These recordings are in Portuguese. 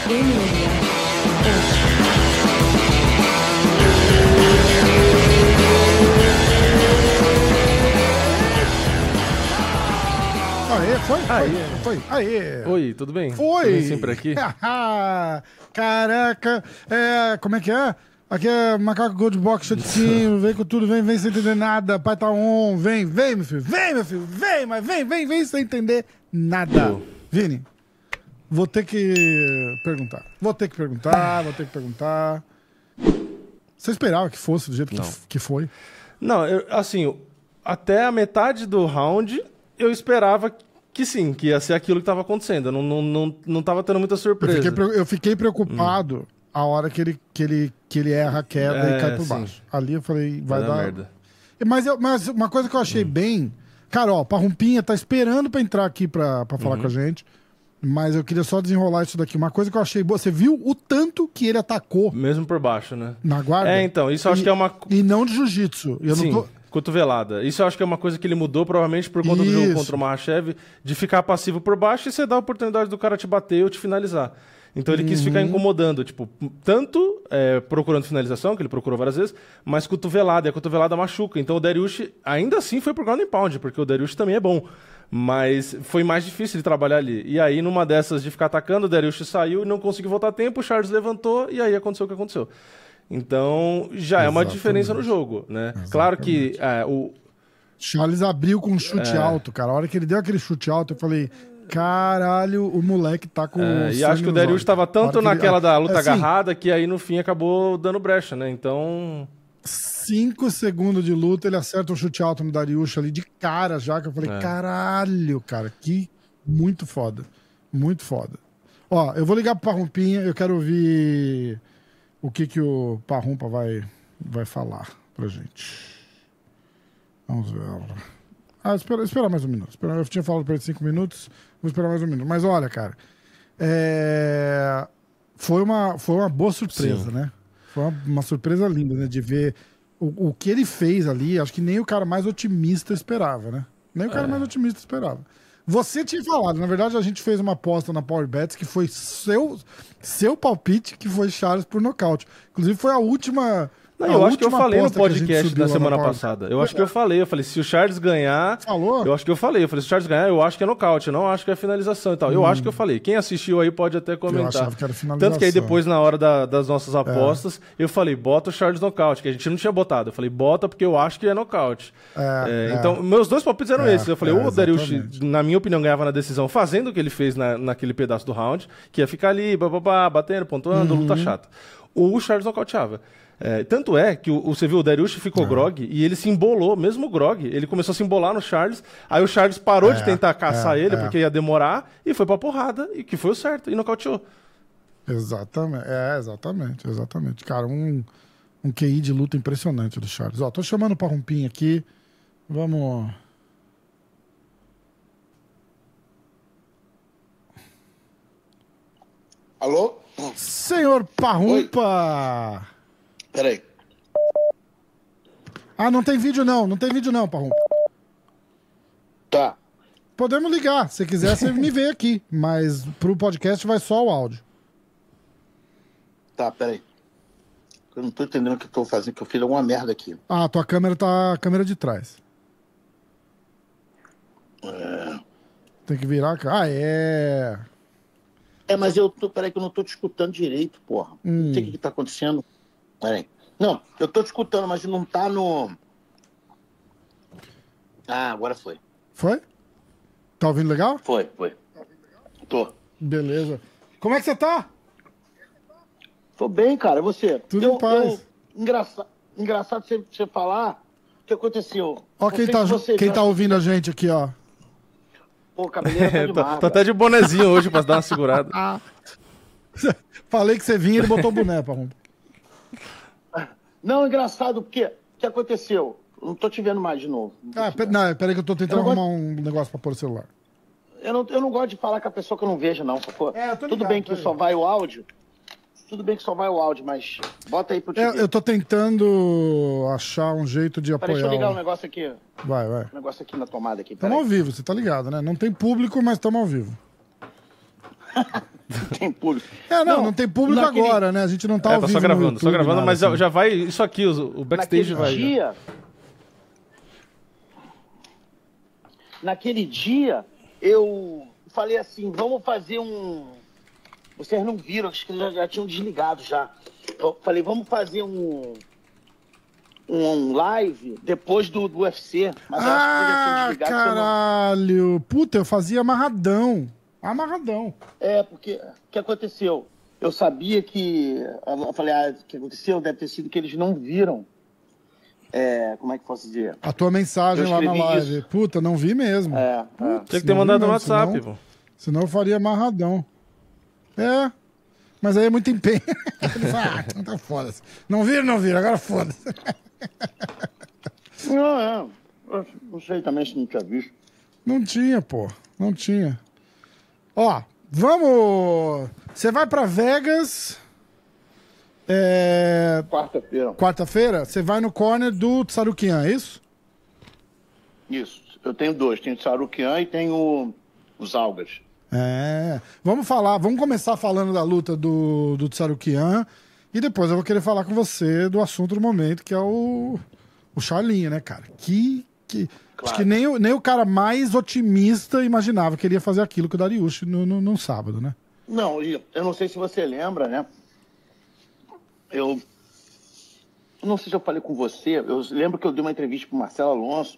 Aê, foi? Aê! Oi, tudo bem? Foi! Tudo bem sempre aqui? Caraca! Como é que é? Aqui é Macaco Goldbox chatinho, vem com tudo, vem sem entender nada, pai tá on, vem, meu filho, mas vem sem entender nada. Vini, vou ter que perguntar. Você esperava que fosse do jeito que foi? Não, assim, até a metade do round eu esperava que sim, que ia ser aquilo que estava acontecendo. Eu não tava tendo muita surpresa. Eu fiquei preocupado a hora que ele erra a queda e cai por baixo. Ali eu falei, vai dar merda. Mas uma coisa que eu achei bem... Cara, ó, Parrumpinha tá esperando pra entrar aqui pra falar com a gente, mas eu queria só desenrolar isso daqui. Uma coisa que eu achei boa, você viu o tanto que ele atacou? Mesmo por baixo, né? Na guarda? Então, isso eu acho que é uma... E não de jiu-jitsu. Sim, cotovelada. Isso eu acho que é uma coisa que ele mudou, provavelmente por conta do jogo contra o Makhachev, de ficar passivo por baixo e você dá a oportunidade do cara te bater ou te finalizar. Então ele quis ficar incomodando, tipo, tanto procurando finalização, que ele procurou várias vezes, mas cotovelada, e a cotovelada machuca. Então o Dariush ainda assim foi pro ground and pound, porque o Dariush também é bom. Mas foi mais difícil de trabalhar ali. E aí, numa dessas de ficar atacando, o Dariush saiu e não conseguiu voltar a tempo, o Charles levantou e aí aconteceu o que aconteceu. Então, já é uma diferença no jogo, né? Exatamente. Claro que o Charles abriu com um chute alto, cara. A hora que ele deu aquele chute alto, eu falei... Caralho, o moleque tá com... e acho que o Dariush estava tanto naquela da luta agarrada que aí no fim acabou dando brecha, né? Então... 5 segundos de luta, ele acerta um chute alto no Dariush ali de cara já, que eu falei, caralho, cara, que muito foda. Muito foda. Ó, eu vou ligar pro Parrumpinha, eu quero ouvir o que o Parrumpa vai falar pra gente. Vamos ver. Esperar mais um minuto. Eu tinha falado pra ele 5 minutos, vou esperar mais um minuto. Mas olha, cara, foi uma boa surpresa, né? Foi uma surpresa linda, né? De ver o que ele fez ali. Acho que nem o cara mais otimista esperava, né? Nem o cara mais otimista esperava. Você tinha falado, na verdade a gente fez uma aposta na Power Bets que foi seu palpite, que foi Charles por nocaute. Inclusive foi a última... eu acho que eu falei no podcast da semana passada. Eu acho que eu falei, se o Charles ganhar... Falou? Eu acho que eu falei, se o Charles ganhar, eu acho que é nocaute, eu não acho que é finalização e tal. Eu acho que eu falei. Quem assistiu aí pode até comentar. Eu achava que era finalização. Tanto que aí depois, na hora das nossas apostas, eu falei, bota o Charles nocaute, que a gente não tinha botado. Eu falei, bota porque eu acho que é nocaute. Então, meus dois palpites eram esses. Eu falei, o Dariush, na minha opinião, ganhava na decisão, fazendo o que ele fez naquele pedaço do round, que ia ficar ali, batendo, pontuando, luta chata. O Charles nocauteava. Tanto é que você viu, o Dariush ficou grog e ele se embolou, mesmo o grog, ele começou a se embolar no Charles, aí o Charles parou de tentar caçar ele, porque ia demorar, e foi pra porrada, e que foi o certo, e nocauteou. Exatamente. Cara, um QI de luta impressionante do Charles. Ó, tô chamando o Parrumpinha aqui, vamos... Alô? Senhor Parrumpa! Oi. Peraí. Não tem vídeo não, Parrumpa. Tá. Podemos ligar, se quiser você me vê aqui, mas pro podcast vai só o áudio. Tá, peraí. Eu não tô entendendo o que eu tô fazendo, que eu fiz alguma merda aqui. Tua câmera tá a câmera de trás. Tem que virar, mas peraí que eu não tô te escutando direito, porra. Não sei o que tá acontecendo. Peraí. Não, eu tô te escutando, mas não tá no... agora foi. Foi? Tá ouvindo legal? Foi. Tô. Beleza. Como é que você tá? Tô bem, cara. E você? Tudo em paz. Engraçado você falar o que aconteceu. Ó quem tá ouvindo a gente aqui, ó. Pô, cabeleira tá demais. Tá até de bonezinho hoje pra dar uma segurada. Falei que você vinha e ele botou o boné, Parrumpa. Não, engraçado, porque o que aconteceu? Eu não tô te vendo mais de novo. Peraí que eu tô tentando arrumar um negócio pra pôr o celular. Eu não gosto de falar com a pessoa que eu não vejo, não. Tudo bem que só vai o áudio. Mas bota aí pro TV. Eu tô tentando achar um jeito de apoiar. Deixa eu ligar um negócio aqui. Vai. Um negócio aqui na tomada aqui. Tamo ao vivo, você tá ligado, né? Não tem público, mas tamo ao vivo. Tem público. Não tem público agora, né? A gente não tá ao vivo só gravando, no YouTube, nada mas assim. já vai... Isso aqui, o backstage vai... Naquele dia, eu falei assim, vamos fazer um... Vocês não viram, acho que já tinham desligado já. Eu falei, vamos fazer um live depois do UFC. Mas eu acho que já tinha desligado. Caralho! Puta, eu fazia amarradão. Porque o que aconteceu? Eu sabia que... Eu falei, o que aconteceu deve ter sido que eles não viram. Como é que posso dizer? A tua mensagem lá na live. Isso. Puta, não vi mesmo. Tinha que ter mandado no WhatsApp, pô. Senão eu faria amarradão. Mas aí é muito empenho. Então foda-se. Não viram, agora foda-se. Não sei também se não tinha visto. Não tinha, pô. Não tinha. Ó, vamos... Você vai pra Vegas... Quarta-feira? Você vai no corner do Tsarukian, é isso? Isso. Eu tenho dois. Tenho o Tsarukian e tenho os Algas. Vamos começar falando da luta do Tsarukian e depois eu vou querer falar com você do assunto do momento, que é o Charlinho, né, cara? Claro. Acho que nem o cara mais otimista imaginava que ele ia fazer aquilo com o Dariush no sábado, né? Não, eu não sei se você lembra, né? Eu não sei se eu falei com você, eu lembro que eu dei uma entrevista pro Marcelo Alonso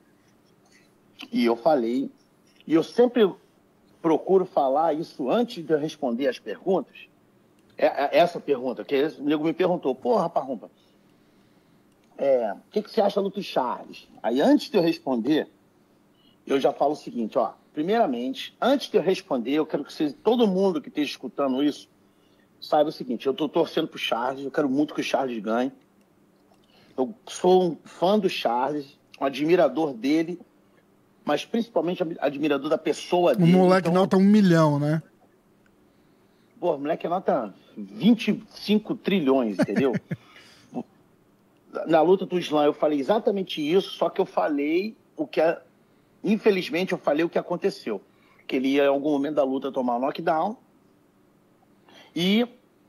e eu falei, e eu sempre procuro falar isso antes de eu responder as perguntas, essa pergunta, que o nego me perguntou, porra, Parrumpa, o que você acha do luta do Charles? Aí antes de eu responder, eu já falo o seguinte, ó, primeiramente, antes de eu responder, eu quero que todo mundo que esteja escutando isso, saiba o seguinte, eu tô torcendo pro Charles, eu quero muito que o Charles ganhe. Eu sou um fã do Charles, um admirador dele, mas principalmente admirador da pessoa dele. O moleque nota 1 milhão, né? Pô, o moleque nota 25 trilhões, entendeu? Na luta do Islam eu falei exatamente isso, só que eu falei infelizmente eu falei o que aconteceu. Que ele ia em algum momento da luta tomar um knockdown, e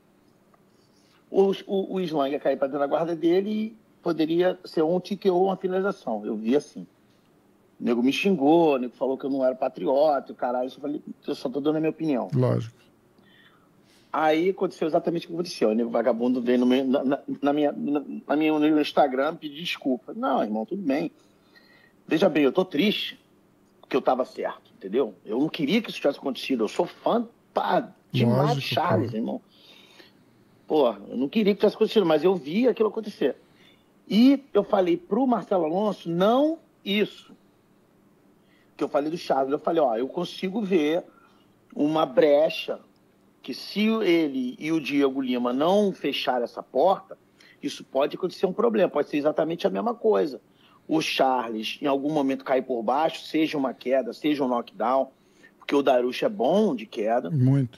o Islam ia cair para dentro da guarda dele e poderia ser um TKO ou uma finalização. Eu vi assim. O nego me xingou, o nego falou que eu não era patriota, o caralho. Eu só tô dando a minha opinião. Lógico. Aí aconteceu exatamente o que aconteceu. O nego vagabundo veio no meu Instagram pedir desculpa. Não, irmão, tudo bem. Veja bem, eu tô triste porque eu tava certo, entendeu? Eu não queria que isso tivesse acontecido. Eu sou fã, demais de Charles, irmão. Pô, eu não queria que tivesse acontecido, mas eu vi aquilo acontecer. E eu falei pro Marcelo Alonso, não isso. Que eu falei do Charles. Eu falei, eu consigo ver uma brecha que se ele e o Diego Lima não fecharem essa porta, isso pode acontecer um problema. Pode ser exatamente a mesma coisa. O Charles, em algum momento, cair por baixo, seja uma queda, seja um knockdown, porque o Dariush é bom de queda. Muito.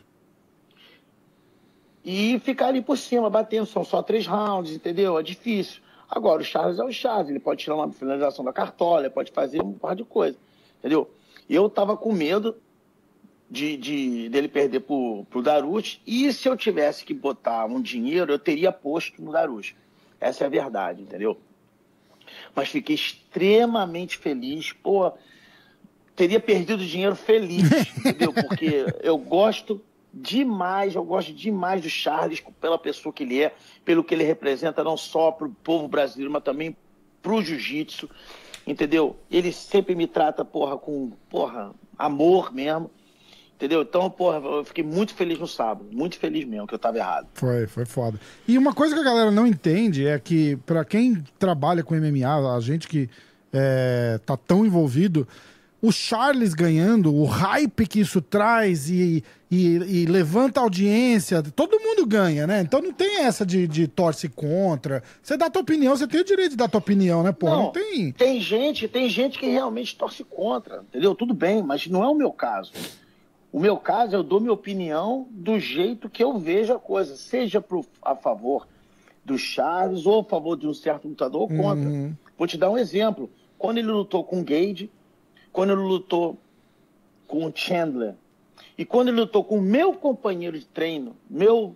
E ficar ali por cima, batendo. São só 3 rounds, entendeu? É difícil. Agora, o Charles é o Charles. Ele pode tirar uma finalização da cartola, pode fazer um par de coisa, entendeu? Eu tava com medo dele perder pro Dariush. E se eu tivesse que botar um dinheiro, eu teria posto no Dariush. Essa é a verdade, entendeu? Mas fiquei extremamente feliz. Pô, teria perdido dinheiro feliz, entendeu? Porque eu gosto demais do Charles pela pessoa que ele é, pelo que ele representa, não só pro povo brasileiro, mas também pro jiu-jitsu, entendeu? Ele sempre me trata, com amor mesmo, entendeu? Então, eu fiquei muito feliz no sábado, muito feliz mesmo, que eu tava errado. Foi foda. E uma coisa que a galera não entende é que, pra quem trabalha com MMA, a gente que tá tão envolvido, o Charles ganhando, o hype que isso traz e levanta a audiência, todo mundo ganha, né? Então não tem essa de torce contra. Você dá a tua opinião, você tem o direito de dar a tua opinião, né, porra? Não tem. Tem gente que realmente torce contra, entendeu? Tudo bem, mas não é o meu caso. O meu caso, eu dou minha opinião do jeito que eu vejo a coisa, seja a favor do Charles ou a favor de um certo lutador ou contra. Vou te dar um exemplo. Quando ele lutou com o Gage, quando ele lutou com o Chandler E quando ele lutou com o meu companheiro de treino, meu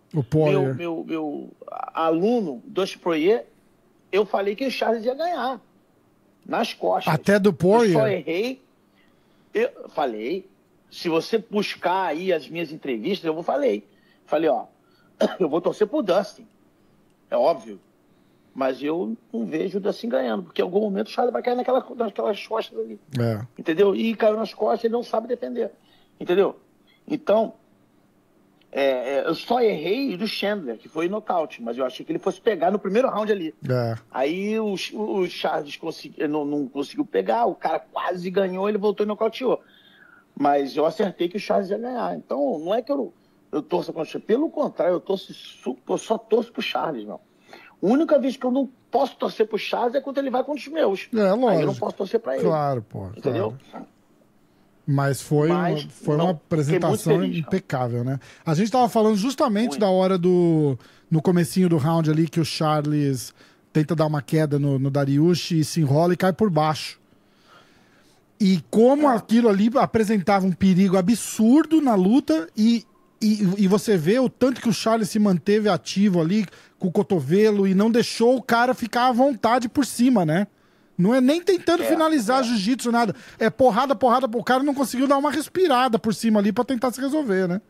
aluno, Dustin Poirier, eu falei que o Charles ia ganhar. Nas costas. Até do Poirier? Eu só errei. Eu falei. Se você buscar aí as minhas entrevistas, falei, ó, eu vou torcer pro Dustin. É óbvio. Mas eu não vejo o Dustin ganhando, porque em algum momento o Charles vai cair naquelas costas ali. Entendeu? E caiu nas costas, ele não sabe defender. Entendeu? Então, eu só errei do Chandler, que foi nocaute, mas eu achei que ele fosse pegar no primeiro round ali. Aí o Charles não conseguiu pegar, o cara quase ganhou, ele voltou e nocauteou. Mas eu acertei que o Charles ia ganhar. Então, não é que eu torço contra o Charles. Pelo contrário, eu só torço pro Charles, meu. A única vez que eu não posso torcer pro Charles é quando ele vai contra os meus. Lógico. Aí eu não posso torcer pra ele. Claro, pô. Entendeu? Claro. Mas foi uma apresentação impecável, né? A gente tava falando justamente da hora no comecinho do round ali, que o Charles tenta dar uma queda no Dariush e se enrola e cai por baixo. E como aquilo ali apresentava um perigo absurdo na luta e você vê o tanto que o Charles se manteve ativo ali com o cotovelo e não deixou o cara ficar à vontade por cima, né? Não é nem tentando finalizar jiu-jitsu, nada. É porrada. O cara não conseguiu dar uma respirada por cima ali pra tentar se resolver, né?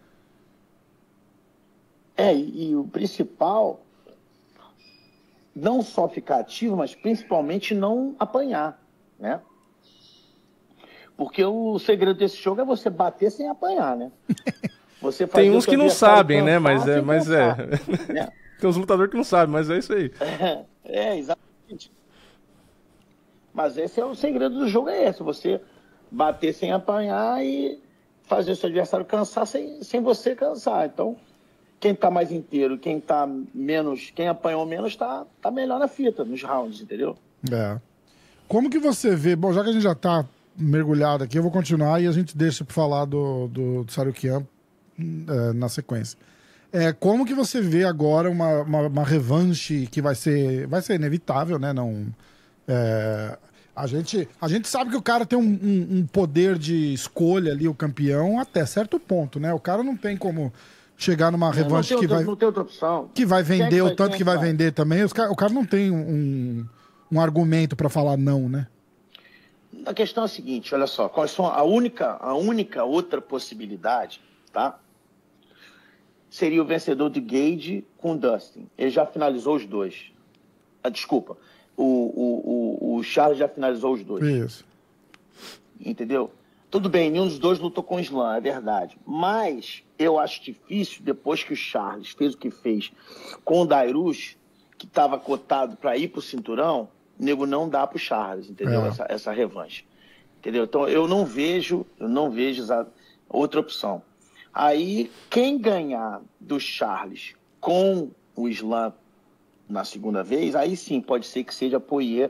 E o principal, não só ficar ativo, mas principalmente não apanhar, né? Porque o segredo desse jogo é você bater sem apanhar, né? Você tem uns que não sabem, né? Mas é. Né? Tem uns lutadores que não sabem, mas é isso aí. Exatamente. Mas esse é o segredo do jogo, é esse. Você bater sem apanhar e fazer o seu adversário cansar sem você cansar. Então, quem tá mais inteiro, quem apanhou menos, tá melhor na fita, nos rounds, entendeu? Como que você vê... Bom, já que a gente já tá mergulhado aqui, eu vou continuar e a gente deixa pra falar do Tsarukyan na sequência. Como que você vê agora uma revanche que vai ser inevitável, né? Não... A gente sabe que o cara tem um poder de escolha ali, o campeão, até certo ponto, né? O cara não tem como chegar numa revanche não tem outra opção. Que vai vender o tanto que vai vender também. O cara não tem um argumento pra falar não, né? A questão é a seguinte, olha só, quais são a única outra possibilidade, tá? Seria o vencedor de Gage com o Dustin. Ele já finalizou os dois. Desculpa. O Charles já finalizou os dois. Isso. Entendeu? Tudo bem, nenhum dos dois lutou com o Islam, é verdade. Mas eu acho difícil, depois que o Charles fez o que fez com o Dariush, que estava cotado para ir pro cinturão, o nego não dá pro Charles, entendeu? Essa revanche. Entendeu? Então eu não vejo outra opção. Aí, quem ganhar do Charles com o Islam na segunda vez, aí sim, pode ser que seja Poirier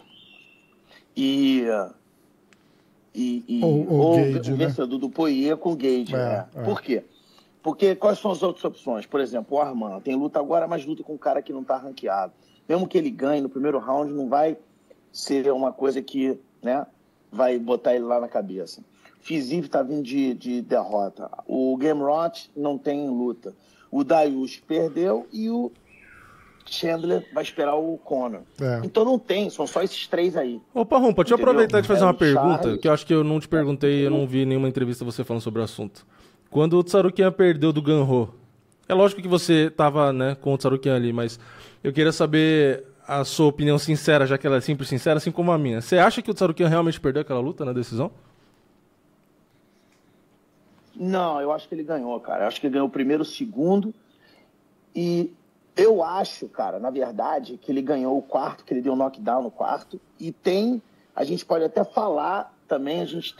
ou Gage, o vencedor do Poirier com o Gage. Por quê? Porque quais são as outras opções? Por exemplo, o Arman tem luta agora, mas luta com um cara que não está ranqueado. Mesmo que ele ganhe no primeiro round, não vai ser uma coisa que, né, vai botar ele lá na cabeça. Fiziev está vindo de derrota. O Gamrot não tem luta. O Dariush perdeu e o Chandler vai esperar o Conor. Então não tem, são só esses três aí. Opa, Rumpa, deixa eu aproveitar e te fazer uma pergunta, que eu acho que eu não te perguntei, eu não vi nenhuma entrevista você falando sobre o assunto. Quando o Tsarukyan perdeu do Ganho, é lógico que você tava, né, com o Tsarukyan ali, mas eu queria saber a sua opinião sincera, já que ela é sempre sincera, assim como a minha. Você acha que o Tsarukyan realmente perdeu aquela luta na decisão? Não, eu acho que ele ganhou, cara. Eu acho que ele ganhou o primeiro, o segundo. E eu acho, cara, na verdade, que ele ganhou o quarto, que ele deu um knockdown no quarto. E tem... A gente pode até falar também, a gente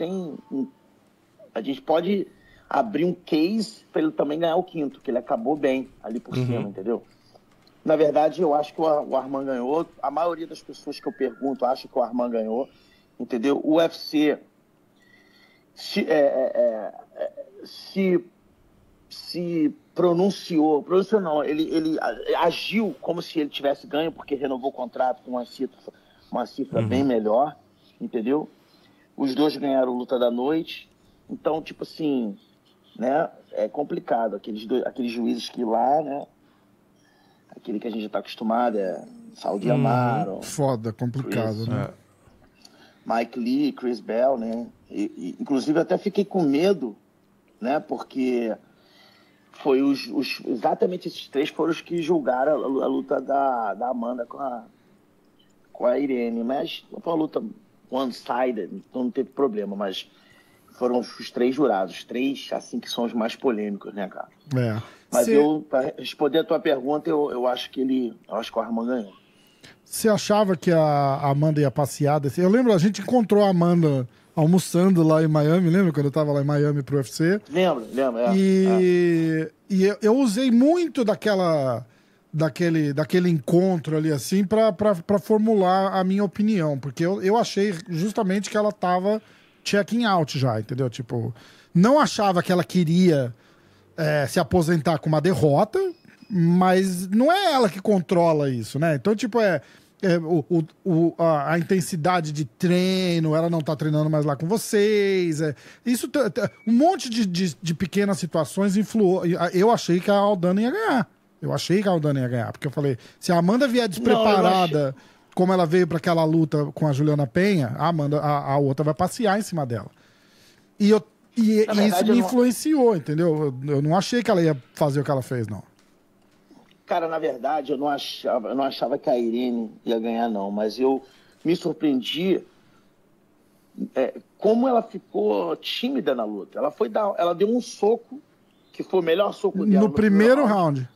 pode abrir um case para ele também ganhar o quinto, que ele acabou bem ali por cima, entendeu? Na verdade, eu acho que o Arman ganhou. A maioria das pessoas que eu pergunto acha que o Arman ganhou, entendeu? O UFC se pronunciou não, ele agiu como se ele tivesse ganho, porque renovou o contrato com uma cifra bem melhor, entendeu? Os dois ganharam luta da noite. Então, tipo assim, né? É complicado. Aqueles juízes que lá, né? Aquele que a gente já está acostumado Saudi Amaro. Foda, complicado, Chris, né? Mike Lee, Chris Bell, né? Inclusive, até fiquei com medo, né? Porque foi exatamente esses 3 foram os que julgaram a luta da Amanda com a Irene. Mas foi uma luta one-sided, então não teve problema. Mas foram os 3 jurados, 3, assim, que são os mais polêmicos, né, cara? Mas para responder a tua pergunta, eu acho que o Arman ganhou. Você achava que a Amanda ia passear? Eu lembro, a gente encontrou a Amanda almoçando lá em Miami, lembra quando eu tava lá em Miami pro UFC? Lembro. E eu usei muito daquele encontro ali, assim, pra formular a minha opinião, porque eu achei justamente que ela tava checking out já, entendeu? Tipo, não achava que ela queria se aposentar com uma derrota, mas não é ela que controla isso, né? Então, tipo, a intensidade de treino, ela não tá treinando mais lá com vocês. Isso, um monte de pequenas situações influou. Eu achei que a Aldana ia ganhar. Porque eu falei, se a Amanda vier despreparada, como ela veio para aquela luta com a Juliana Penha, a outra vai passear em cima dela. E isso me influenciou, entendeu? Eu não achei que ela ia fazer o que ela fez, não. Cara, na verdade, eu não achava que a Irene ia ganhar, não. Mas eu me surpreendi como ela ficou tímida na luta. Ela deu um soco, que foi o melhor soco dela. No primeiro round.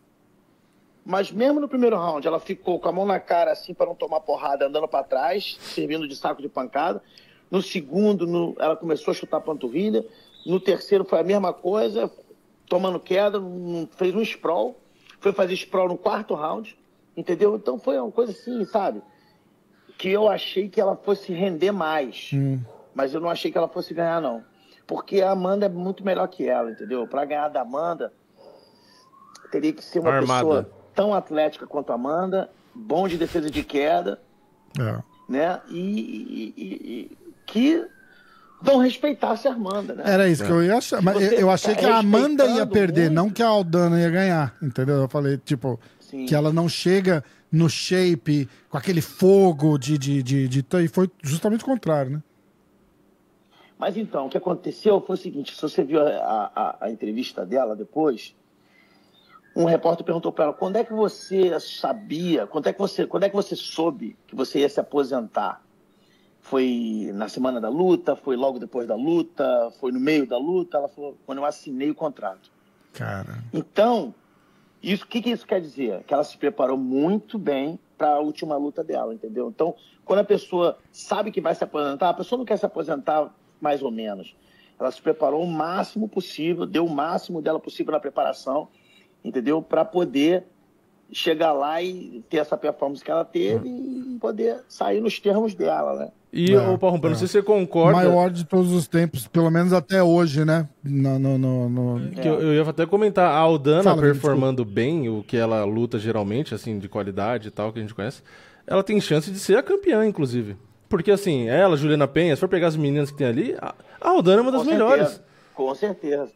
Mas mesmo no primeiro round, ela ficou com a mão na cara, assim, para não tomar porrada, andando para trás, servindo de saco de pancada. No segundo, ela começou a chutar a panturrilha. No terceiro foi a mesma coisa, tomando queda, fez um sprawl. Foi fazer sprawl no 4º round, entendeu? Então foi uma coisa assim, sabe? Que eu achei que ela fosse render mais. Mas eu não achei que ela fosse ganhar, não. Porque a Amanda é muito melhor que ela, entendeu? Para ganhar da Amanda, teria que ser uma pessoa tão atlética quanto a Amanda, bom de defesa de queda, né? E que não respeitasse a Amanda, né? Era isso que eu ia achar. Mas eu achei que a Amanda ia perder, muito, não que a Aldana ia ganhar, entendeu? Eu falei, tipo, que ela não chega no shape com aquele fogo e foi justamente o contrário, né? Mas então, o que aconteceu foi o seguinte, se você viu a entrevista dela depois, um repórter perguntou para ela, quando é que você sabia, quando é que você soube que você ia se aposentar? Foi na semana da luta, foi logo depois da luta, foi no meio da luta? Ela falou, quando eu assinei o contrato. Cara. Então, o que isso quer dizer? Que ela se preparou muito bem para a última luta dela, entendeu? Então, quando a pessoa sabe que vai se aposentar, a pessoa não quer se aposentar mais ou menos. Ela se preparou o máximo possível, deu o máximo dela possível na preparação, entendeu? Para poder chegar lá e ter essa performance que ela teve e poder sair nos termos dela, né? E, Paulo, não sei se você concorda... Maior de todos os tempos, pelo menos até hoje, né? Eu ia até comentar, a Aldana performando bem, o que ela luta geralmente, assim, de qualidade e tal, que a gente conhece, ela tem chance de ser a campeã, inclusive. Porque, assim, ela, Juliana Penha, se for pegar as meninas que tem ali, a Aldana é uma das melhores. Com certeza.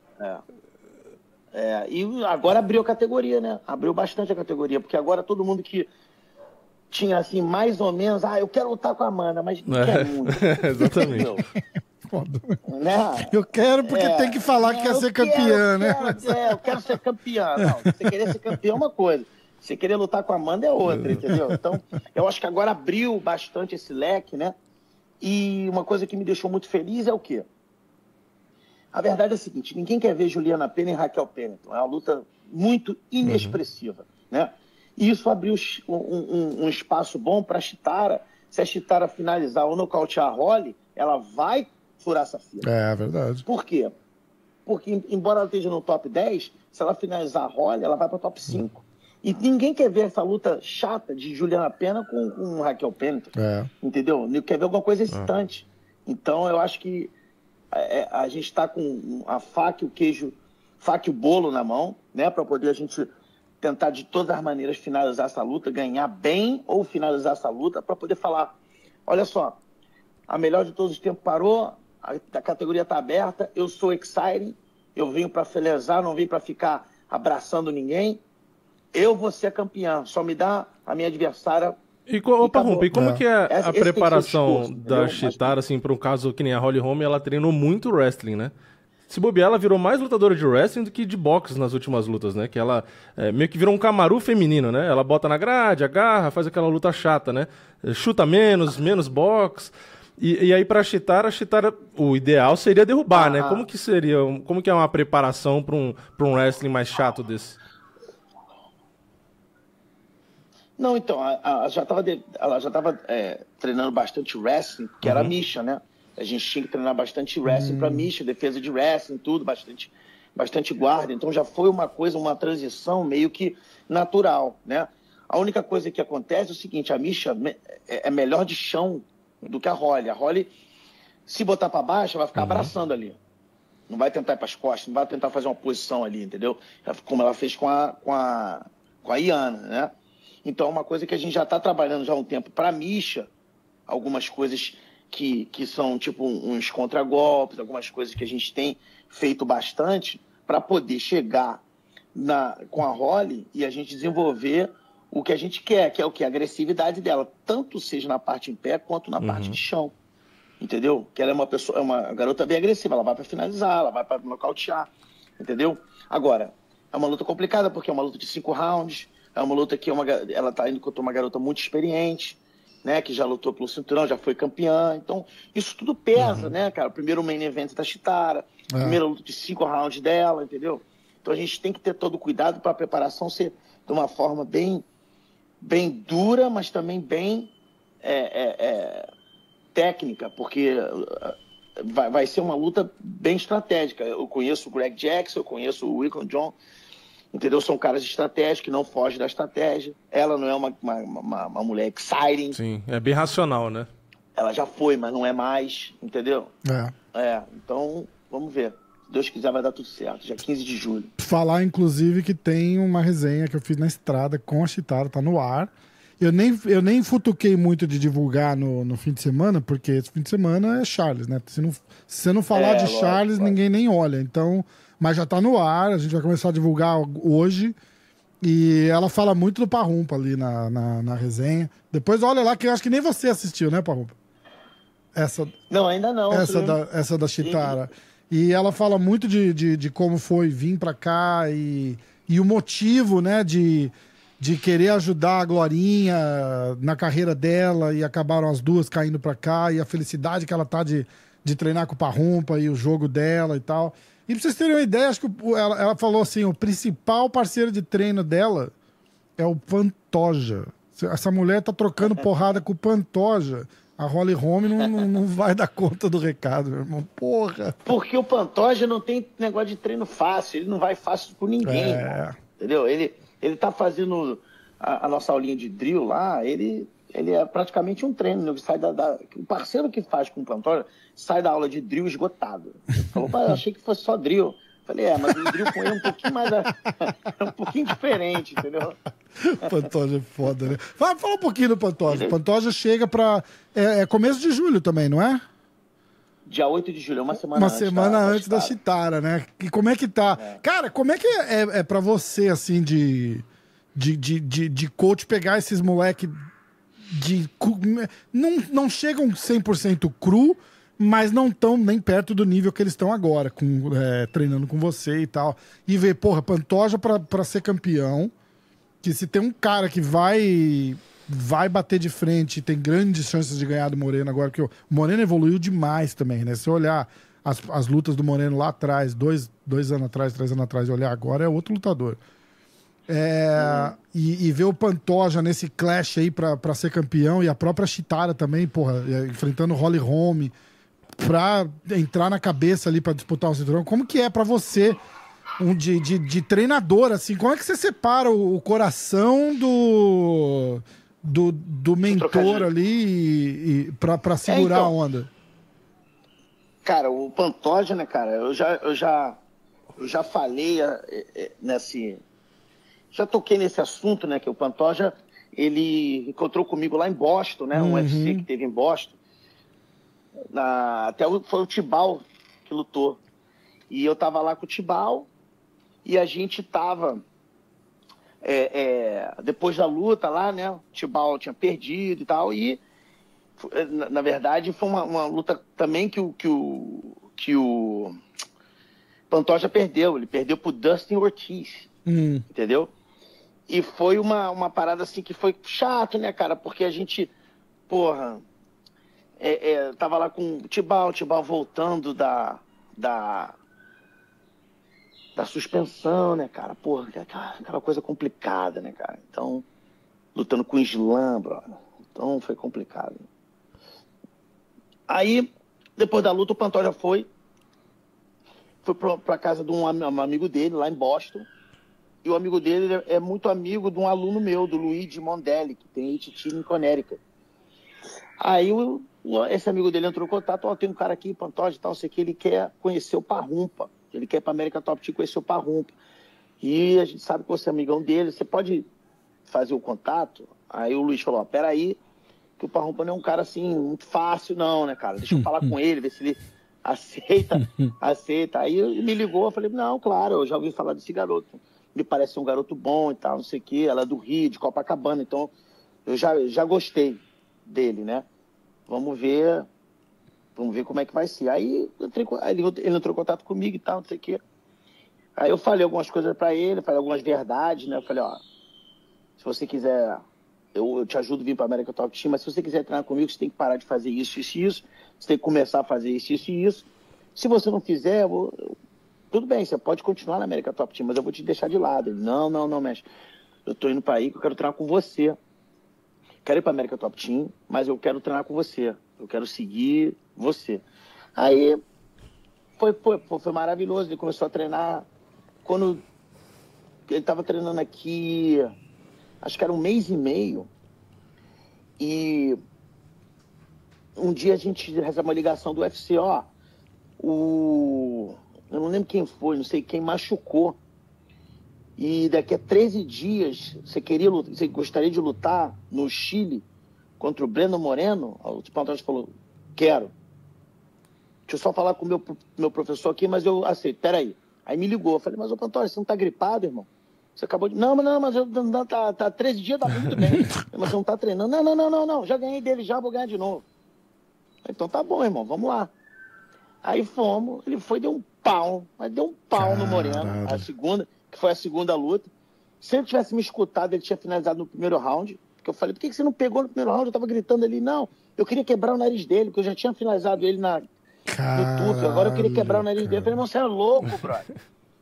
E agora abriu a categoria, né? Abriu bastante a categoria, porque agora todo mundo que tinha, assim, mais ou menos, eu quero lutar com a Amanda, mas não quer muito. Exatamente. Né? Eu quero porque tem que falar que quer ser campeã, né? Eu quero ser campeã. Não, você querer ser campeã é uma coisa. Você querer lutar com a Amanda é outra, entendeu? Então, eu acho que agora abriu bastante esse leque, né? E uma coisa que me deixou muito feliz é o quê? A verdade é a seguinte, ninguém quer ver Juliana Penha e Raquel Pennington. É uma luta muito inexpressiva, né? E isso abriu um espaço bom para a Chitara. Se a Chitara finalizar ou nocautear a Holly, ela vai furar essa fila. É verdade. Por quê? Porque, embora ela esteja no top 10, se ela finalizar a Holly, ela vai para o top 5. E ninguém quer ver essa luta chata de Juliana Penha com Raquel Pennington. Entendeu? Quer ver alguma coisa excitante. Então, eu acho que a gente está com a faca e o queijo, faca e o bolo na mão, né? Para poder a gente tentar de todas as maneiras finalizar essa luta, ganhar bem ou finalizar essa luta, para poder falar, olha só, a melhor de todos os tempos parou, a categoria está aberta, eu sou exciting, eu venho para felezar, não venho para ficar abraçando ninguém. Eu vou ser campeão, só me dá a minha adversária. E como que é a preparação da Chitara, assim, para um caso que nem a Holly Holm, ela treinou muito wrestling, né? Se bobear, ela virou mais lutadora de wrestling do que de boxe nas últimas lutas, né? Que ela meio que virou um Kamaru feminino, né? Ela bota na grade, agarra, faz aquela luta chata, né? Chuta menos boxe. E aí pra Chitara, o ideal seria derrubar, né? Como que é uma preparação para um wrestling mais chato desse? Não, então, ela já estava treinando bastante wrestling, que era a Misha, né? A gente tinha que treinar bastante wrestling para Misha, defesa de wrestling, tudo, bastante guarda. Então já foi uma transição meio que natural, né? A única coisa que acontece é o seguinte, a Misha é melhor de chão do que a Holly. A Holly, se botar para baixo, ela vai ficar abraçando ali. Não vai tentar ir para as costas, não vai tentar fazer uma posição ali, entendeu? Como ela fez com a Iana, né? Então é uma coisa que a gente já está trabalhando já há um tempo para a Misha, algumas coisas que são tipo uns contragolpes, algumas coisas que a gente tem feito bastante para poder chegar com a Holly e a gente desenvolver o que a gente quer, que é o que? A agressividade dela, tanto seja na parte em pé quanto na parte de chão. Entendeu? Que ela é uma garota bem agressiva, ela vai para finalizar, ela vai para nocautear, entendeu? Agora, é uma luta complicada porque é uma luta de 5 rounds, é uma luta que ela está indo contra uma garota muito experiente, né, que já lutou pelo cinturão, já foi campeã. Então, isso tudo pesa, né, cara? O primeiro main event da Chitara, a primeira luta de 5 rounds dela, entendeu? Então, a gente tem que ter todo o cuidado para a preparação ser de uma forma bem dura, mas também bem técnica, porque vai ser uma luta bem estratégica. Eu conheço o Greg Jackson, eu conheço o Wickman John, entendeu? São caras estratégicos que não fogem da estratégia. Ela não é uma mulher exciting. Sim, é bem racional, né? Ela já foi, mas não é mais, entendeu? Então, vamos ver. Se Deus quiser, vai dar tudo certo. Já 15 de julho. Falar, inclusive, que tem uma resenha que eu fiz na estrada com a Chitara, tá no ar. Eu nem futuquei muito de divulgar no fim de semana, porque esse fim de semana é Charles, né? Se você não falar de Charles, ninguém nem olha. Então, mas já tá no ar, a gente vai começar a divulgar hoje. E ela fala muito do Parrumpa ali na resenha. Depois olha lá, que eu acho que nem você assistiu, né, Parrumpa? Não, ainda não. Essa da Chitara. E ela fala muito de como foi vir pra cá e o motivo, né, de querer ajudar a Glorinha na carreira dela e acabaram as duas caindo pra cá e a felicidade que ela tá de treinar com o Parrumpa e o jogo dela e tal. E pra vocês terem uma ideia, acho que ela falou assim, o principal parceiro de treino dela é o Pantoja. Essa mulher tá trocando porrada com o Pantoja. A Holly Holm não vai dar conta do recado, meu irmão. Porra! Porque o Pantoja não tem negócio de treino fácil. Ele não vai fácil com ninguém. Entendeu? Ele tá fazendo a nossa aulinha de drill lá, ele é praticamente um treino. Ele sai o parceiro que faz com o Pantoja sai da aula de drill esgotado. Ele falou, eu achei que fosse só drill. Falei, mas o drill com ele é um pouquinho mais... é um pouquinho diferente, entendeu? Pantoja é foda, né? Fala um pouquinho do Pantoja. Pantoja chega pra... É começo de julho também, não é? Dia 8 de julho, uma semana antes. Uma semana antes da Chitara, né? E como é que tá? Cara, como é que é pra você, assim, de coach pegar esses moleque não chegam 100% cru, mas não estão nem perto do nível que eles estão agora, treinando com você e tal. E ver, porra, Pantoja pra ser campeão, que se tem um cara que vai bater de frente e tem grandes chances de ganhar do Moreno agora, porque o Moreno evoluiu demais também, né? Se eu olhar as lutas do Moreno lá atrás, 2 anos atrás, 3 anos atrás, e olhar agora, é outro lutador. E ver o Pantoja nesse clash aí pra ser campeão, e a própria Chitara também, porra, enfrentando o Holly Holm, pra entrar na cabeça ali pra disputar o cinturão. Como que é pra você, de treinador, assim, como é que você separa o coração do mentor ali pra segurar a onda? Cara, o Pantoja, né, cara, eu já falei já toquei nesse assunto, né, que o Pantoja, ele encontrou comigo lá em Boston, né, um UFC que teve em Boston, foi o Tibau que lutou. E eu tava lá com o Tibau, e a gente tava... depois da luta lá, né? O Tibau tinha perdido e tal, e na verdade foi uma luta também que o Pantoja perdeu. Ele perdeu pro Dustin Ortiz, entendeu? E foi uma parada assim que foi chato, né, cara? Porque a gente, porra, tava lá com o Tibau voltando da suspensão, né, cara? Porra, aquela coisa complicada, né, cara? Então, lutando com o Islam, brother. Então, foi complicado. Aí, depois da luta, o Pantoja foi pra casa de um amigo dele, lá em Boston. E o amigo dele é muito amigo de um aluno meu, do Luigi Mondelli, que tem ATT em Connecticut. Aí, esse amigo dele entrou em contato, tem um cara aqui, Pantoja e tal, sei que ele quer conhecer o Parrumpa. Ele quer ir pra América Top Team conhecer o Parrumpa. E a gente sabe que você é amigão dele, você pode fazer o contato? Aí o Luiz falou, peraí, que o Parrumpa não é um cara assim, muito fácil não, né, cara? Deixa eu falar com ele, ver se ele aceita. Aí ele me ligou, eu falei, não, claro, eu já ouvi falar desse garoto. Me parece um garoto bom e tal, não sei o quê. Ela é do Rio, de Copacabana, então eu já gostei dele, né? Vamos ver como é que vai ser. Aí ele entrou em contato comigo e tal, não sei o quê. Aí eu falei algumas coisas pra ele, falei algumas verdades, né? Eu falei, se você quiser, eu te ajudo a vir pra América Top Team, mas se você quiser treinar comigo, você tem que parar de fazer isso, isso e isso. Você tem que começar a fazer isso, isso e isso. Se você não fizer, tudo bem, você pode continuar na América Top Team, mas eu vou te deixar de lado. Ele, não, mestre. Eu tô indo pra aí que eu quero treinar com você. Quero ir pra América Top Team, mas eu quero treinar com você. Eu quero seguir você. Aí foi maravilhoso. Ele começou a treinar. Quando ele estava treinando aqui, acho que era 1 mês e meio. E um dia a gente recebe uma ligação do UFC, eu não lembro quem foi, não sei quem machucou. E daqui a 13 dias, você gostaria de lutar no Chile contra o Breno Moreno? O Pantoja falou, quero. Deixa eu só falar com o meu professor aqui, mas eu aceito. Peraí. Aí me ligou. Eu falei, mas, Pantoja, você não tá gripado, irmão? Você acabou de... Não, mas tá 13 dias, tá muito bem. Mas você não tá treinando. Não. Já ganhei dele, já vou ganhar de novo. Então tá bom, irmão, vamos lá. Aí fomos, ele foi, deu um pau no Moreno, que foi a segunda luta. Se ele tivesse me escutado, ele tinha finalizado no primeiro round. Porque eu falei, por que você não pegou no primeiro round? Eu tava gritando ali, não, eu queria quebrar o nariz dele, porque eu já tinha finalizado ele no tufo, agora eu queria quebrar o nariz dele. Eu falei, irmão, você é louco, brother.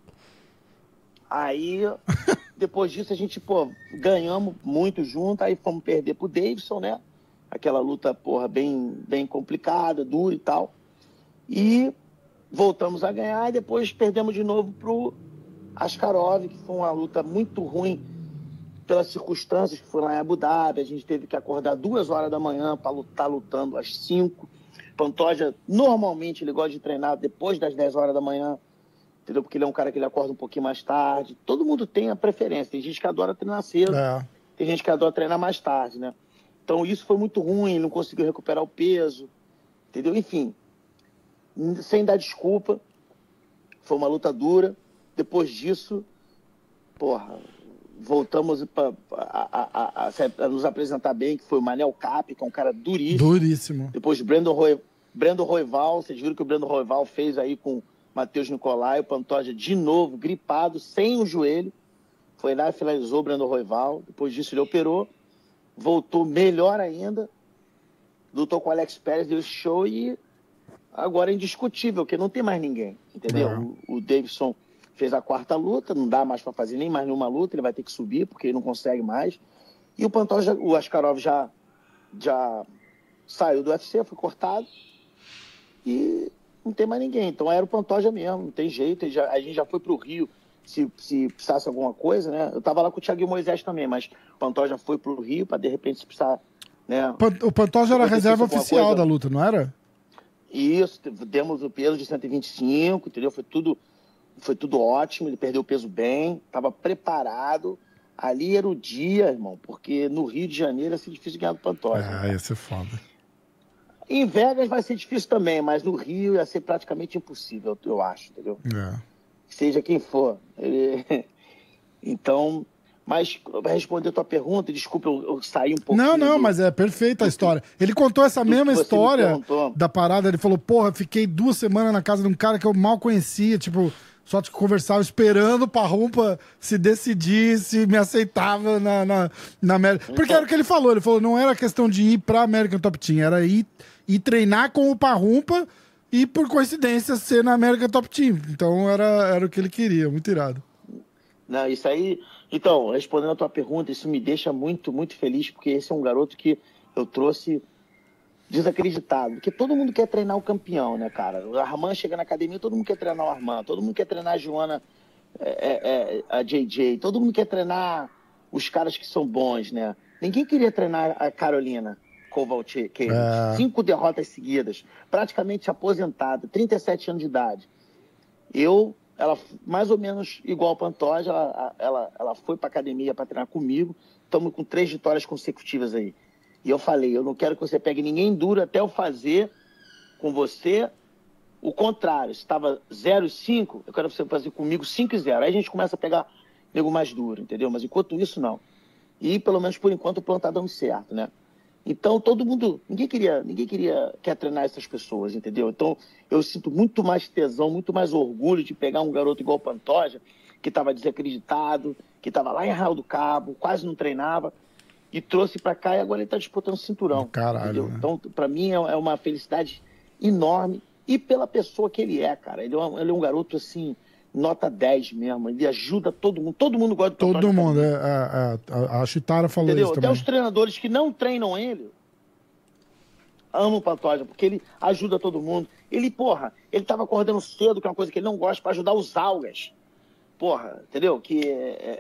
Aí, depois disso, a gente, ganhamos muito junto, aí fomos perder pro Davidson, né? Aquela luta, bem complicada, dura e tal. E voltamos a ganhar e depois perdemos de novo pro Askarov, que foi uma luta muito ruim pelas circunstâncias, que foi lá em Abu Dhabi. A gente teve que acordar 2 horas da manhã para estar lutando às 5. Pantoja, normalmente, ele gosta de treinar depois das 10 horas da manhã, entendeu? Porque ele é um cara que ele acorda um pouquinho mais tarde. Todo mundo tem a preferência. Tem gente que adora treinar cedo, tem gente que adora treinar mais tarde, né? Então isso foi muito ruim, ele não conseguiu recuperar o peso, entendeu? Enfim, sem dar desculpa, foi uma luta dura. Depois disso, voltamos a nos apresentar bem, que foi o Manel Cap, que é um cara duríssimo. Depois Brandon Royval, vocês viram que o Brandon Royval fez aí com o Matheus Nicolai, o Pantoja de novo, gripado, sem o joelho. Foi lá e finalizou o Brandon Royval. Depois disso ele operou, voltou melhor ainda, lutou com o Alex Pérez, deu show e agora é indiscutível, porque não tem mais ninguém, entendeu? O Davidson fez a 4ª luta, não dá mais para fazer nem mais nenhuma luta, ele vai ter que subir porque ele não consegue mais. E o Pantoja, o Askarov já saiu do UFC, foi cortado e não tem mais ninguém. Então era o Pantoja mesmo, não tem jeito. A gente já foi pro Rio se precisasse alguma coisa, né? Eu tava lá com o Thiago Moisés também, mas o Pantoja foi pro Rio para de repente se precisar, né? O Pantoja era a reserva oficial da luta, não era? Isso, demos o peso de 125, entendeu? Foi tudo ótimo, ele perdeu o peso bem, estava preparado. Ali era o dia, irmão, porque no Rio de Janeiro ia ser difícil ganhar do Pantoja. Ia ser foda. Em Vegas vai ser difícil também, mas no Rio ia ser praticamente impossível, eu acho, entendeu? Seja quem for. Então, mas para responder a tua pergunta, desculpa, eu saí um pouquinho. Não, mas é perfeita a história. Ele contou essa mesma história da parada, ele falou, porra, fiquei 2 semanas na casa de um cara que eu mal conhecia, tipo, só que conversava esperando o Parrumpa se decidir se me aceitava na América. Porque então, era o que ele falou, não era questão de ir pra American Top Team, era ir treinar com o Parrumpa e, por coincidência, ser na American Top Team. Então era o que ele queria, muito irado. Não, isso aí... Então, respondendo a tua pergunta, isso me deixa muito, muito feliz, porque esse é um garoto que eu trouxe desacreditado. Porque todo mundo quer treinar o campeão, né, cara? O Arman chega na academia, todo mundo quer treinar o Arman, todo mundo quer treinar a Joana, a JJ, todo mundo quer treinar os caras que são bons, né? Ninguém queria treinar a Carolina Kowalczyk, 5 derrotas seguidas, praticamente aposentada, 37 anos de idade. Ela, mais ou menos igual ao Pantoja, ela foi para academia para treinar comigo. Estamos com 3 vitórias consecutivas aí. E eu falei, eu não quero que você pegue ninguém duro até eu fazer com você o contrário. Se estava 0-5, eu quero que você fazer comigo 5-0. Aí a gente começa a pegar nego mais duro, entendeu? Mas enquanto isso, não. E pelo menos por enquanto o plano tá dando certo, né? Então todo mundo, ninguém quer treinar essas pessoas, entendeu? Então eu sinto muito mais tesão, muito mais orgulho de pegar um garoto igual o Pantoja, que estava desacreditado, que estava lá em Arraial do Cabo, quase não treinava, e trouxe para cá e agora ele está disputando cinturão. Caralho, né? Então para mim é uma felicidade enorme, e pela pessoa que ele é, cara. Ele é um garoto assim, nota 10 mesmo, ele ajuda todo mundo gosta do Pantoja. Todo mundo, a Chitara falou isso também. Até os treinadores que não treinam ele amam o Pantoja, porque ele ajuda todo mundo. Ele tava acordando cedo, que é uma coisa que ele não gosta, para ajudar os algas. Entendeu? Que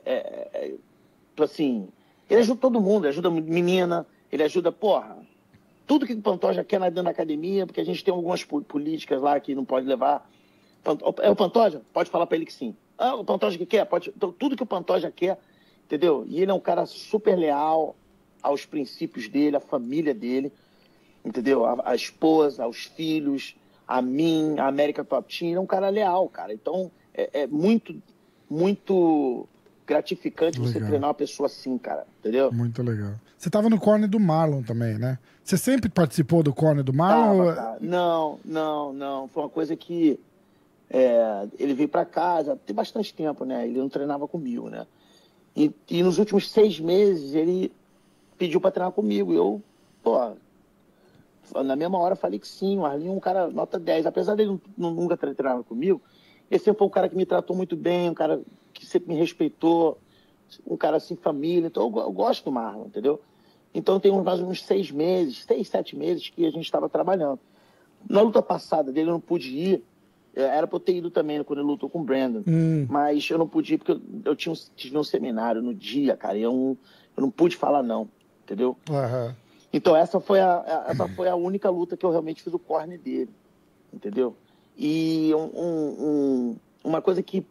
assim, ele ajuda todo mundo, ele ajuda menina, ele ajuda, tudo que o Pantoja quer dentro da academia, porque a gente tem algumas políticas lá que não pode levar. É o Pantoja? Pode falar para ele que sim. O Pantoja que quer? Pode. Então, tudo que o Pantoja quer, entendeu? E ele é um cara super leal aos princípios dele, à família dele, entendeu? A esposa, aos filhos, a mim, a América Top Team. Ele é um cara leal, cara. Então, é muito, muito gratificante você treinar uma pessoa assim, cara, entendeu? Muito legal. Você tava no corner do Marlon também, né? Você sempre participou do corner do Marlon? Não. Foi uma coisa que ele veio pra casa, tem bastante tempo, né? Ele não treinava comigo, né? E nos últimos 6 meses ele pediu pra treinar comigo. Eu, na mesma hora falei que sim. O Arlinho é um cara nota 10. Apesar dele nunca ter treinado comigo, ele sempre foi um cara que me tratou muito bem, um cara que sempre me respeitou, um cara assim, família. Então eu gosto do Marlon, entendeu? Então tem mais uns 6 meses, 6, 7 meses que a gente estava trabalhando. Na luta passada dele eu não pude ir. Era pra eu ter ido também quando ele lutou com o Brandon. Mas eu não pude ir porque eu tive um seminário no dia, cara. E eu não pude falar não, entendeu? Uhum. Então essa foi a única luta que eu realmente fiz o corner dele, entendeu? E uma coisa que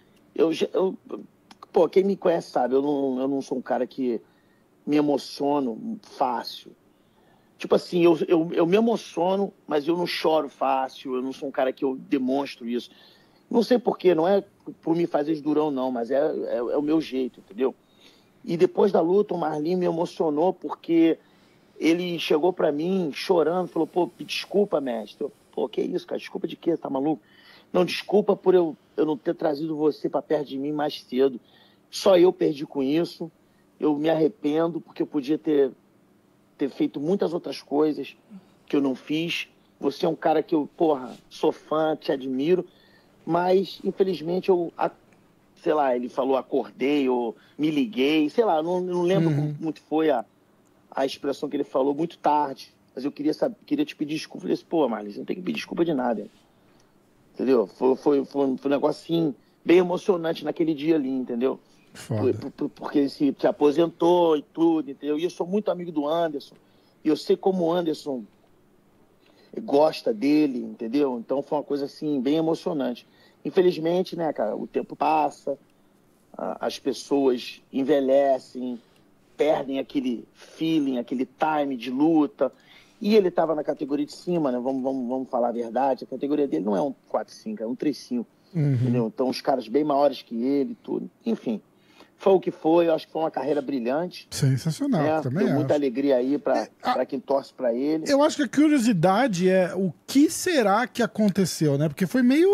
quem me conhece sabe, eu não sou um cara que me emociono fácil. Tipo assim, eu me emociono, mas eu não choro fácil, eu não sou um cara que eu demonstro isso. Não sei porquê, não é por me fazer durão, não, mas é o meu jeito, entendeu? E depois da luta, o Marlin me emocionou porque ele chegou pra mim chorando, falou, desculpa, mestre. Que isso, cara? Desculpa de quê? Tá maluco? Não, desculpa por eu não ter trazido você pra perto de mim mais cedo. Só eu perdi com isso. Eu me arrependo porque eu podia ter feito muitas outras coisas que eu não fiz. Você é um cara que eu, sou fã, te admiro, mas infelizmente sei lá, ele falou acordei ou me liguei, sei lá, não lembro como foi a expressão que ele falou, muito tarde, mas eu queria te pedir desculpa. Eu falei assim, Marlon, você não tem que pedir desculpa de nada, entendeu? Foi um negócio assim, bem emocionante naquele dia ali, entendeu? Porque ele se aposentou e tudo, entendeu? E eu sou muito amigo do Anderson. E eu sei como o Anderson gosta dele, entendeu? Então foi uma coisa assim, bem emocionante. Infelizmente, né, cara, o tempo passa, as pessoas envelhecem, perdem aquele feeling, aquele time de luta. E ele estava na categoria de cima, né? Vamos falar a verdade. A categoria dele não é um 4-5, é um 3-5. Entendeu? Então, os caras bem maiores que ele, tudo. Enfim, foi o que foi. Eu acho que foi uma carreira brilhante. Sensacional, né? também Deu muita alegria aí para quem torce para ele. Eu acho que a curiosidade é o que será que aconteceu, né? Porque foi meio...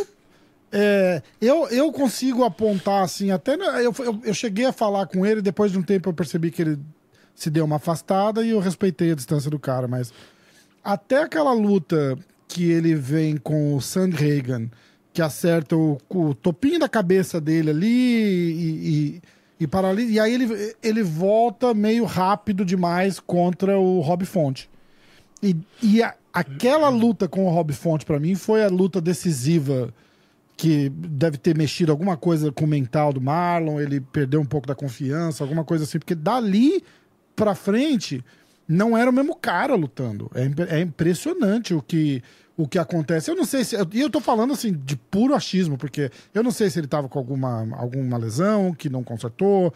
eu consigo apontar, assim, até... Eu cheguei a falar com ele, depois de um tempo eu percebi que ele se deu uma afastada e eu respeitei a distância do cara, mas até aquela luta que ele vem com o Sandhagen, que acerta o topinho da cabeça dele ali e paralisa, e aí ele volta meio rápido demais contra o Rob Font. Aquela luta com o Rob Font, pra mim, foi a luta decisiva, que deve ter mexido alguma coisa com o mental do Marlon, ele perdeu um pouco da confiança, alguma coisa assim, porque dali pra frente não era o mesmo cara lutando. É impressionante o que acontece. Eu não sei se... E eu tô falando assim de puro achismo, porque eu não sei se ele tava com alguma lesão que não consertou.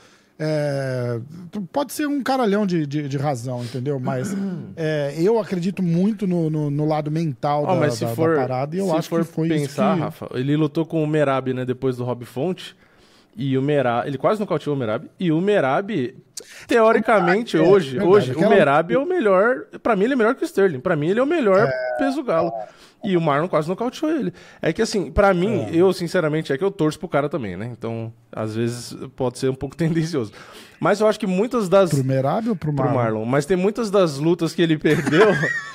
Pode ser um caralhão de razão, entendeu? Mas eu acredito muito no lado mental da parada, e eu acho que foi pensar, isso que... Rafa, ele lutou com o Merab, né, depois do Rob Font, e o Merab, ele quase nocauteou o Merab, e o Merab, teoricamente, hoje, o Merab é o melhor, pra mim ele é melhor que o Sterling, pra mim ele é o melhor peso galo. E o Marlon quase nocauteou ele. É que assim, pra mim, eu sinceramente, é que eu torço pro cara também, né? Então, às vezes pode ser um pouco tendencioso. Mas eu acho que muitas das... Pro Merab ou pro Marlon? Pro Marlon. Mas tem muitas das lutas que ele perdeu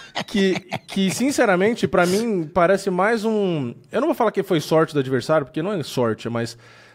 que sinceramente, pra mim, parece mais um... Eu não vou falar que foi sorte do adversário, porque não é sorte, mas...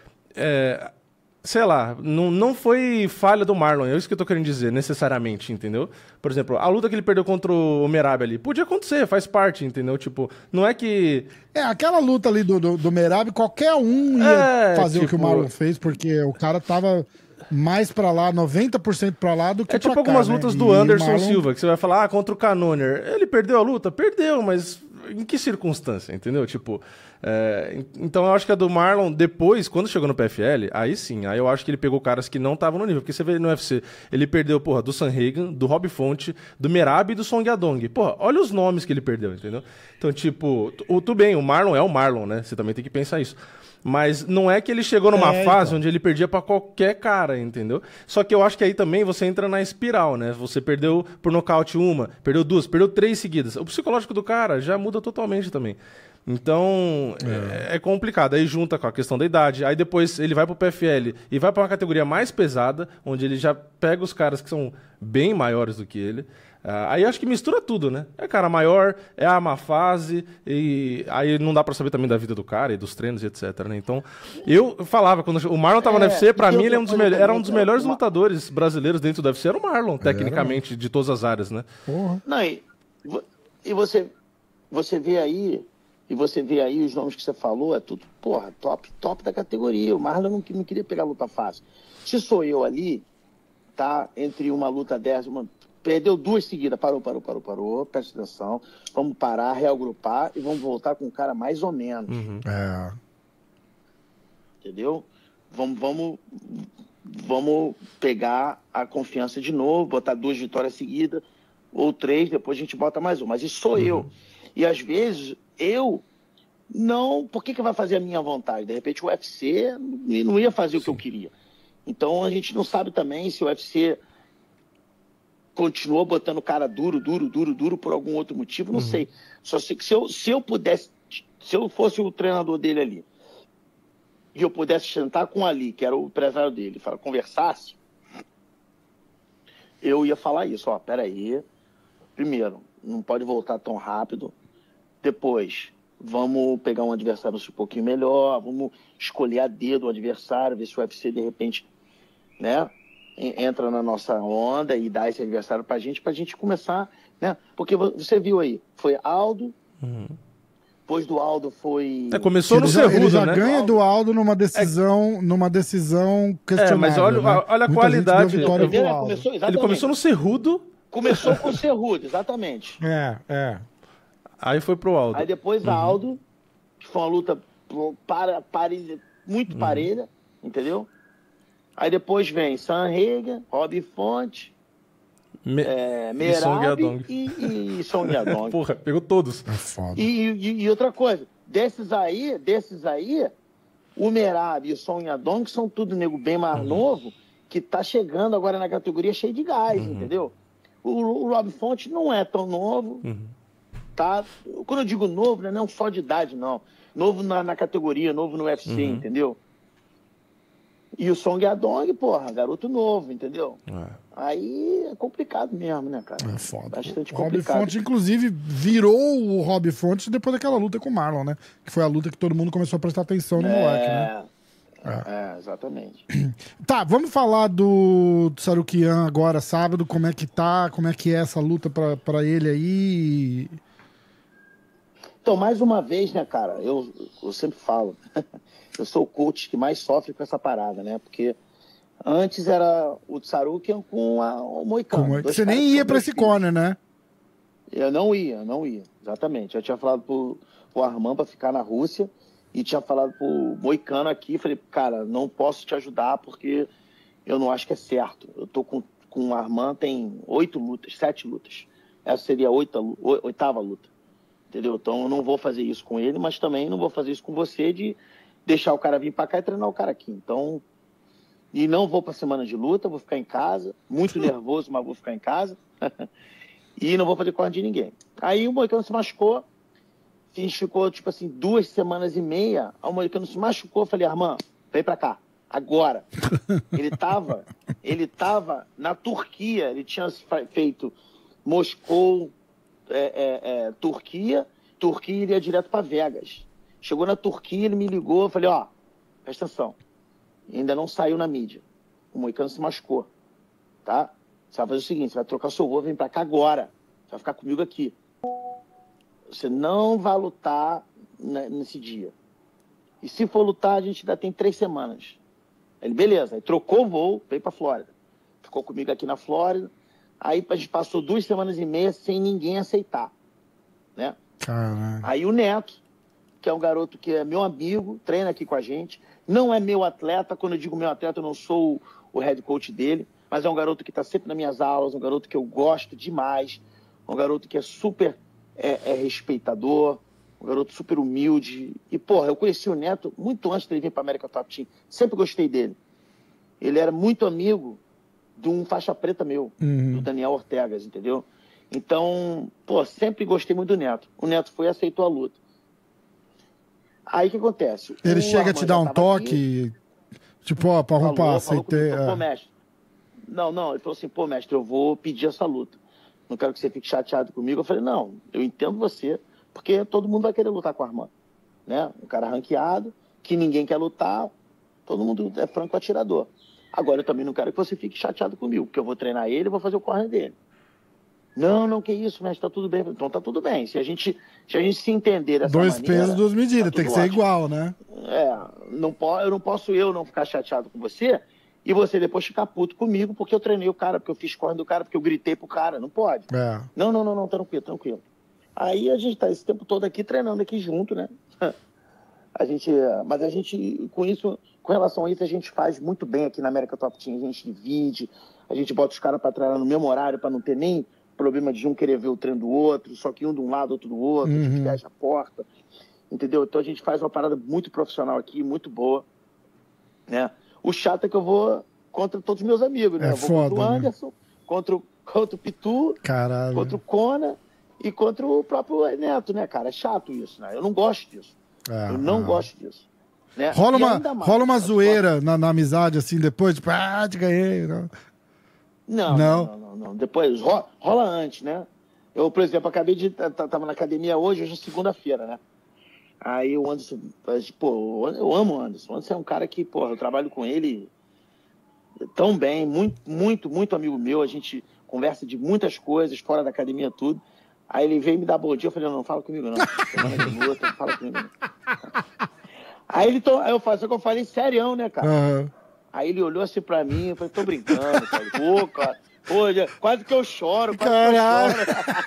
sei lá, não foi falha do Marlon, é isso que eu tô querendo dizer, necessariamente, entendeu? Por exemplo, a luta que ele perdeu contra o Merab ali, podia acontecer, faz parte, entendeu? Tipo, não é que... aquela luta ali do Merab, qualquer um ia fazer o que o Marlon fez, porque o cara tava mais pra lá, 90% pra lá do que pra cá. É tipo algumas lutas do Anderson Marlon... Silva, que você vai falar, contra o Cannonier. Ele perdeu a luta? Perdeu, mas em que circunstância, entendeu? Tipo... então eu acho que a do Marlon, depois, quando chegou no PFL, aí sim, aí eu acho que ele pegou caras que não estavam no nível, porque você vê no UFC, ele perdeu, porra, do Sandhagen, do Rob Font, do Merab e do Song Yadong. Porra, olha os nomes que ele perdeu, entendeu? Então, tipo, tudo bem, o Marlon é o Marlon, né? Você também tem que pensar isso. Mas não é que ele chegou numa fase onde ele perdia pra qualquer cara, entendeu? Só que eu acho que aí também você entra na espiral, né? Você perdeu por nocaute uma, perdeu duas, perdeu 3 seguidas. O psicológico do cara já muda totalmente também. Então, é complicado. Aí junta com a questão da idade. Aí depois ele vai pro PFL e vai pra uma categoria mais pesada, onde ele já pega os caras que são bem maiores do que ele. Aí acho que mistura tudo, né? É cara maior, é a má fase, e aí não dá pra saber também da vida do cara e dos treinos e etc, né? Então, eu falava, quando o Marlon tava no UFC, pra mim ele era um dos melhores lutadores brasileiros dentro do UFC, era o Marlon, tecnicamente, de todas as áreas, né? Porra. Não, e você vê aí... E você vê aí os nomes que você falou, é tudo, porra, top da categoria. O Marlon não queria pegar luta fácil. Se sou eu ali, tá, entre uma luta dessa, perdeu 2 seguidas, parou, presta atenção, vamos parar, reagrupar e vamos voltar com o cara mais ou menos. Entendeu? Vamos pegar a confiança de novo, botar 2 vitórias seguidas, ou 3, depois a gente bota mais uma. Mas isso sou eu. E às vezes... por que vai fazer a minha vontade? De repente o UFC não ia fazer o que eu queria. Então a gente não sabe também se o UFC continuou botando o cara duro por algum outro motivo, não sei. Só sei que se eu pudesse, se eu fosse o treinador dele ali, e eu pudesse sentar com o Ali, que era o empresário dele, conversasse, eu ia falar isso, peraí, primeiro, não pode voltar tão rápido. Depois, vamos pegar um adversário um pouquinho melhor, vamos escolher a dedo o adversário, ver se o UFC, de repente, né, entra na nossa onda e dá esse adversário pra gente começar, né? Porque você viu aí, foi Aldo, depois do Aldo foi... começou no Cerrudo, ele já né? ganha do Aldo numa decisão questionável. Mas olha, né? olha a qualidade. Ele começou no Cerrudo. Começou com o Cerrudo, exatamente. Aí foi pro Aldo. Aí depois Aldo, que foi uma luta muito parelha, entendeu? Aí depois vem Sandhagen, Rob Font, Merab e Song Yadong. Porra, pegou todos. É foda. E outra coisa, desses aí, o Merab e o Song Yadong são tudo nego bem mais novo, que tá chegando agora na categoria cheio de gás, entendeu? O Rob Font não é tão novo, tá? Quando eu digo novo, não é só de idade, não. Novo na categoria, novo no UFC, entendeu? E o Song Yadong, porra, garoto novo, entendeu? Aí é complicado mesmo, né, cara? É foda. Bastante o complicado. Rob Font, inclusive, virou o Rob Font depois daquela luta com o Marlon, né? Que foi a luta que todo mundo começou a prestar atenção no moleque, né? Exatamente. Tá, vamos falar do Tsarukyan agora, sábado, como é que tá, como é que é essa luta pra ele aí. Então, mais uma vez, né, cara, eu sempre falo, eu sou o coach que mais sofre com essa parada, né? Porque antes era o Tsarukyan com o Moicano. Você nem ia pra esse corner, né? Eu não ia, exatamente. Eu tinha falado pro Arman pra ficar na Rússia e tinha falado pro Moicano aqui, falei, cara, não posso te ajudar porque eu não acho que é certo. Eu tô com o Arman, tem 7 lutas. Essa seria a 8ª luta. Entendeu? Então eu não vou fazer isso com ele, mas também não vou fazer isso com você de deixar o cara vir pra cá e treinar o cara aqui. Então, e não vou pra semana de luta, vou ficar em casa, muito nervoso, mas vou ficar em casa. E não vou fazer corte de ninguém. Aí o Moicano se machucou, ficou tipo assim 2 semanas e meia, aí o Moicano se machucou, eu falei, Arman, vem pra cá, agora. Ele tava na Turquia, ele tinha feito Moscou, Turquia iria direto para Vegas. Chegou na Turquia, ele me ligou, eu falei, presta atenção, ainda não saiu na mídia, o Moicano se machucou, tá? Você vai fazer o seguinte, você vai trocar seu voo, vem para cá agora, você vai ficar comigo aqui. Você não vai lutar nesse dia. E se for lutar, a gente ainda tem 3 semanas. Ele, beleza, aí trocou o voo, veio para Flórida, ficou comigo aqui na Flórida. Aí a gente passou 2 semanas e meia sem ninguém aceitar, né? Caramba. Aí o Neto, que é um garoto que é meu amigo, treina aqui com a gente, não é meu atleta, quando eu digo meu atleta, eu não sou o head coach dele, mas é um garoto que está sempre nas minhas aulas, um garoto que eu gosto demais, um garoto que é super respeitador, um garoto super humilde. E, porra, eu conheci o Neto muito antes dele vir para a América Top Team, sempre gostei dele. Ele era muito amigo de um faixa preta meu, do Daniel Ortegas, entendeu? Então, sempre gostei muito do Neto. O Neto foi e aceitou a luta. Aí o que acontece? Ele chega a te dar um toque, tipo, pra aceitei. Pô, mestre. Não, ele falou assim, mestre, eu vou pedir essa luta. Não quero que você fique chateado comigo. Eu falei, não, eu entendo você, porque todo mundo vai querer lutar com o Arman, né? Um cara ranqueado, que ninguém quer lutar, todo mundo é franco atirador. Agora, eu também não quero que você fique chateado comigo, porque eu vou treinar ele e vou fazer o corner dele. Não, que isso, mestre, tá tudo bem. Então tá tudo bem. Se a gente se entender dessa maneira... 2 pesos, 2 medidas, tem que ser igual, né? Eu não posso não ficar chateado com você e você depois ficar puto comigo porque eu treinei o cara, porque eu fiz corner do cara, porque eu gritei pro cara. Não pode. Não, tranquilo. Aí a gente tá esse tempo todo aqui treinando aqui junto, né? Mas a gente, com relação a isso, a gente faz muito bem aqui na América Top Team. A gente divide, a gente bota os caras pra treinar no mesmo horário, pra não ter nem problema de um querer ver o treino do outro, só que um de um lado, outro do outro, a gente fecha a porta, entendeu? Então a gente faz uma parada muito profissional aqui, muito boa, né? O chato é que eu vou contra todos os meus amigos, né? Eu vou contra o Anderson, contra o Pitu, caralho, contra o Kona e contra o próprio Neto, né, cara? É chato isso, né? Eu não gosto disso. Eu não gosto disso. Né? Rola uma zoeira na amizade, assim, depois, tipo, te ganhei. Não. Depois, rola antes, né? Eu, por exemplo, acabei de... Tava na academia hoje é segunda-feira, né? Aí o Anderson... eu amo o Anderson. O Anderson é um cara que, eu trabalho com ele tão bem, muito amigo meu. A gente conversa de muitas coisas, fora da academia, tudo. Aí ele veio me dar bom dia, eu falei, não fala comigo não. Não fala comigo não. Aí eu falei serião, né, cara? Aí ele olhou assim pra mim, eu falei, tô brincando, cara. Pô, cara, quase que eu choro, Caralho.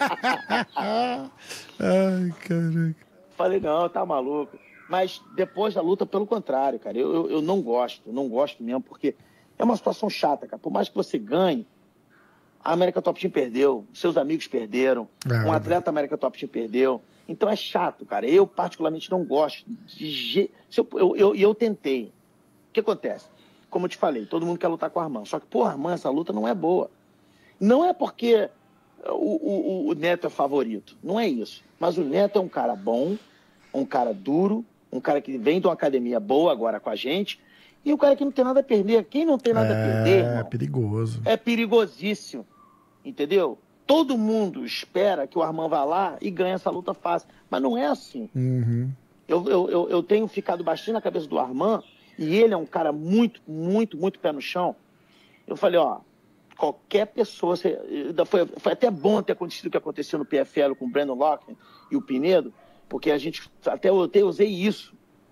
Ai, caraca. Falei, não, tá maluco. Mas depois da luta, pelo contrário, cara, eu não gosto mesmo, porque é uma situação chata, cara. Por mais que você ganhe, A América Top Team perdeu, seus amigos perderam, um atleta América Top Team perdeu. Então é chato, cara. Eu, particularmente, não gosto de... Eu tentei. O que acontece? Como eu te falei, todo mundo quer lutar com o Arman. Só que, pô, Arman, essa luta não é boa. Não é porque o Neto é favorito. Não é isso. Mas o Neto é um cara bom, um cara duro, um cara que vem de uma academia boa agora com a gente, e um cara que não tem nada a perder. Quem não tem nada a perder, irmão, é perigoso. É perigosíssimo. Entendeu? Todo mundo espera que o Arman vá lá e ganhe essa luta fácil. Mas não é assim. Uhum. Eu tenho ficado bastante na cabeça do Arman, e ele é um cara muito, muito, muito pé no chão. Eu falei, ó, qualquer pessoa... Foi até bom ter acontecido o que aconteceu no PFL com o Brandon Loughnane e o Pinedo, porque a gente... Até eu usei isso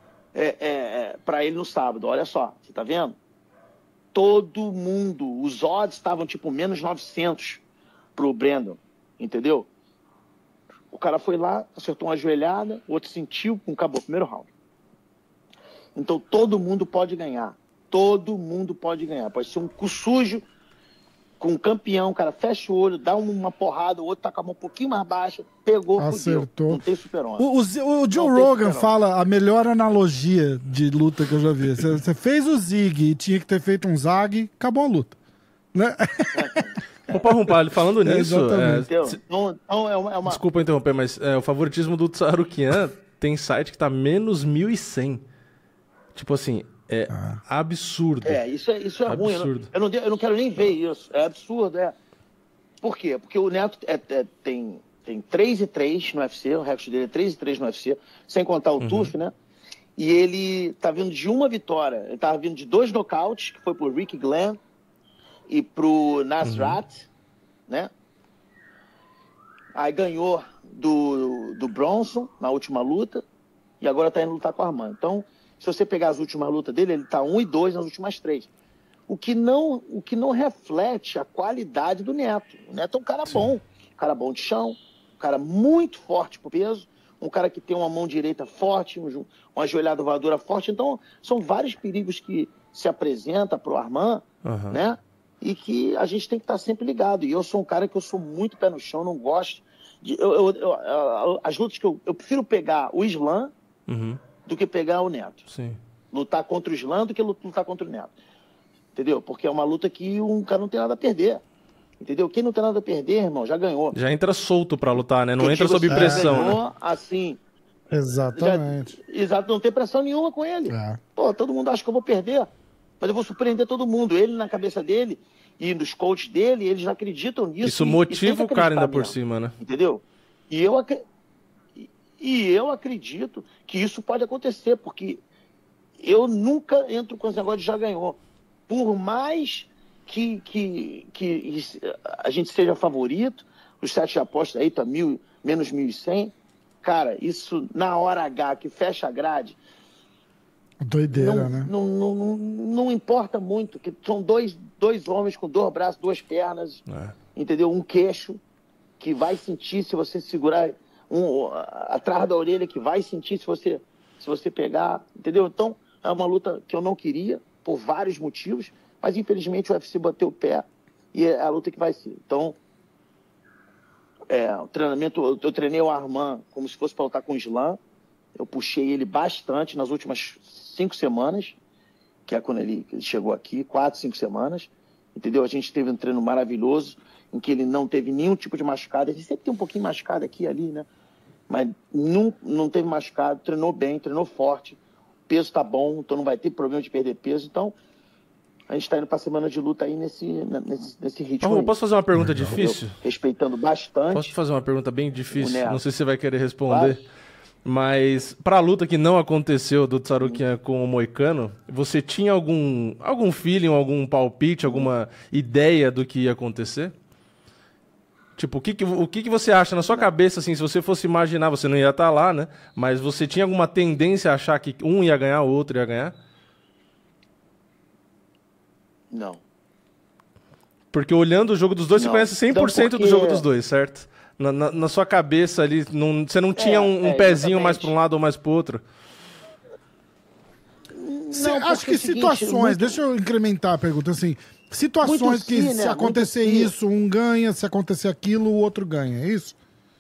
para ele no sábado. Olha só, você tá vendo? Todo mundo, os odds estavam tipo menos 900 pro Brandon, entendeu? O cara foi lá, acertou uma joelhada, o outro sentiu, acabou o primeiro round. Então todo mundo pode ganhar. Todo mundo pode ganhar. Pode ser um cu sujo com um campeão, o cara fecha o olho, dá uma porrada, o outro tá com a mão um pouquinho mais baixa, pegou, acertou. Fudeu. Não tem super-homem. O Joe Rogan fala a melhor analogia de luta que eu já vi. Você fez o Zig e tinha que ter feito um Zag, acabou a luta. Né? Opa, Rumpalho, falando nisso... Então, é uma... Desculpa interromper, mas o favoritismo do Tsarukyan tem site que tá menos 1.100. Tipo assim, absurdo. Isso é ruim. Eu não quero nem ver isso. É absurdo, Por quê? Porque o Neto tem 3-3 no UFC, o recorde dele é 3-3 no UFC, sem contar o TUF, né? E ele tá vindo de uma vitória. Ele tava vindo de 2 nocautes, que foi pro Ricky Glenn e pro Nasrat, né? Aí ganhou do Bronson na última luta e agora tá indo lutar com o Arman. Então, se você pegar as últimas lutas dele, ele tá 1-2 nas últimas 3. O que não reflete a qualidade do Neto. O Neto é um cara bom, um cara bom de chão, um cara muito forte pro peso, um cara que tem uma mão direita forte, uma joelhada voadora forte. Então, são vários perigos que se apresenta pro Arman, né? E que a gente tem que estar sempre ligado. E eu sou um cara que eu sou muito pé no chão, não gosto de... as lutas que eu prefiro pegar o Islam do que pegar o Neto. Sim. Lutar contra o Islam do que lutar contra o Neto. Entendeu? Porque é uma luta que um cara não tem nada a perder. Entendeu? Quem não tem nada a perder, irmão, já ganhou. Já entra solto pra lutar, né? Não entra sob pressão, ganhou, né? Assim... Exatamente. Exato, não tem pressão nenhuma com ele. Pô, todo mundo acha que eu vou perder, mas eu vou surpreender todo mundo. Ele, na cabeça dele, e nos coaches dele, eles acreditam nisso. Isso motiva o cara ainda por cima, né? Entendeu? E eu acredito que isso pode acontecer, porque eu nunca entro com esse negócio de já ganhou. Por mais que a gente seja favorito, os 7 apostas aí tá menos 1.100, cara, isso na hora H que fecha a grade, doideira, né? Não importa muito, que são dois homens com 2 braços, 2 pernas, entendeu? Um queixo que vai sentir se você segurar atrás da orelha, que vai sentir se você pegar, entendeu? Então, é uma luta que eu não queria, por vários motivos, mas infelizmente o UFC bateu o pé e é a luta que vai ser. Então, o treinamento, eu treinei o Arman como se fosse para lutar com o Islam. Eu puxei ele bastante nas últimas 5 semanas, que é quando ele chegou aqui, 4, 5 semanas, entendeu? A gente teve um treino maravilhoso, em que ele não teve nenhum tipo de machucado. A gente sempre tem um pouquinho machucado aqui e ali, né? Mas não teve machucado, treinou bem, treinou forte, o peso tá bom, então não vai ter problema de perder peso. Então, a gente tá indo pra semana de luta aí nesse ritmo. Posso fazer uma pergunta difícil? Respeitando bastante. Posso fazer uma pergunta bem difícil? Não sei se você vai querer responder. Claro. Mas pra luta que não aconteceu do Tsarukyan com o Moicano, você tinha algum feeling, algum palpite, alguma ideia do que ia acontecer? Tipo, o que você acha na sua cabeça, assim, se você fosse imaginar, você não ia estar lá, né? Mas você tinha alguma tendência a achar que um ia ganhar, o outro ia ganhar? Não. Porque olhando o jogo dos dois, você conhece 100% do jogo dos dois, certo? Na sua cabeça ali, você não tinha um pezinho mais para um lado ou mais para o outro? Acho que situações, deixa eu incrementar a pergunta, assim, situações que se acontecer isso, um ganha, se acontecer aquilo, o outro ganha, é isso?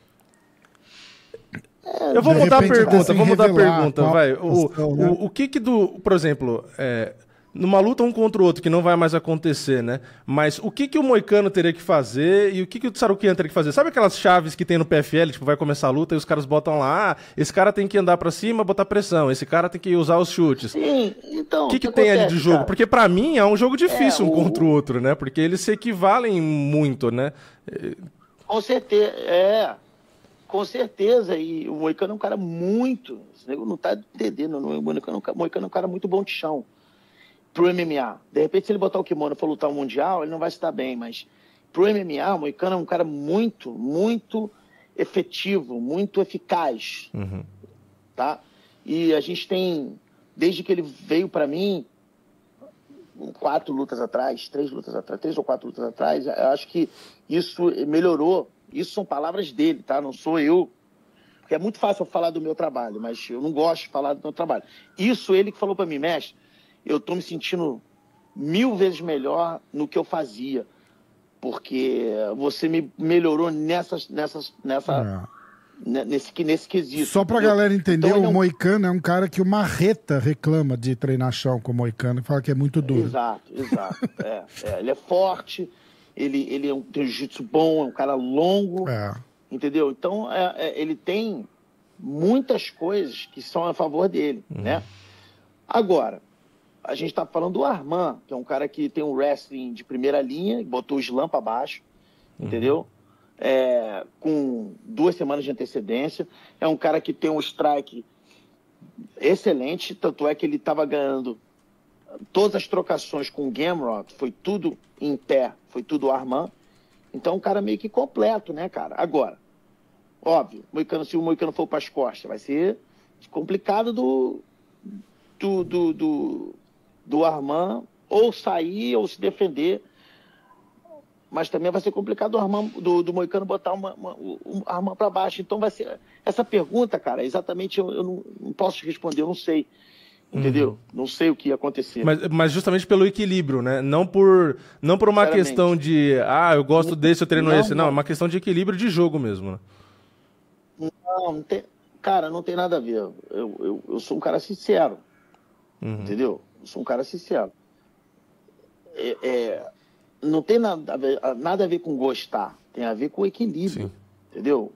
Eu vou mudar a pergunta, vai. O que por exemplo, numa luta um contra o outro, que não vai mais acontecer, né? Mas o que o Moicano teria que fazer e o que o Tsarukyan teria que fazer? Sabe aquelas chaves que tem no PFL, tipo, vai começar a luta e os caras botam lá, esse cara tem que andar pra cima, botar pressão, esse cara tem que usar os chutes. Sim, então... O que tem ali de jogo? Cara? Porque pra mim é um jogo difícil contra o outro, né? Porque eles se equivalem muito, né? Com certeza, com certeza, e o Moicano é um cara muito... Esse nego não tá entendendo, o Moicano é um cara muito bom de chão pro MMA. De repente, se ele botar o kimono e for lutar o Mundial, ele não vai se dar bem, mas pro MMA, o Moicano é um cara muito, muito efetivo, muito eficaz, tá? E a gente tem, desde que ele veio para mim, 3 lutas atrás, 3 ou 4 lutas atrás, eu acho que isso melhorou. Isso são palavras dele, tá? Não sou eu. Porque é muito fácil eu falar do meu trabalho, mas eu não gosto de falar do meu trabalho. Isso ele que falou para mim, mestre, eu tô me sentindo 1000 vezes melhor no que eu fazia. Porque você me melhorou nesse quesito. Só pra galera entender, então, o Moicano é um cara que o Marreta reclama de treinar chão com o Moicano e fala que é muito duro. Exato. Ele é forte, ele tem um jiu-jitsu bom, é um cara longo, entendeu? Então, ele tem muitas coisas que são a favor dele, né? Agora, a gente tá falando do Arman, que é um cara que tem um wrestling de primeira linha, botou o slam pra baixo, entendeu? Com 2 semanas de antecedência. É um cara que tem um strike excelente, tanto é que ele estava ganhando todas as trocações com o Gamrot, foi tudo em pé, foi tudo Arman. Então, um cara meio que completo, né, cara? Agora, óbvio, se o Moicano for para as costas, vai ser complicado do Arman ou sair ou se defender. Mas também vai ser complicado do Moicano botar uma arma para baixo. Então vai ser... Essa pergunta, cara, exatamente eu não posso te responder, eu não sei. Entendeu? Não sei o que ia acontecer. Mas justamente pelo equilíbrio, né? Não por uma questão de... eu gosto desse, eu treino esse. Não, é uma questão de equilíbrio de jogo mesmo, né? Não tem... Cara, não tem nada a ver. Eu sou um cara sincero. Entendeu? Eu sou um cara sincero. Não tem nada a ver com gostar, tem a ver com equilíbrio, entendeu?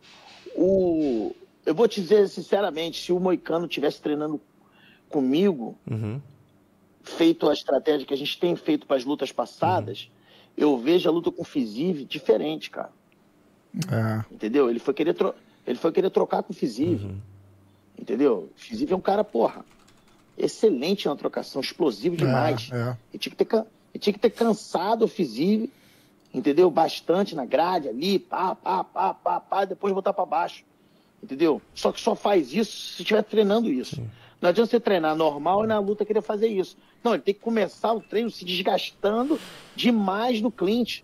Eu vou te dizer sinceramente, se o Moicano estivesse treinando comigo, feito a estratégia que a gente tem feito para as lutas passadas, eu vejo a luta com o Fiziev diferente, cara. Entendeu? Ele foi querer trocar com o Fiziev, entendeu? O Fiziev é um cara, excelente na trocação, explosivo demais. E tinha que ter cansado o Fiziev, entendeu? Bastante na grade ali, depois botar para baixo, entendeu? Só que só faz isso se estiver treinando isso. Não adianta você treinar normal e na luta querer fazer isso. Não, ele tem que começar o treino se desgastando demais no clinch.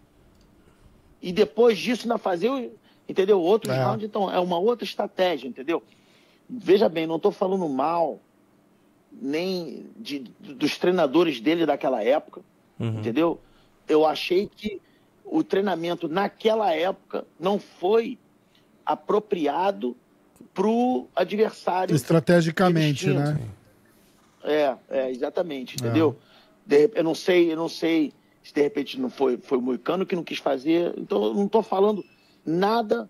E depois disso ainda fazer, entendeu? Outros rounds, então, é uma outra estratégia, entendeu? Veja bem, não estou falando mal nem dos treinadores dele daquela época, entendeu? Eu achei que o treinamento naquela época não foi apropriado pro adversário. Estrategicamente, né? Exatamente, entendeu? Eu não sei se de repente não foi o Moicano que não quis fazer, então eu não tô falando nada...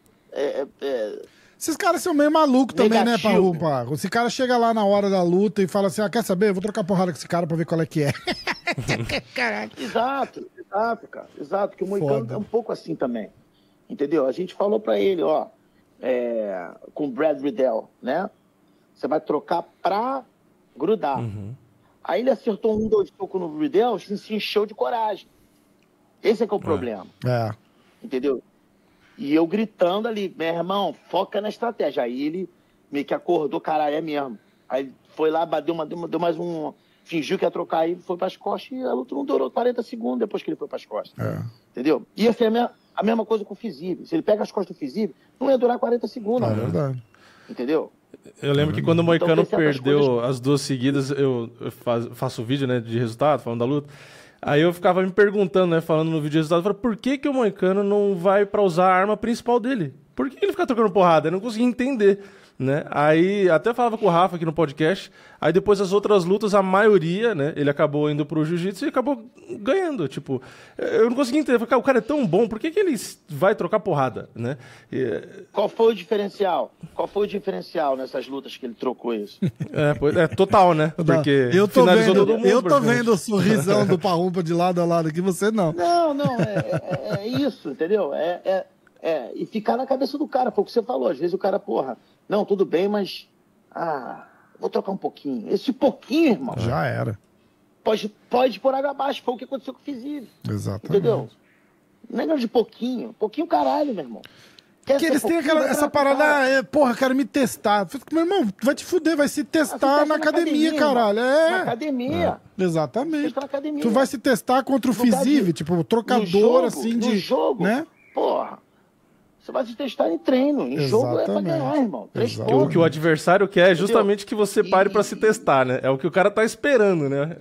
Esses caras são meio malucos também, né, Parrumpa? Esse cara chega lá na hora da luta e fala assim, quer saber? Eu vou trocar porrada com esse cara pra ver qual é que é. Caraca. Exato, cara. Exato, que o Moicano é um pouco assim também. Entendeu? A gente falou pra ele, com o Brad Riddell, né? Você vai trocar pra grudar. Aí ele acertou 2 tocos no Riddell e se encheu de coragem. Esse é que é o problema. Entendeu? E eu gritando ali, meu irmão, foca na estratégia. Aí ele meio que acordou, caralho, é mesmo. Aí foi lá, deu mais um... Fingiu que ia trocar aí, foi pras costas e a luta não durou 40 segundos depois que ele foi pras costas. Entendeu? Ia ser a mesma coisa com o Fiziev. Se ele pega as costas do Fiziev, não ia durar 40 segundos. É verdade. Entendeu? Eu lembro que quando o Moicano Então, tem certas perdeu coisas- as 2 seguidas, eu faço vídeo, né, de resultado, falando da luta. Aí eu ficava me perguntando, né, falando no vídeo de resultado, eu falei, por que que o Moicano não vai pra usar a arma principal dele? Por que ele fica trocando porrada? Eu não conseguia entender, né? Aí até falava com o Rafa aqui no podcast, aí depois as outras lutas, a maioria, né, ele acabou indo pro jiu-jitsu e acabou ganhando, tipo, eu não conseguia entender, eu falei, cara, o cara é tão bom, por que que ele vai trocar porrada, né? Qual foi o diferencial? Qual foi o diferencial nessas lutas que ele trocou isso? É total, né? Porque eu tô finalizou vendo, todo mundo. eu tô praticamente. vendo o sorrisão do Parrumpa de lado a lado aqui, você não. Não, é isso, entendeu? E ficar na cabeça do cara, foi o que você falou. Às vezes o cara, porra, não, tudo bem, mas. Vou trocar um pouquinho. Esse pouquinho, irmão, Já era. pode pôr água abaixo. Foi o que aconteceu com o Fiziev. Exatamente. Entendeu? Negócio de pouquinho. Pouquinho, caralho, meu irmão. Porque eles têm essa parada, porra, quero me testar. Meu irmão, vai te fuder, vai se testar na academia, caralho. Na academia. Exatamente. Testa na academia. Tu vai se testar contra o No lugar Fiziev, de- tipo, trocador, jogo, assim, no de... jogo, né? porra. Você vai se testar em treino. Em jogo é pra Exatamente. ganhar, irmão. 3 Exatamente. O pontos. que o adversário quer é justamente que você pare E- pra se testar, né? É o que o cara tá esperando, né?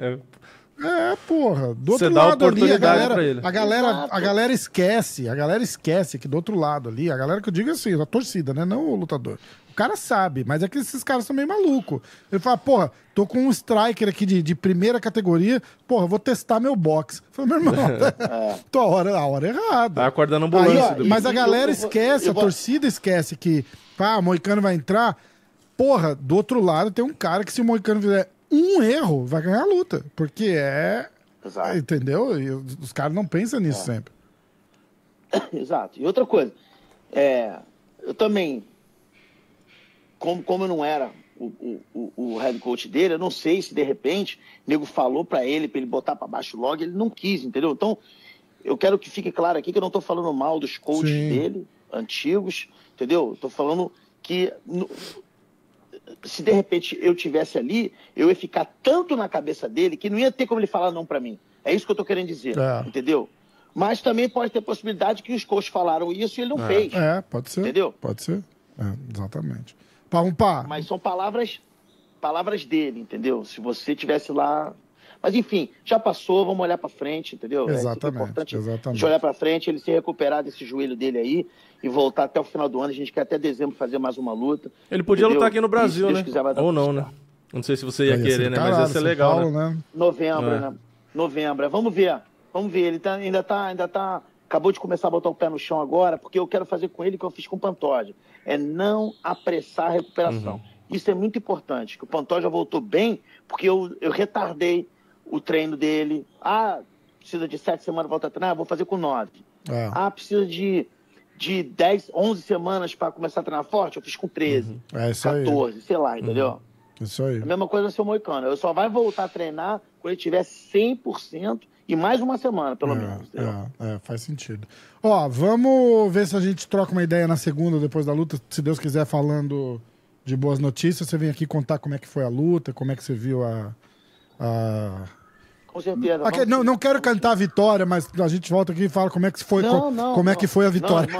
Porra. Do Você outro dá lado ali, oportunidade pra ele. a galera esquece que do outro lado ali, a galera que eu digo assim, a torcida, né? Não o lutador. O cara sabe, mas é que esses caras são meio malucos. Ele fala, porra, tô com um striker aqui de primeira categoria, porra, vou testar meu boxe. Eu falei, meu irmão, tua hora, a hora errada. Tá acordando ambulância. Aí, ó, Mas a e galera eu vou- esquece, eu a vou- torcida esquece que, o Moicano vai entrar. Porra, do outro lado tem um cara que se o Moicano fizer um erro, vai ganhar a luta. Porque Exato. entendeu? E os caras não pensam nisso sempre. Exato. E outra coisa, eu também, como eu não era o head coach dele, eu não sei se de repente o nego falou pra ele botar pra baixo logo, ele não quis, entendeu? Então, eu quero que fique claro aqui que eu não tô falando mal dos coaches Sim. dele, antigos, entendeu? Eu tô falando que se de repente eu tivesse ali, eu ia ficar tanto na cabeça dele que não ia ter como ele falar não pra mim. É isso que eu tô querendo dizer, entendeu? Mas também pode ter possibilidade que os coaches falaram isso e ele não fez. Pode ser. Entendeu? Pode ser. Exatamente. Mas são palavras dele, entendeu? Se você tivesse lá... Mas enfim, já passou, vamos olhar pra frente, entendeu? Exatamente, É importante exatamente. a gente olhar pra frente, ele se recuperar desse joelho dele aí e voltar até o final do ano. A gente quer até dezembro fazer mais uma luta. Ele podia entendeu? lutar aqui no E, Brasil, se Deus né? quiser, vai dar Ou tudo não, né? certo. Não sei se você ia Ia querer, ser né? caralho, Mas ia ser São legal, Paulo, né? Novembro, né? Novembro. Vamos ver. Ele ainda tá... Acabou de começar a botar o pé no chão agora, porque eu quero fazer com ele o que eu fiz com o Pantoja. É não apressar a recuperação. Isso é muito importante, que o Pantoja voltou bem, porque eu retardei o treino dele. Precisa de 7 semanas voltar a treinar? Vou fazer com 9. Precisa de 10, 11 semanas para começar a treinar forte? Eu fiz com 13, Isso 14, aí. sei lá, entendeu? Isso aí. A mesma coisa vai ser o Moicano. Eu só vai voltar a treinar quando ele tiver 100% e mais uma semana, pelo menos. Faz sentido. Ó, vamos ver se a gente troca uma ideia na segunda, depois da luta. Se Deus quiser, falando de boas notícias, você vem aqui contar como é que foi a luta, como é que você viu Com certeza. Não quero cantar a vitória, mas a gente volta aqui e fala como é que foi, como é que foi a vitória.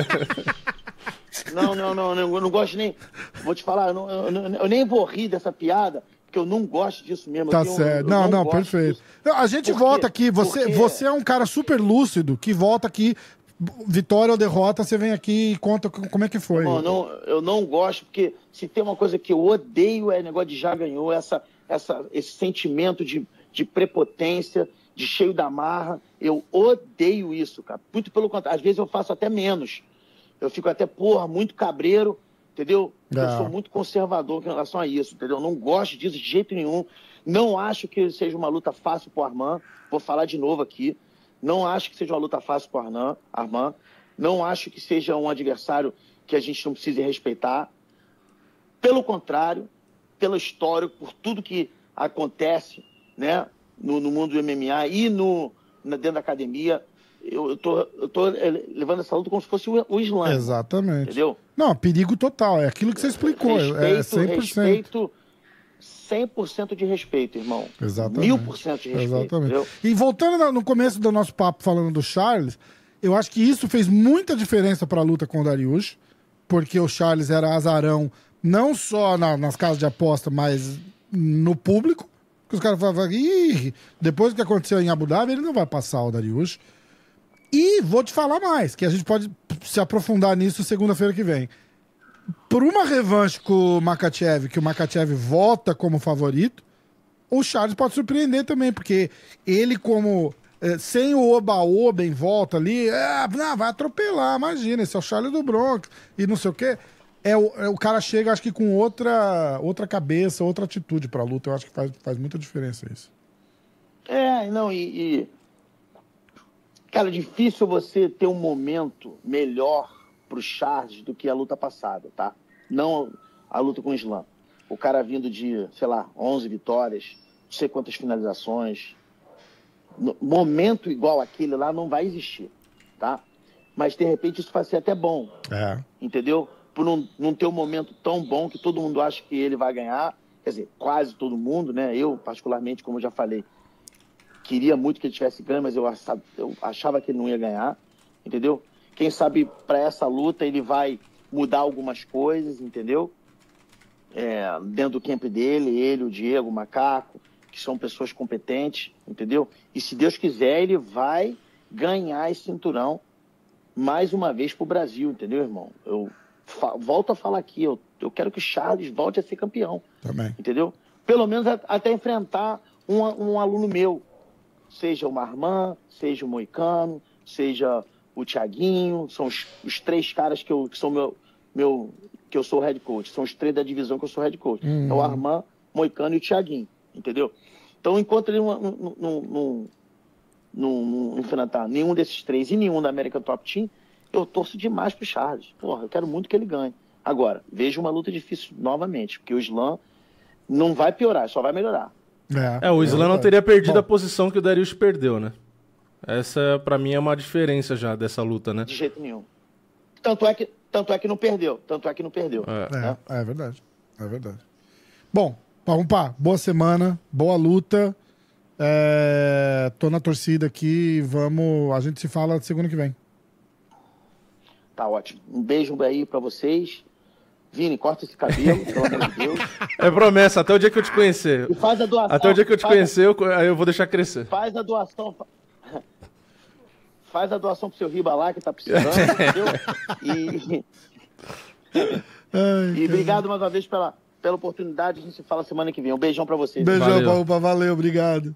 Não, eu não gosto nem... Vou te falar, eu nem vou rir dessa piada, porque eu não gosto disso mesmo. Tá certo. Não, perfeito. A gente volta aqui. Você é um cara super lúcido que volta aqui, vitória ou derrota, você vem aqui e conta como é que foi. Eu não gosto, porque se tem uma coisa que eu odeio é negócio de já ganhou, esse sentimento de prepotência, de cheio da marra. Eu odeio isso, cara. Muito pelo contrário. Às vezes eu faço até menos. Eu fico até, muito cabreiro, entendeu? Eu sou muito conservador com relação a isso, entendeu? Não gosto disso de jeito nenhum. Não acho que seja uma luta fácil pro Arman. Vou falar de novo aqui. Não acho que seja uma luta fácil pro Arman. Não acho que seja um adversário que a gente não precise respeitar. Pelo contrário, pela história, por tudo que acontece, né, no mundo do MMA e dentro da academia, eu tô levando essa luta como se fosse o slam. Exatamente. Entendeu? Não, perigo total. É aquilo que você explicou. Respeito, 100% de respeito, irmão. Exatamente. 1000% de respeito. Exatamente. Entendeu? E voltando no começo do nosso papo falando do Charles, eu acho que isso fez muita diferença para a luta com o Dariush, porque o Charles era azarão Não só nas casas de aposta, mas no público. Que os caras falavam, ih, depois do que aconteceu em Abu Dhabi, ele não vai passar o Dariush. E vou te falar mais, que a gente pode se aprofundar nisso segunda-feira que vem. Por uma revanche com o Makhachev, que o Makhachev volta como favorito, o Charles pode surpreender também, porque ele como... sem o Oba-Oba em volta ali, não, vai atropelar, imagina, esse é o Charles do Bronx, e não sei o quê. O cara chega, acho que com outra cabeça, outra atitude pra luta. Eu acho que faz muita diferença isso. Cara, difícil você ter um momento melhor pro Charles do que a luta passada, tá? Não a luta com o Islam. O cara vindo de, sei lá, 11 vitórias, não sei quantas finalizações. Momento igual aquele lá não vai existir, tá? Mas, de repente, isso vai ser até bom. Entendeu? Por não ter um momento tão bom que todo mundo acha que ele vai ganhar. Quer dizer, quase todo mundo, né? Eu, particularmente, como eu já falei, queria muito que ele tivesse ganho, mas eu achava que ele não ia ganhar, entendeu? Quem sabe para essa luta ele vai mudar algumas coisas, entendeu? Dentro do camp dele, ele, o Diego, o Macaco, que são pessoas competentes, entendeu? E se Deus quiser, ele vai ganhar esse cinturão mais uma vez pro Brasil, entendeu, irmão? Eu volto a falar aqui, eu quero que o Charles volte a ser campeão. Também. Entendeu? Pelo menos até enfrentar um aluno meu, seja o Marman, seja o Moicano, seja o Thiaguinho, são os três caras que são que eu sou head coach, são os três da divisão que eu sou head coach. É o Arman, Moicano e o Thiaguinho, entendeu? Então, enquanto ele não enfrentar nenhum desses três e nenhum da American Top Team, eu torço demais pro Charles. Porra, eu quero muito que ele ganhe. Agora, vejo uma luta difícil novamente, porque o Islam não vai piorar, só vai melhorar. O Islam não teria perdido a posição que o Dariush perdeu, né? Essa, pra mim, é uma diferença já dessa luta, né? De jeito nenhum. Tanto é que não perdeu. É verdade. É verdade. Bom, Parrumpá, boa semana, boa luta. Tô na torcida aqui, a gente se fala segunda que vem. Tá ótimo. Um beijo aí pra vocês. Vini, corta esse cabelo, pelo amor de Deus. É promessa, até o dia que eu te conhecer. E faz a doação. Até o dia que eu te conhecer, eu vou deixar crescer. Faz a doação. Faz a doação pro seu Riba lá, que tá precisando, entendeu? E obrigado mais uma vez pela oportunidade. A gente se fala semana que vem. Um beijão pra vocês. Beijão, Parrumpá. Valeu, obrigado.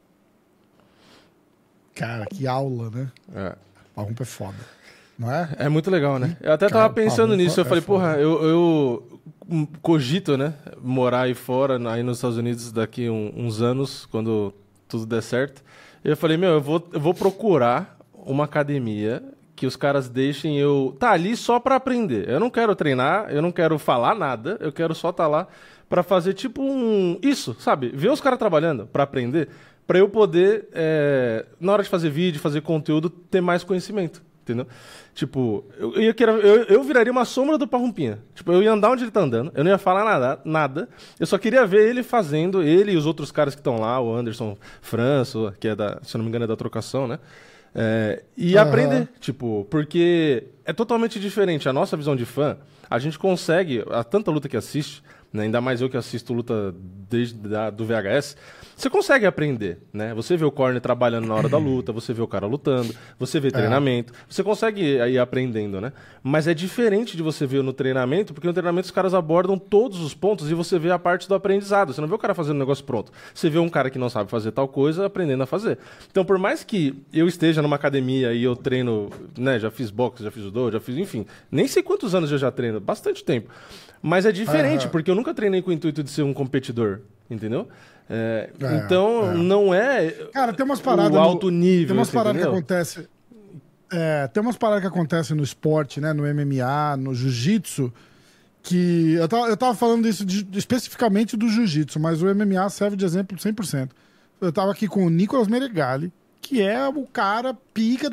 Cara, que aula, né? Parrumpá é foda. Não é? É muito legal, né? Eu até tava pensando nisso. Eu falei, porra, eu cogito, né? Morar aí fora, aí nos Estados Unidos daqui uns anos, quando tudo der certo. Eu falei, eu vou procurar uma academia que os caras deixem eu tá ali só pra aprender. Eu não quero treinar, eu não quero falar nada, eu quero só estar lá pra fazer tipo isso, sabe? Ver os caras trabalhando pra aprender, pra eu poder, na hora de fazer vídeo, fazer conteúdo, ter mais conhecimento. Entendeu? Tipo, eu viraria uma sombra do Parrumpinha. Tipo, eu ia andar onde ele tá andando, eu não ia falar nada. Eu só queria ver ele fazendo, ele e os outros caras que estão lá, o Anderson Franço, que se eu não me engano é da trocação, né? E aprender, tipo, porque é totalmente diferente. A nossa visão de fã, a gente consegue, a tanta luta que assiste, né, ainda mais eu que assisto luta desde do VHS, você consegue aprender, né? Você vê o corner trabalhando na hora da luta, você vê o cara lutando, você vê treinamento, você consegue ir aprendendo, né? Mas é diferente de você ver no treinamento, porque no treinamento os caras abordam todos os pontos e você vê a parte do aprendizado. Você não vê o cara fazendo o negócio pronto. Você vê um cara que não sabe fazer tal coisa aprendendo a fazer. Então, por mais que eu esteja numa academia e eu treino, né? Já fiz boxe, já fiz judô, enfim, nem sei quantos anos eu já treino, bastante tempo. Mas é diferente, porque eu nunca treinei com o intuito de ser um competidor, entendeu? Então, não é. Cara, tem umas paradas. O alto nível. Tem umas paradas que acontecem. Tem umas paradas que acontecem no esporte, né? No MMA, no jiu-jitsu. Que. Eu tava falando disso especificamente do jiu-jitsu, mas o MMA serve de exemplo 100%. Eu tava aqui com o Nicolas Meregali, que é o cara pica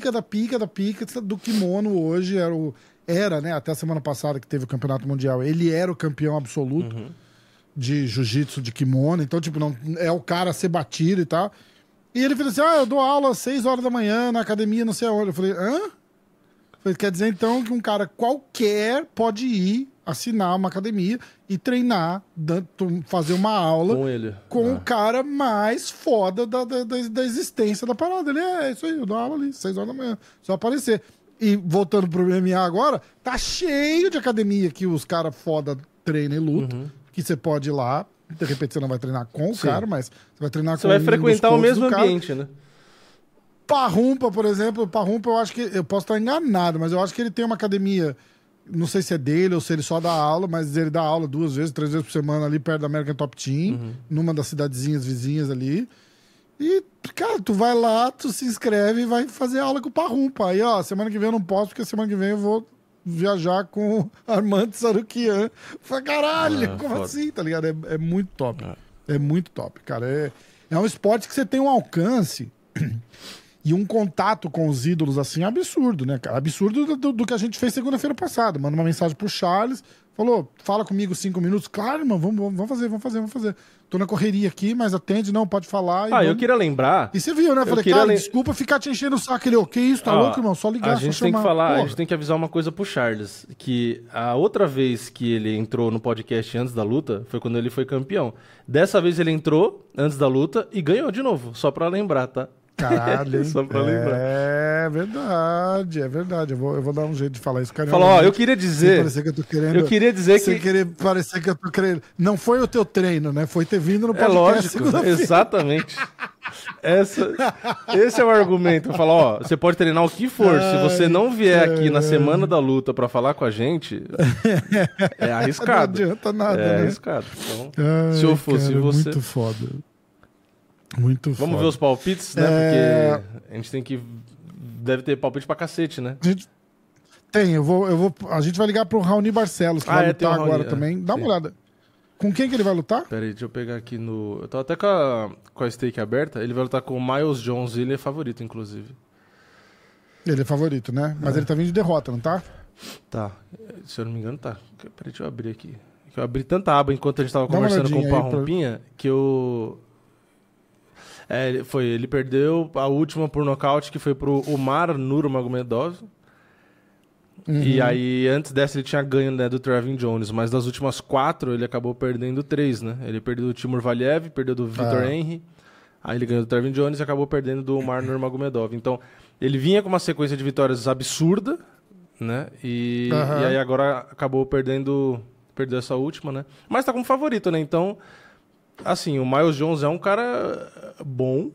do kimono hoje. Era, né? Até a semana passada que teve o campeonato mundial. Ele era o campeão absoluto. De jiu-jitsu de kimono, então, tipo, não é o cara a ser batido e tal. E ele fez assim, eu dou aula às 6 horas da manhã na academia, não sei aonde. Eu falei, hã? Quer dizer, então, que um cara qualquer pode ir assinar uma academia e treinar, fazer uma aula com ele. Com o cara mais foda da existência da parada. Ele isso aí, eu dou aula ali, 6 horas da manhã, só aparecer. E voltando pro MMA agora, tá cheio de academia que os caras foda treinam e lutam, que você pode ir lá, de repente você não vai treinar com o cara, mas você vai treinar com você vai frequentar o mesmo ambiente, né? Parrumpa, por exemplo, eu acho que, eu posso estar enganado, mas eu acho que ele tem uma academia, não sei se é dele ou se ele só dá aula, mas ele dá aula 2 vezes, 3 vezes por semana ali perto da American Top Team, numa das cidadezinhas vizinhas ali. E, cara, tu vai lá, tu se inscreve e vai fazer aula com o Parrumpa. Aí, ó, semana que vem eu não posso, porque semana que vem eu vou viajar com o Armando Sarukian. Falei, caralho, como foda. Assim, tá ligado? É muito top. É muito top, cara. É um esporte que você tem um alcance e um contato com os ídolos, assim, absurdo, né, cara? Absurdo do que a gente fez segunda-feira passada. Manda uma mensagem pro Charles, falou, fala comigo 5 minutos. Claro, irmão, vamos fazer. Tô na correria aqui, mas atende, não, pode falar. Eu queria lembrar... E você viu, né? Eu falei, cara, desculpa ficar te enchendo o saco. Ele, que isso, tá louco, irmão? Só ligar, a gente tem que falar, a gente tem que avisar uma coisa pro Charles, que a outra vez que ele entrou no podcast antes da luta, foi quando ele foi campeão. Dessa vez ele entrou antes da luta e ganhou de novo, só pra lembrar, tá? Caralho, hein? Só pra lembrar. É verdade. Eu vou dar um jeito de falar isso, cara. Falou, eu queria dizer... Parecer que eu tô querendo... Eu queria dizer que... querer parecer que eu tô querendo... Não foi o teu treino, né? Foi ter vindo no podcast. É lógico, exatamente. Esse é o argumento. Eu falo, você pode treinar o que for. Se você não vier aqui na semana da luta pra falar com a gente, é arriscado. Não adianta nada, né? É arriscado. Então, se eu fosse você... Muito foda. Muito foda. Vamos ver os palpites, né? Porque a gente tem que... Deve ter palpite pra cacete, né? A gente vai ligar pro Raoni Barcelos, que vai lutar agora também. Dá uma olhada. Com quem que ele vai lutar? Pera aí, deixa eu pegar aqui no... Eu tô até com a stake aberta. Ele vai lutar com o Miles Jones. Ele é favorito, inclusive. Ele é favorito, né? Mas ele tá vindo de derrota, não tá? Tá. Se eu não me engano, tá. Peraí, deixa eu abrir aqui. Eu abri tanta aba enquanto a gente tava conversando com o Parrumpinha que eu... ele perdeu a última por nocaute, que foi pro Umar Nurmagomedov. E aí, antes dessa, ele tinha ganho, né, do Trevin Jones, mas das últimas 4, ele acabou perdendo 3, né? Ele perdeu do Timur Valiev, perdeu do Vitor Henry, aí ele ganhou do Trevin Jones e acabou perdendo do Umar Nurmagomedov. Então, ele vinha com uma sequência de vitórias absurda, né? E aí agora acabou perdeu essa última, né? Mas tá como favorito, né? Então... Assim, o Miles Jones é um cara bom,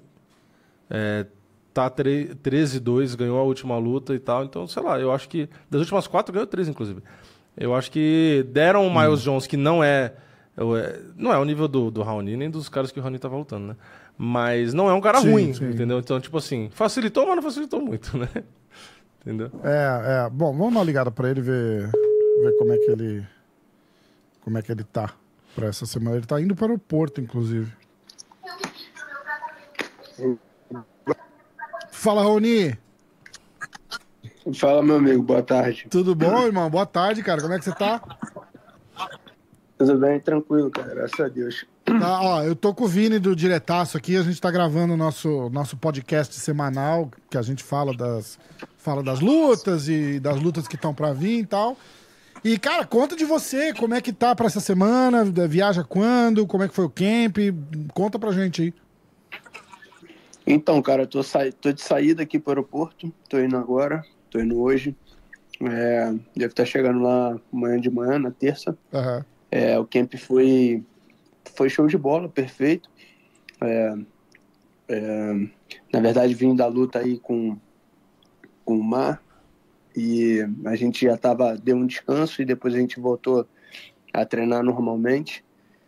tá 13-2, ganhou a última luta e tal, então, sei lá, eu acho que das últimas 4 ganhou 3, inclusive. Eu acho que deram o Miles Jones, que não é o nível do Raoni, nem dos caras que o Raoni tava lutando, né? Mas não é um cara ruim, entendeu? Então, tipo assim, facilitou, mas não facilitou muito, né? Entendeu? Bom, vamos dar uma ligada pra ele, ver como é que ele tá. Pra essa semana. Ele tá indo para o Porto, inclusive. Fala, Raoni. Fala, meu amigo. Boa tarde. Tudo bom, irmão? Boa tarde, cara. Como é que você tá? Tudo bem, tranquilo, cara. Graças a Deus. Tá, eu tô com o Vini do Diretaço aqui. A gente tá gravando o nosso podcast semanal, que a gente fala das lutas e das lutas que estão pra vir e tal. E, cara, conta de você, como é que tá pra essa semana, viaja quando, como é que foi o camp, conta pra gente aí. Então, cara, tô de saída aqui pro aeroporto, tô indo agora, tô indo hoje, devo estar chegando lá amanhã de manhã, na terça. O camp foi show de bola, perfeito. Na verdade, vim da luta aí com o Mar, e a gente já deu um descanso e depois a gente voltou a treinar normalmente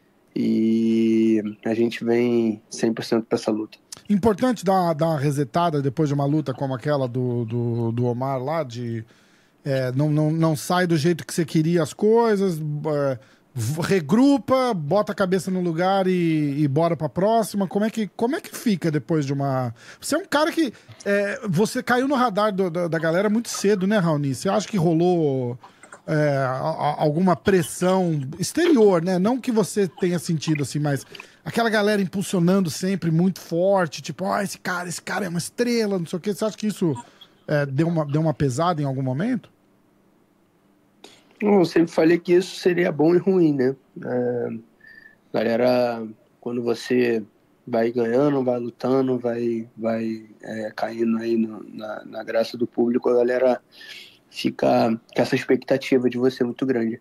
e a gente vem 100% para essa luta. Importante dar uma resetada depois de uma luta como aquela do Omar lá, não sai do jeito que você queria as coisas, regrupa, bota a cabeça no lugar e bora pra próxima. Como é que fica depois de uma... Você é um cara que... você caiu no radar da galera muito cedo, né, Raoni? Você acha que rolou alguma pressão exterior, né? Não que você tenha sentido assim, mas aquela galera impulsionando sempre muito forte, tipo, esse cara é uma estrela, não sei o quê. Você acha que isso deu uma pesada em algum momento? Eu sempre falei que isso seria bom e ruim, né? Galera, quando você vai ganhando, vai lutando, vai caindo aí na graça do público, a galera fica com essa expectativa de você muito grande.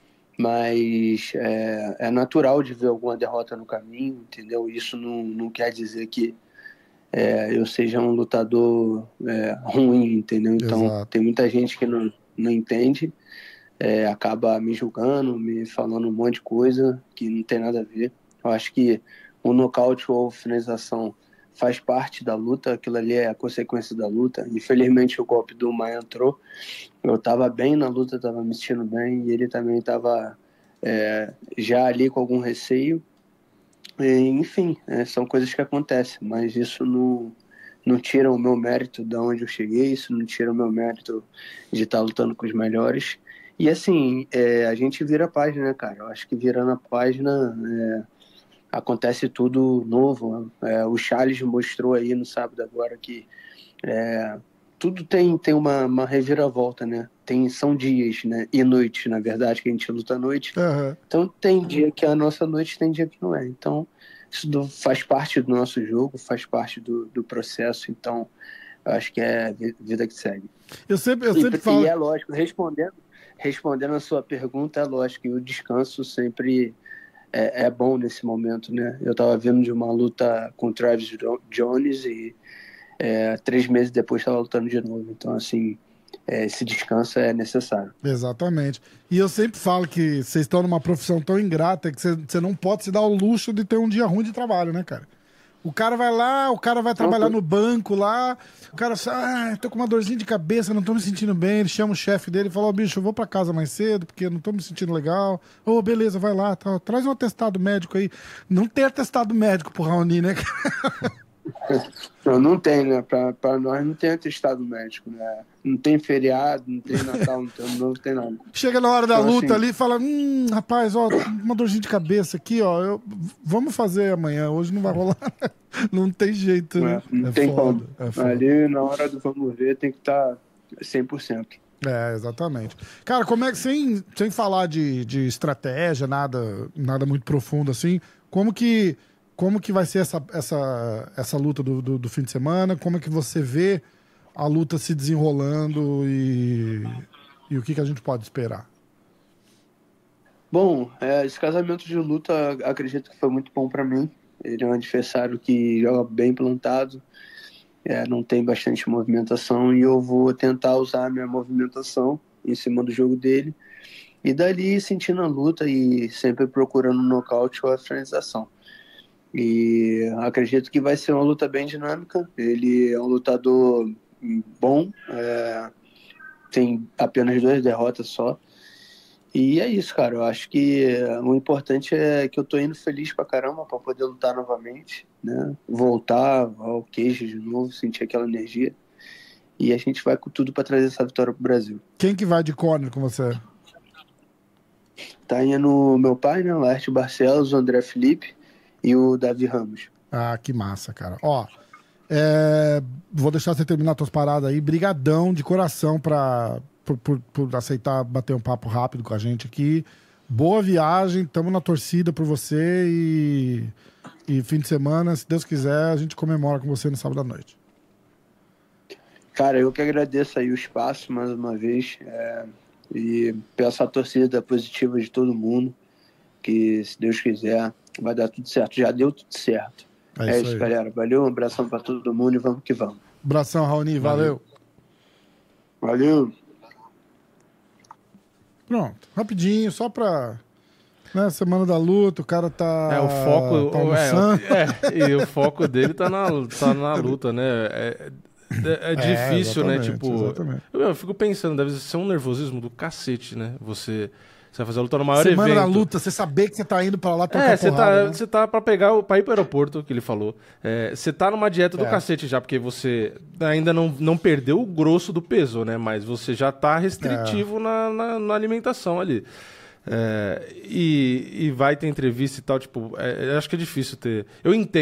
Mas é natural de ver alguma derrota no caminho, entendeu? Isso não quer dizer que eu seja um lutador ruim, entendeu? Então, Exato. Tem muita gente que não entende, acaba me julgando, me falando um monte de coisa que não tem nada a ver. Eu acho que o nocaute ou finalização faz parte da luta, aquilo ali é a consequência da luta. Infelizmente o golpe do Maia entrou, eu estava bem na luta, estava me sentindo bem, e ele também estava já ali com algum receio. Enfim, são coisas que acontecem, mas isso não tira o meu mérito de onde eu cheguei, isso não tira o meu mérito de estar lutando com os melhores. E assim, a gente vira a página, né, cara? Eu acho que virando a página acontece tudo novo. O Charles mostrou aí no sábado agora que tudo tem uma reviravolta, né? São dias, né? E noites, na verdade, que a gente luta à noite. Uhum. Então tem dia que é a nossa noite, tem dia que não é. Então isso faz parte do nosso jogo, faz parte do processo. Então eu acho que é vida que segue. Eu sempre falo... E é lógico, respondendo a sua pergunta, é lógico que o descanso sempre é bom nesse momento, né? Eu estava vindo de uma luta com o Travis Jones e 3 meses depois estava lutando de novo. Então, assim, esse descanso é necessário. Exatamente. E eu sempre falo que vocês estão numa profissão tão ingrata que você não pode se dar o luxo de ter um dia ruim de trabalho, né, cara? O cara vai lá, o cara vai trabalhar no banco lá, o cara fala, tô com uma dorzinha de cabeça, não tô me sentindo bem. Ele chama o chefe dele e fala, bicho, eu vou pra casa mais cedo porque não tô me sentindo legal. Beleza, vai lá, tá, traz um atestado médico aí. Não tem atestado médico pro Raoni, né? Não tem, né? Pra nós não tem atestado médico, né? Não tem feriado, não tem Natal, não tem nada. Chega na hora da luta ali e fala, rapaz, uma dorzinha de cabeça aqui, ó, vamos fazer amanhã, hoje não vai rolar. Não tem jeito, né? Não tem como. Ali, na hora do vamos ver, tem que estar 100%. Exatamente. Cara, como é que, sem falar de estratégia, nada muito profundo assim, como que vai ser essa luta do fim de semana? Como é que você vê a luta se desenrolando e o que a gente pode esperar? Bom, esse casamento de luta acredito que foi muito bom para mim. Ele é um adversário que joga bem plantado, não tem bastante movimentação, e eu vou tentar usar a minha movimentação em cima do jogo dele, e dali sentindo a luta e sempre procurando um nocaute ou a finalização. E acredito que vai ser uma luta bem dinâmica. Ele é um lutador bom, tem apenas 2 derrotas só. E é isso, cara. Eu acho que o importante é que eu tô indo feliz pra caramba pra poder lutar novamente, né? Voltar ao queijo de novo, sentir aquela energia. E a gente vai com tudo pra trazer essa vitória pro Brasil. Quem que vai de corner com você? Tá indo meu pai, né? Laerte Barcelos, o André Felipe e o Davi Ramos. Que massa, cara. Ó, vou deixar você terminar suas paradas aí. Brigadão de coração por aceitar bater um papo rápido com a gente aqui. Boa viagem, tamo na torcida por você e fim de semana, se Deus quiser, a gente comemora com você no sábado à noite. Cara, eu que agradeço aí o espaço mais uma vez e peço a torcida positiva de todo mundo, que se Deus quiser vai dar tudo certo. Já deu tudo certo. É isso, galera. Valeu, um abração pra todo mundo e vamos que vamos. Abração, Raoni. Valeu. Valeu. Pronto. Rapidinho, só pra... semana da luta, o cara tá... O foco... e o foco dele tá na luta, né? É difícil, né? Tipo... Eu fico pensando, deve ser um nervosismo do cacete, né? Você vai fazer a luta no maior evento. Semana da luta, você saber que você tá indo pra lá trocar porrada, você tá pra ir pro aeroporto, que ele falou. Você tá numa dieta do cacete já, porque você ainda não perdeu o grosso do peso, né? Mas você já tá restritivo na alimentação ali. E vai ter entrevista e tal, tipo, acho que é difícil ter... Eu entendo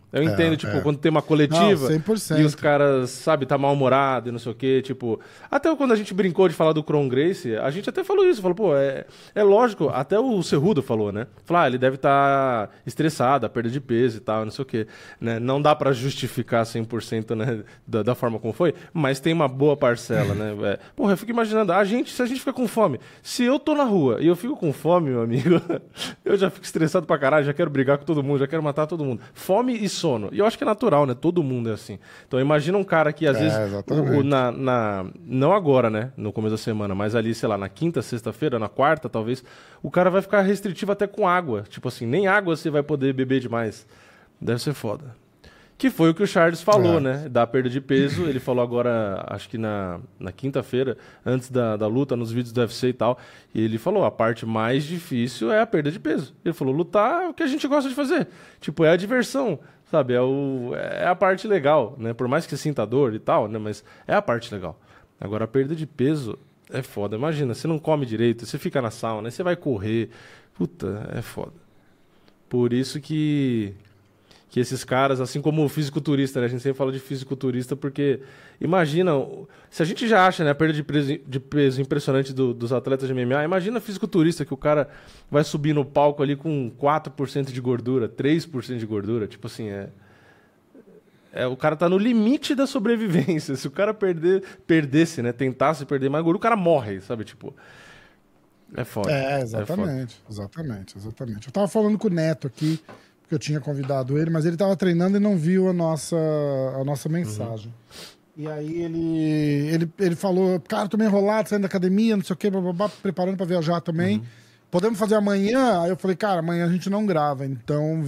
Eu entendo, tipo, quando tem uma coletiva não, 100%. e os caras, sabe, tá mal-humorado e não sei o quê, tipo... Até quando a gente brincou de falar do Kron Gracie, a gente até falou isso, falou, pô, é lógico, até o Cerrudo falou, né? Falou, ele deve estar estressado, a perda de peso e tal, não sei o quê, né? Não dá pra justificar 100%, né, da forma como foi, mas tem uma boa parcela, né? Porra, eu fico imaginando, se a gente fica com fome, se eu tô na rua e eu fico com fome, meu amigo, eu já fico estressado pra caralho, já quero brigar com todo mundo, já quero matar todo mundo. Fome e sono. E eu acho que é natural, né? Todo mundo é assim. Então imagina um cara que às vezes... não agora, né? No começo da semana, mas ali, sei lá, na quinta, sexta-feira, na quarta, talvez, o cara vai ficar restritivo até com água. Tipo assim, nem água você vai poder beber demais. Deve ser foda. Que foi o que o Charles falou, né? Da perda de peso. Ele falou agora, acho que na quinta-feira, antes da luta, nos vídeos do UFC e tal. E ele falou, a parte mais difícil é a perda de peso. Ele falou, lutar é o que a gente gosta de fazer. Tipo, é a diversão, sabe? É a parte legal, né? Por mais que sinta dor e tal, né? Mas é a parte legal. Agora, a perda de peso é foda. Imagina, você não come direito, você fica na sauna, você vai correr. Puta, é foda. Por isso que esses caras, assim como o fisiculturista, né? A gente sempre fala de fisiculturista porque, imagina, se a gente já acha, né, a perda de peso impressionante dos atletas de MMA, imagina fisiculturista que o cara vai subir no palco ali com 4% de gordura, 3% de gordura, tipo assim, o cara tá no limite da sobrevivência. Se o cara perdesse, né, tentasse perder mais gordura, o cara morre, sabe, tipo... É foda. Exatamente. Eu tava falando com o Neto aqui, que eu tinha convidado ele, mas ele estava treinando e não viu a nossa mensagem. E aí ele falou, cara, tô meio enrolado, saindo da academia, não sei o quê, preparando para viajar também. Podemos fazer amanhã? Aí eu falei, cara, amanhã a gente não grava, então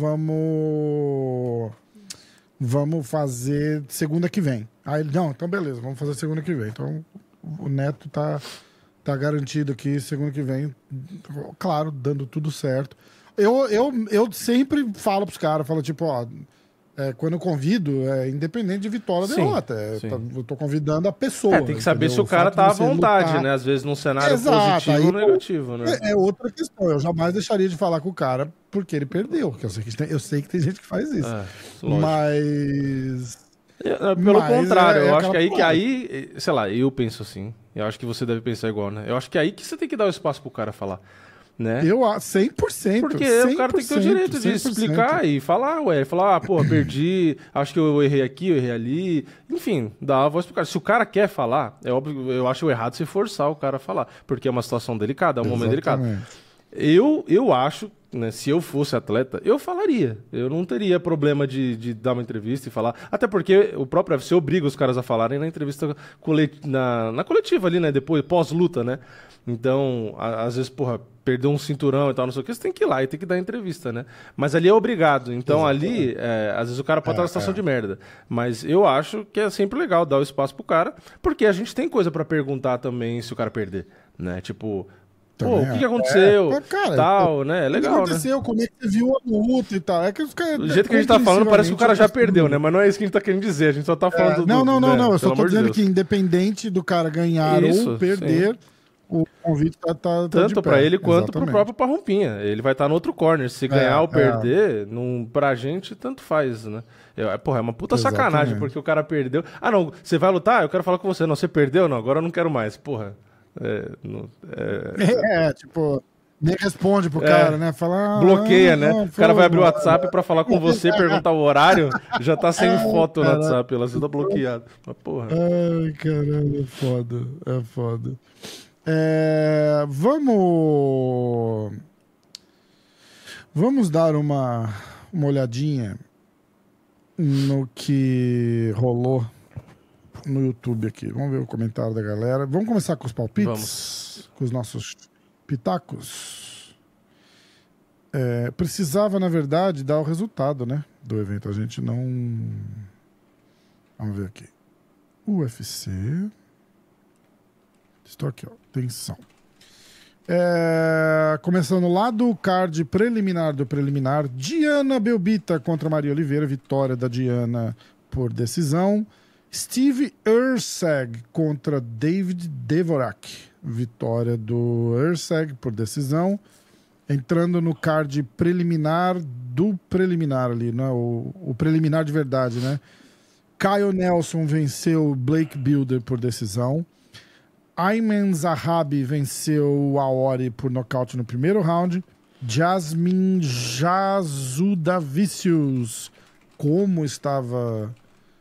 vamos fazer segunda que vem. Aí ele, não, então beleza, vamos fazer segunda que vem. Então o Neto tá garantido aqui, segunda que vem, claro, dando tudo certo. Eu sempre falo pros caras, falo tipo, quando eu convido, independente de vitória ou derrota. Eu tô convidando a pessoa. Tem que saber, entendeu? Se o cara tá à vontade, lutar, né? Às vezes num cenário positivo ou negativo, né? É outra questão. Eu jamais deixaria de falar com o cara porque ele perdeu. Porque eu sei que tem gente que faz isso. Mas... Pelo contrário, eu acho que aí, sei lá, eu penso assim. Eu acho que você deve pensar igual, né? Eu acho que é aí que você tem que dar o espaço pro cara falar. Né? 100%. Porque o cara tem que ter o direito de explicar e falar, pô, perdi, acho que eu errei aqui, eu errei ali. Enfim, dá a voz pro cara. Se o cara quer falar, é óbvio, eu acho errado você forçar o cara a falar, porque é uma situação delicada, é um momento delicado. Eu acho, né, se eu fosse atleta, eu falaria. Eu não teria problema de dar uma entrevista e falar. Até porque o próprio UFC obriga os caras a falarem na entrevista na coletiva ali, né? Depois, pós-luta, né? Então, às vezes, porra, perdeu um cinturão e tal, não sei o que, você tem que ir lá e tem que dar entrevista, né? Mas ali é obrigado. Então, ali, às vezes o cara pode estar numa situação de merda. Mas eu acho que é sempre legal dar o espaço pro cara, porque a gente tem coisa pra perguntar também se o cara perder, né? Tipo... Pô, o que aconteceu? Cara, tal, né? É legal, o que aconteceu? Né? Como é que você viu a luta e tal? É que os caras... Do jeito que a gente tá falando, parece que o cara já perdeu, né? Mas não é isso que a gente tá querendo dizer. A gente só tá falando Não. Eu só tô dizendo que independente do cara ganhar ou perder, o convite tá tanto pra ele quanto pro próprio Parrumpinha. Ele vai estar no outro corner. Se ganhar ou perder, pra gente, tanto faz, né? Porra, é uma puta sacanagem, porque o cara perdeu. Ah, não, você vai lutar? Eu quero falar com você. Não, você perdeu? Não, agora eu não quero mais. Porra. Tipo, nem responde pro cara, né? Fala, bloqueia, né? O cara vai abrir o WhatsApp pra falar com você, perguntar o horário, já tá sem foto no WhatsApp, ela já tá bloqueado. Mas, porra. Ai, caralho, é foda. Vamos dar uma olhadinha no que rolou no YouTube aqui. Vamos ver o comentário da galera. Vamos começar com os palpites? Vamos. Com os nossos pitacos. Precisava, na verdade, dar o resultado, né, do evento. A gente não... Vamos ver aqui. UFC. Estou aqui, ó. Atenção. Começando lá do card preliminar do preliminar. Diana Belbita contra Maria Oliveira. Vitória da Diana por decisão. Steve Erceg contra David Dvorak. Vitória do Erceg por decisão. entrando no card preliminar do preliminar ali, né? O preliminar de verdade, né? Kyle Nelson venceu Blake Builder por decisão. Ayman Zahabi venceu Aori por nocaute no primeiro round. Jasmine Jasudavicius, como estava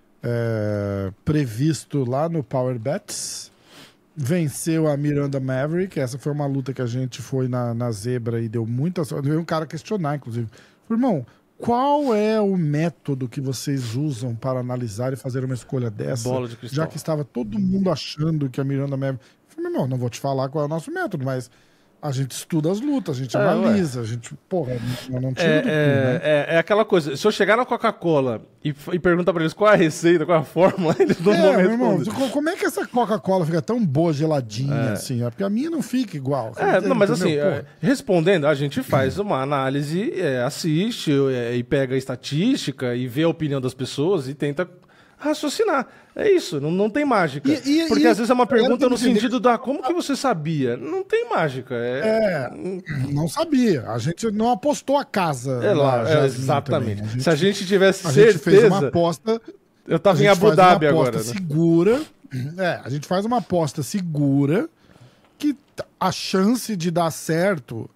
previsto lá no Power Bets, venceu a Miranda Maverick. Essa foi uma luta que a gente foi na zebra e deu muita sorte. Veio um cara questionar, inclusive. Irmão, qual é o método que vocês usam para analisar e fazer uma escolha dessa? Bola de cristal. Já que estava todo mundo achando que a Miranda Maverick... Eu falei, irmão, não vou te falar qual é o nosso método, mas a gente estuda as lutas, a gente analisa, a gente... Porra, eu não tiro do cu, né? É aquela coisa, se eu chegar na Coca-Cola e perguntar pra eles qual é a receita, qual é a fórmula, eles não vão me responder. Irmão, como é que essa Coca-Cola fica tão boa, geladinha, assim? Porque a minha não fica igual. Não, mas assim, respondendo, a gente faz uma análise, assiste e pega a estatística e vê a opinião das pessoas e tenta raciocinar. É isso, não tem mágica. Porque às vezes é uma pergunta no sentido da como que você sabia? Não tem mágica. Não sabia. A gente não apostou a casa. Exatamente. Se a gente tivesse a certeza... gente fez uma aposta... Eu tava em Abu Dhabi agora. Né? Segura. A gente faz uma aposta segura que a chance de dar certo...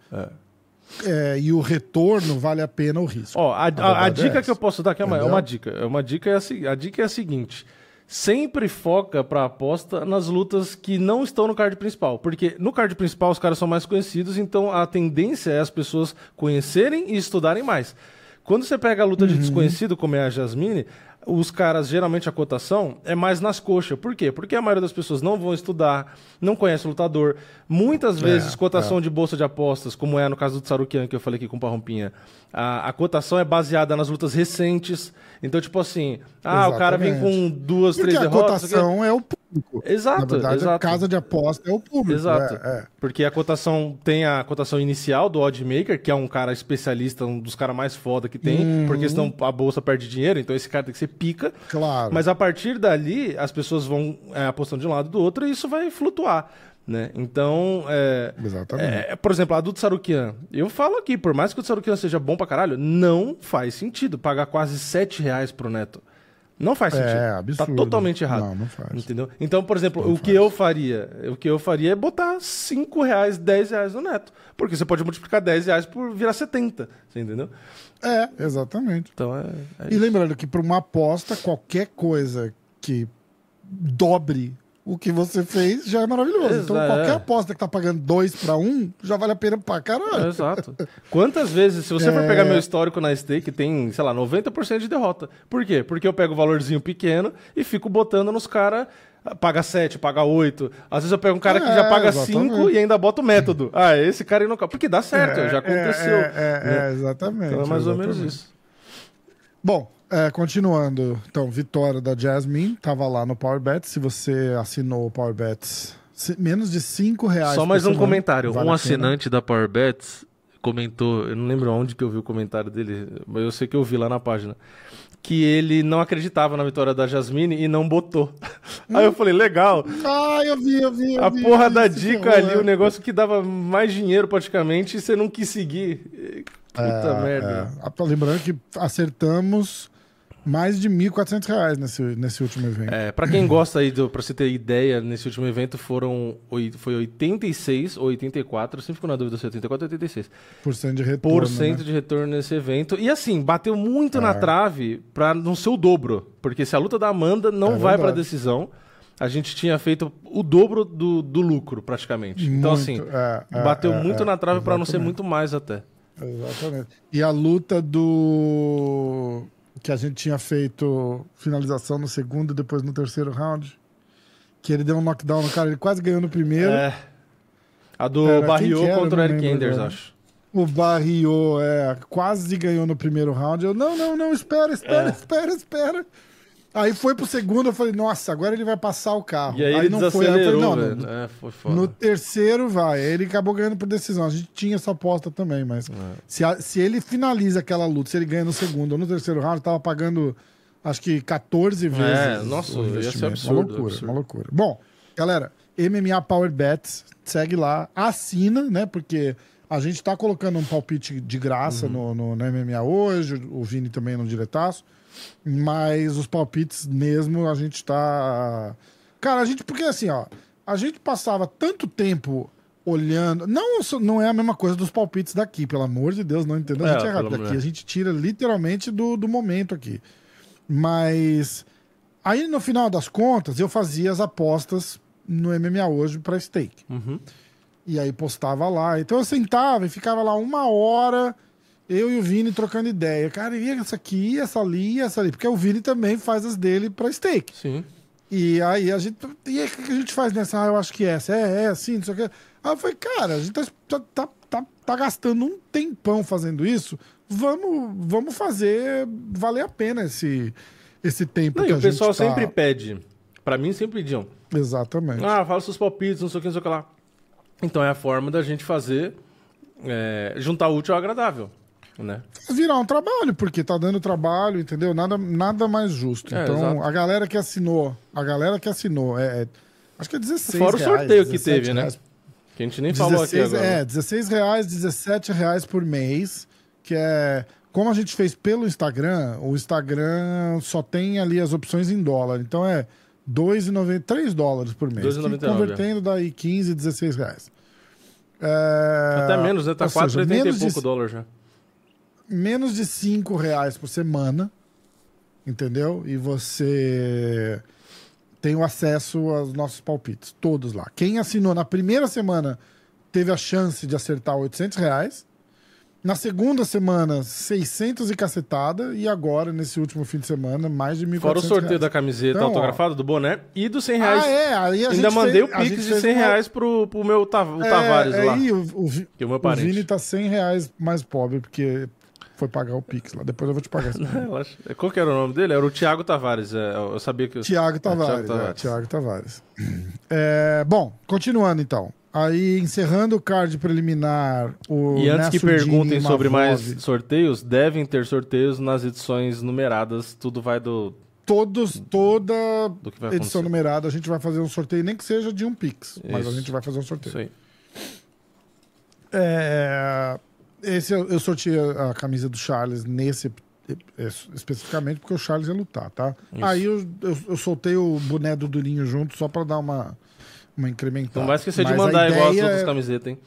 e o retorno vale a pena o risco. A dica que eu posso dar aqui é uma dica. A dica é a seguinte: sempre foca pra aposta nas lutas que não estão no card principal. Porque no card principal os caras são mais conhecidos, então a tendência é as pessoas conhecerem e estudarem mais. Quando você pega a luta de desconhecido, como é a Jasmine, os caras, geralmente a cotação é mais nas coxas. Por quê? Porque a maioria das pessoas não vão estudar, não conhece o lutador. Muitas vezes, cotação de bolsa de apostas, como é no caso do Tsarukian, que eu falei aqui com o Parrompinha, a cotação é baseada nas lutas recentes. Então, tipo assim, o cara vem com 2, 3 derrotas... Porque a cotação é o público. Exato, na verdade, a casa de aposta é o público. Exato. Porque a cotação tem a cotação inicial do oddmaker, que é um cara especialista, um dos caras mais foda que tem, porque senão a bolsa perde dinheiro, então esse cara tem que ser pica. Claro. Mas a partir dali, as pessoas vão apostando de um lado e do outro e isso vai flutuar. Né? Então, exatamente. Por exemplo, a do Tsarukian. Eu falo aqui, por mais que o Tsarukian seja bom pra caralho, não faz sentido pagar quase R$7 pro neto. Não faz sentido. Absurdo. Tá totalmente errado. Não faz. Entendeu? Então, por exemplo, o que eu faria é botar R$5, R$10 no neto. Porque você pode multiplicar R$10 por virar 70. Você entendeu? Exatamente. Então E lembrando que para uma aposta, qualquer coisa que dobre o que você fez já é maravilhoso. Então, qualquer aposta que tá pagando 2 para 1 já vale a pena pra caralho. Exato. Quantas vezes, se você for pegar meu histórico na stake, tem, sei lá, 90% de derrota. Por quê? Porque eu pego o valorzinho pequeno e fico botando nos caras, paga 7, paga 8. Às vezes eu pego um cara que já paga 5 e ainda bota o método. Esse cara aí não... Porque dá certo, já aconteceu. Exatamente. Então é mais ou menos isso. Bom, continuando, então, vitória da Jasmine, tava lá no Power Bets. Se você assinou o Power Bets, menos de R$5. Só mais um comentário. Vale um assinante da Power Bets comentou, eu não lembro onde que eu vi o comentário dele, mas eu sei que eu vi lá na página, que ele não acreditava na vitória da Jasmine e não botou. Aí eu falei, legal. Eu vi. A porra da dica ali, o negócio que dava mais dinheiro praticamente, e você não quis seguir. Puta merda. Lembrando que acertamos mais de R$1.400 nesse último evento. Pra quem gosta aí, pra você ter ideia, nesse último evento foi 86 ou 84, eu sempre fico na dúvida se é 84 ou 86. % de retorno. De retorno nesse evento. E assim, bateu muito na trave pra não ser o dobro. Porque se a luta da Amanda não vai pra decisão, a gente tinha feito o dobro do lucro, praticamente. Então, assim, bateu muito na trave pra não ser muito mais até. Exatamente. E a luta que a gente tinha feito finalização no segundo e depois no terceiro round, que ele deu um knockdown no cara, ele quase ganhou no primeiro. A do Barriot contra o Eric Enders, acho. O Barriot quase ganhou no primeiro round. Eu, não, espera. Aí foi pro segundo, eu falei, nossa, agora ele vai passar o carro. E aí ele não foi. Eu falei, foi foda. No terceiro vai. Ele acabou ganhando por decisão. A gente tinha essa aposta também, mas se ele finaliza aquela luta, se ele ganha no segundo ou no terceiro round, tava pagando acho que 14 vezes. Nossa, ia ser absurdo. Uma loucura. Bom, galera, MMA Power Bets, segue lá, assina, né? Porque A gente tá colocando um palpite de graça no MMA hoje, o Vini também no diretaço, mas os palpites mesmo a gente tá... Cara, porque assim, ó, a gente passava tanto tempo olhando... Não é a mesma coisa dos palpites daqui, pelo amor de Deus, não entenda a gente errado. Daqui a gente tira literalmente do momento aqui. Mas aí no final das contas eu fazia as apostas no MMA hoje pra stake. E aí postava lá. Então eu sentava e ficava lá 1 hora, eu e o Vini trocando ideia. Cara, e essa aqui, essa ali, essa ali. Porque o Vini também faz as dele pra stake. Sim. E aí a gente... E aí o que a gente faz nessa? Eu acho que essa. Assim, não sei o que. Aí eu falei, cara, a gente tá gastando um tempão fazendo isso. Vamos fazer valer a pena esse tempo Não, que e a o gente pessoal tá... sempre pede. Pra mim, sempre pediam. Exatamente. Fala seus palpites, não sei o que, não sei o que lá. Então é a forma da gente fazer, juntar o útil ao agradável, né? Virar um trabalho, porque tá dando trabalho, entendeu? Nada mais justo. Então, exato. a galera que assinou, acho que é 16 Fora o sorteio que teve, reais, né? Que a gente nem falou aqui agora. R$16, R$17 por mês, que é... Como a gente fez pelo Instagram, o Instagram só tem ali as opções em dólar. Então é $2,90, $3 por mês. $2,99, convertendo daí 15, R$16. Até menos, né? Tá quase 80 e pouco dólares já. Menos de R$5 por semana, entendeu? E você tem o acesso aos nossos palpites, todos lá. Quem assinou na primeira semana teve a chance de acertar R$800. Na segunda semana, 600 e cacetada. E agora, nesse último fim de semana, mais de 1.400. Fora o sorteio da camiseta então, autografada, do boné e dos R$100. Aí ainda mandei o Pix de R$100 pro meu Tavares lá. Aí que é o meu o parente. Vini tá R$100 mais pobre, porque foi pagar o Pix lá. Depois eu vou te pagar esse Qual que era o nome dele? Era o Thiago Tavares. Eu sabia que... Thiago Tavares. Bom, continuando então. Aí, encerrando o card preliminar... E antes que perguntem sobre mais sorteios, devem ter sorteios nas edições numeradas. Tudo vai do... Toda edição numerada, a gente vai fazer um sorteio, nem que seja de um Pix. Mas a gente vai fazer um sorteio. Isso aí. Esse eu sorteei a camisa do Charles nesse... especificamente porque o Charles ia lutar, tá? Isso. Aí eu soltei o boné do Durinho junto só pra dar uma incrementada. Não vai esquecer de mandar igual as outras camisetas, hein?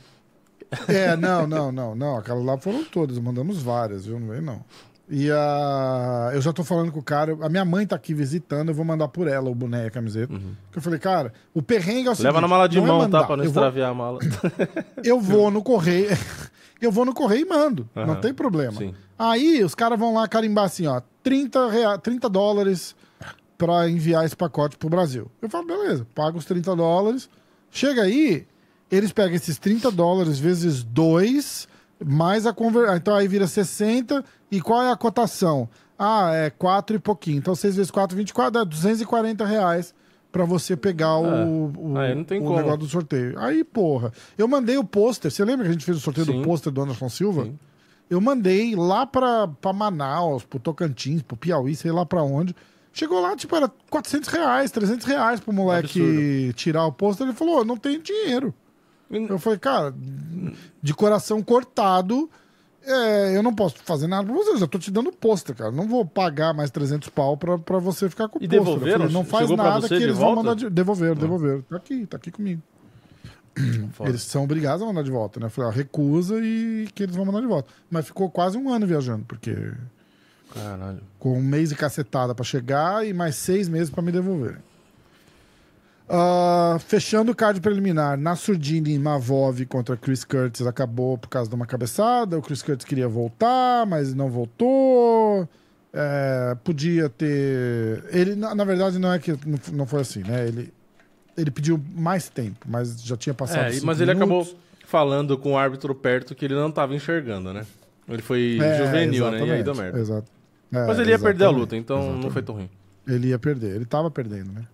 Não. Aquelas lá foram todas, mandamos várias, viu? Não veio, não. E eu já tô falando com o cara, a minha mãe tá aqui visitando, eu vou mandar por ela o boné e a camiseta. Que eu falei, cara, o perrengue é o seguinte... Leva na mala de mão, tá? Pra não extraviar a mala. Eu vou no correio... Eu vou no correio e mando, não tem problema. Sim. Aí os caras vão lá carimbar assim, ó, $30 pra enviar esse pacote pro Brasil. Eu falo, beleza, pago os $30. Chega aí, eles pegam esses $30 vezes 2, mais a conversão. Então aí vira 60, e qual é a cotação? É 4 e pouquinho. Então 6 vezes 4, 24, dá R$240 pra você pegar o negócio do sorteio. Aí, porra, eu mandei o pôster. Você lembra que a gente fez o sorteio do pôster do Anderson Silva? Sim. Eu mandei lá pra Manaus, pro Tocantins, pro Piauí, sei lá pra onde. Chegou lá, tipo, era R$400, R$300 pro moleque tirar o pôster. Ele falou, não tenho dinheiro. Eu falei, cara, de coração cortado, eu não posso fazer nada pra você. Eu já tô te dando pôster, cara. Não vou pagar mais 300 pau pra você ficar com o pôster. Devolveram? Falei, não faz nada que eles vão mandar de... Devolveram. Tá aqui comigo. Foda. Eles são obrigados a mandar de volta, né? Eu falei, recusa e que eles vão mandar de volta. Mas ficou quase 1 ano viajando, porque... Caralho. Com 1 mês e cacetada pra chegar e mais 6 meses pra me devolver. Fechando o card preliminar, Nassourdine e Mavov contra Chris Curtis acabou por causa de uma cabeçada. O Chris Curtis queria voltar, mas não voltou. Podia ter... Ele, na verdade, não é que não foi assim, né? Ele pediu mais tempo, mas já tinha passado 5 mas ele acabou falando com o árbitro perto que ele não estava enxergando, né? Ele foi juvenil, né? E aí deu merda. Exato. Mas ele ia perder a luta, então não foi tão ruim. Ele ia perder, ele tava perdendo, né?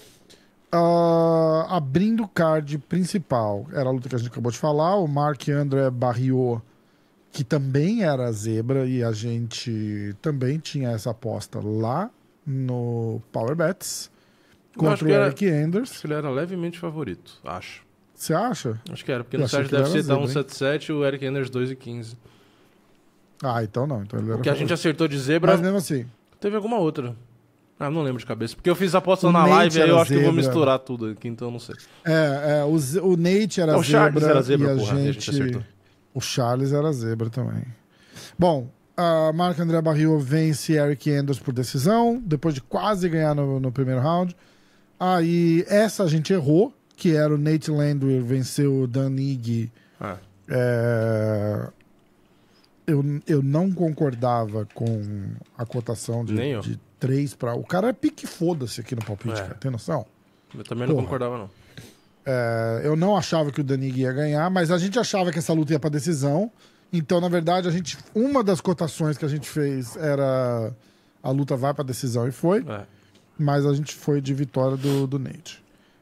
Abrindo o card principal, era a luta que a gente acabou de falar, o Marc-André Barriault, que também era zebra, e a gente também tinha essa aposta lá no Power Bets, contra o Eric Enders. Acho que ele era levemente favorito, acho. Você acha? Acho que era, porque no site deve ser da 177 e o Eric Enders 2,15. Ah, então não. Então ele era o que a gente acertou de zebra... Mas mesmo assim... Teve alguma outra. Ah, não lembro de cabeça. Porque eu fiz a aposta na live, aí eu acho que eu vou misturar tudo aqui, então eu não sei. O Nate era zebra. O Charles era zebra, e a gente acertou. O Charles era zebra também. Bom, a Marc-André Barril vence Eric Enders por decisão, depois de quase ganhar no primeiro round. Aí essa a gente errou, que era o Nate Landwehr venceu o Dan Ige. Eu não concordava com a cotação de 3 para... O cara é pique foda-se aqui no palpite, cara. Tem noção? Eu também não concordava, não. Eu não achava que o Danig ia ganhar, mas a gente achava que essa luta ia pra decisão. Então, na verdade, uma das cotações que a gente fez era a luta vai pra decisão e foi. Mas a gente foi de vitória do Nate.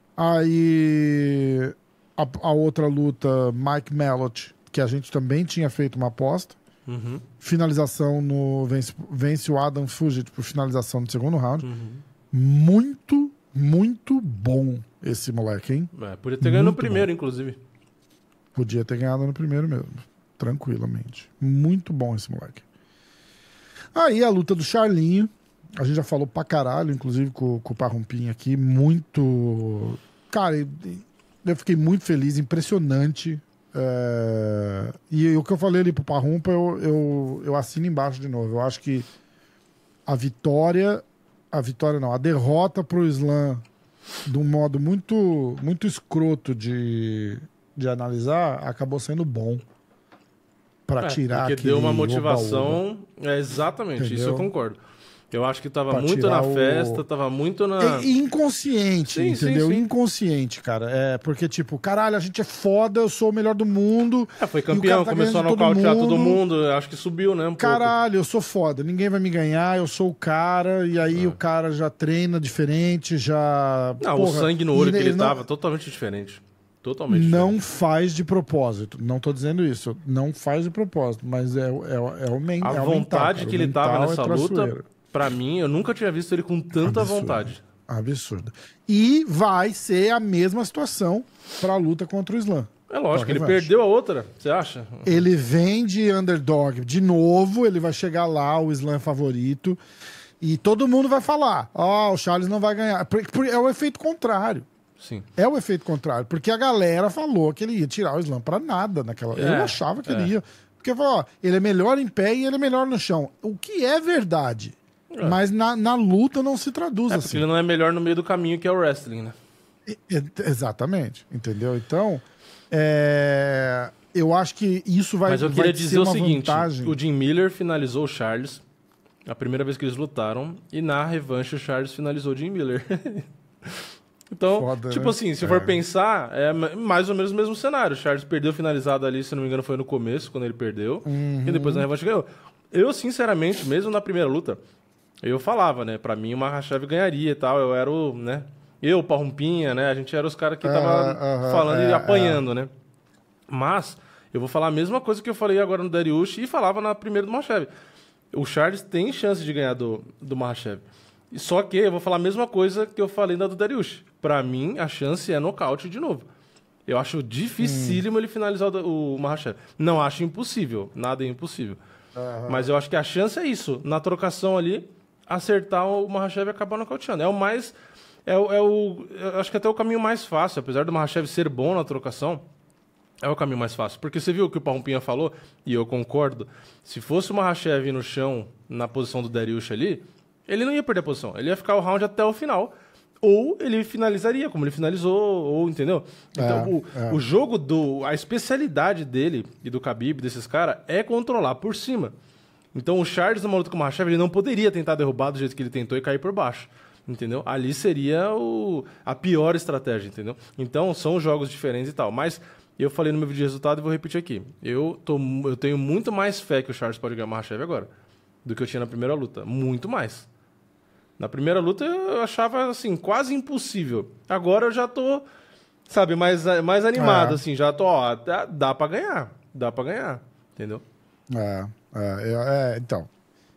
Aí a outra luta, Mike Mellott, que a gente também tinha feito uma aposta. Finalização vence o Adam Fugitt por finalização no segundo round. Muito, muito bom esse moleque, hein? Podia ter ganhado no primeiro, inclusive. Podia ter ganhado no primeiro mesmo. Tranquilamente. Muito bom esse moleque. Aí a luta do Charlinho. A gente já falou pra caralho, inclusive com o Parrumpinha aqui. Muito... Cara, eu fiquei muito feliz, impressionante. E o que eu falei ali pro Parrumpa, eu assino embaixo de novo. Eu acho que a derrota pro Islam, de um modo muito, muito escroto de analisar, acabou sendo bom para tirar porque deu uma motivação. Exatamente, entendeu? Isso eu concordo. Eu acho que tava muito na festa, tava muito na... Inconsciente, entendeu? Sim. Inconsciente, cara. Porque, tipo, caralho, a gente é foda, eu sou o melhor do mundo. Foi campeão, começou a nocautear todo mundo. Acho que subiu, né? Caralho, eu sou foda, ninguém vai me ganhar, eu sou o cara. E aí o cara já treina diferente, já... O sangue no olho que ele tava, totalmente diferente. Totalmente não diferente. Faz de propósito. Não tô dizendo isso. Não faz de propósito, mas é o mental. A vontade que ele tava nessa luta... Pra mim, eu nunca tinha visto ele com tanta vontade. Absurdo. E vai ser a mesma situação pra luta contra o Islam. É lógico, ele perdeu a outra, você acha? Ele vem de underdog de novo, ele vai chegar lá, o Islam é favorito, e todo mundo vai falar, o Charles não vai ganhar. É o efeito contrário. Sim. É o efeito contrário, porque a galera falou que ele ia tirar o Islam pra nada naquela... Eu achava que ele ia. Porque falou, ele é melhor em pé e ele é melhor no chão. O que é verdade. Mas na luta não se traduz assim. Porque ele não é melhor no meio do caminho, que é o wrestling, né? Exatamente, entendeu? Então, eu acho que isso vai... Mas eu queria dizer o seguinte, vantagem. O Jim Miller finalizou o Charles a primeira vez que eles lutaram, e na revanche o Charles finalizou o Jim Miller. Então, foda, tipo né? assim, se for pensar, é mais ou menos o mesmo cenário. O Charles perdeu finalizado ali, se não me engano, foi no começo, quando ele perdeu, e depois na revanche ganhou. Eu, sinceramente, mesmo na primeira luta... Eu falava, né? Pra mim o Makhachev ganharia e tal. Eu era o, né? Eu, o Parrumpinha, né? A gente era os caras que tava falando e apanhando, né? Mas eu vou falar a mesma coisa que eu falei agora no Dariush e falava na primeira do Makhachev. O Charles tem chance de ganhar do Makhachev. Só que eu vou falar a mesma coisa que eu falei na do Dariush. Pra mim, a chance é nocaute de novo. Eu acho dificílimo ele finalizar o Makhachev. Não acho impossível. Nada é impossível. Mas eu acho que a chance é isso. Na trocação ali... acertar o Makhachev e acabar nocauteando. É o mais... eu acho que até o caminho mais fácil. Apesar do Makhachev ser bom na trocação, é o caminho mais fácil. Porque você viu o que o Parrumpinha falou, e eu concordo. Se fosse o Makhachev no chão, na posição do Dariush ali, ele não ia perder a posição. Ele ia ficar o round até o final. Ou ele finalizaria, como ele finalizou, ou entendeu? Então, o jogo a especialidade dele e do Khabib, desses caras, é controlar por cima. Então o Charles, numa luta com o Makhachev, ele não poderia tentar derrubar do jeito que ele tentou e cair por baixo, entendeu? Ali seria a pior estratégia, entendeu? Então são jogos diferentes e tal. Mas eu falei no meu vídeo de resultado e vou repetir aqui. Eu tenho muito mais fé que o Charles pode ganhar o Makhachev agora do que eu tinha na primeira luta. Muito mais. Na primeira luta eu achava, assim, quase impossível. Agora eu já tô, sabe, mais animado, assim. Já tô, dá pra ganhar. Dá pra ganhar, entendeu? Então,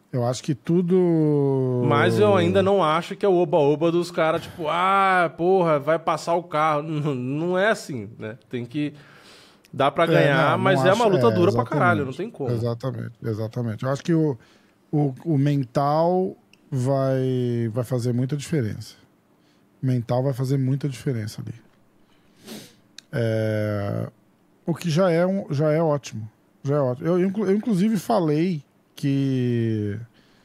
Eu acho que tudo... Mas eu ainda não acho que é o oba-oba dos caras, tipo, porra, vai passar o carro. Não é assim, né? Tem que... Dá pra ganhar, mas é uma luta dura pra caralho, não tem como. Exatamente. Eu acho que o mental vai fazer muita diferença. O mental vai fazer muita diferença ali. O que já é ótimo. Já é ótimo. Eu inclusive, falei que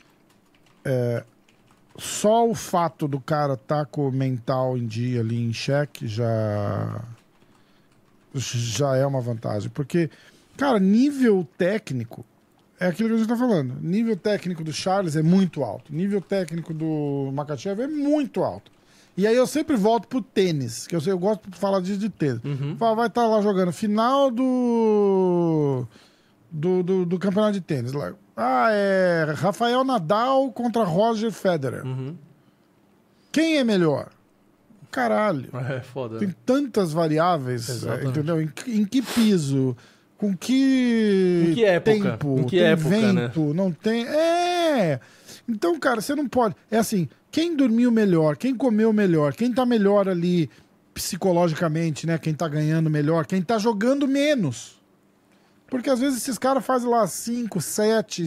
só o fato do cara tá com o mental em dia ali, em xeque, já é uma vantagem. Porque, cara, nível técnico é aquilo que a gente tá falando. Nível técnico do Charles é muito alto. Nível técnico do Makhachev é muito alto. E aí eu sempre volto pro tênis, que eu gosto de falar disso de tênis. Vai estar lá jogando final do campeonato de tênis. Lá. É Rafael Nadal contra Roger Federer. Quem é melhor? Caralho. É foda. Tem tantas variáveis, entendeu? Em que piso? Com que época? Tempo? Em que tem época, vento? né? Não tem... Então, cara, você não pode... É assim, quem dormiu melhor, quem comeu melhor, quem tá melhor ali psicologicamente, né? Quem tá ganhando melhor, quem tá jogando menos. Porque às vezes esses caras fazem lá 5 sets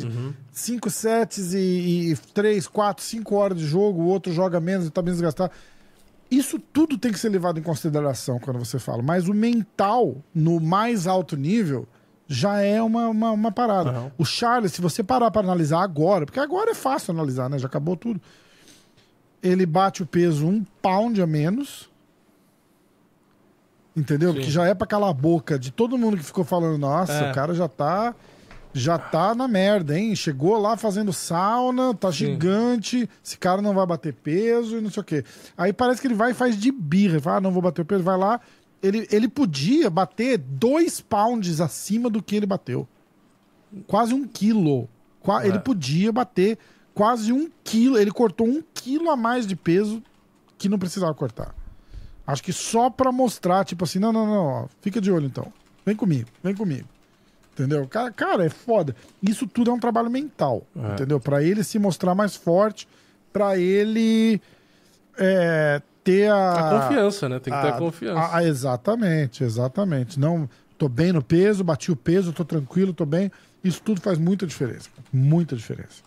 e 3, 4, 5 horas de jogo, o outro joga menos e tá bem desgastado. Isso tudo tem que ser levado em consideração quando você fala. Mas o mental, no mais alto nível, já é uma parada. O Charles, se você parar para analisar agora, porque agora é fácil analisar, né? Já acabou tudo. Ele bate o peso 1 pound a menos. Entendeu? Sim. Porque já é pra calar a boca de todo mundo que ficou falando, nossa, o cara já tá na merda, hein? Chegou lá fazendo sauna, tá gigante, esse cara não vai bater peso e não sei o quê. Aí parece que ele vai e faz de birra. Fala, não vou bater o peso, vai lá. Ele podia bater 2 pounds acima do que ele bateu. Quase 1 quilo. Ele podia bater quase 1 quilo. Ele cortou 1 quilo a mais de peso que não precisava cortar. Acho que só pra mostrar, tipo assim, não, ó, fica de olho então. Vem comigo. Entendeu? Cara, é foda. Isso tudo é um trabalho mental, entendeu? Pra ele se mostrar mais forte, pra ele ter a confiança, né? Tem que ter a confiança. Exatamente. Não, tô bem no peso, bati o peso, tô tranquilo, tô bem. Isso tudo faz muita diferença. Muita diferença.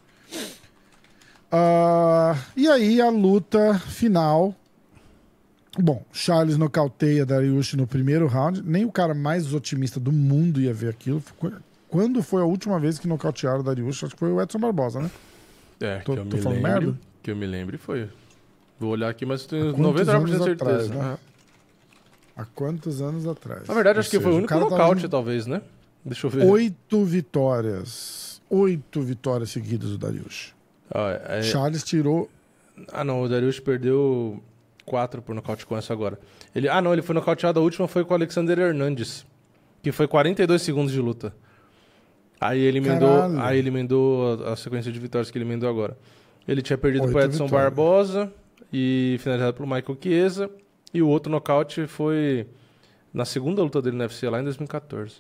E aí, a luta final... Bom, Charles nocauteia Dariush no primeiro round. Nem o cara mais otimista do mundo ia ver aquilo. Quando foi a última vez que nocautearam o Dariush? Acho que foi o Edson Barbosa, né? Tô falando merda? Que eu me lembro foi. Vou olhar aqui, mas tenho 99% de certeza. Atrás, né? Há quantos anos atrás? Na verdade, acho que foi o único nocaute, talvez, né? Deixa eu ver. 8 vitórias. 8 vitórias seguidas do Dariush. Charles tirou... não, o Dariush perdeu... 4 por nocaute com essa agora. Ele foi nocauteado, a última foi com o Alexander Hernandes, que foi 42 segundos de luta. Aí ele emendou a sequência de vitórias que ele emendou agora. Ele tinha perdido pro Edson Barbosa e finalizado pelo Michael Chiesa, e o outro nocaute foi na segunda luta dele no UFC lá em 2014.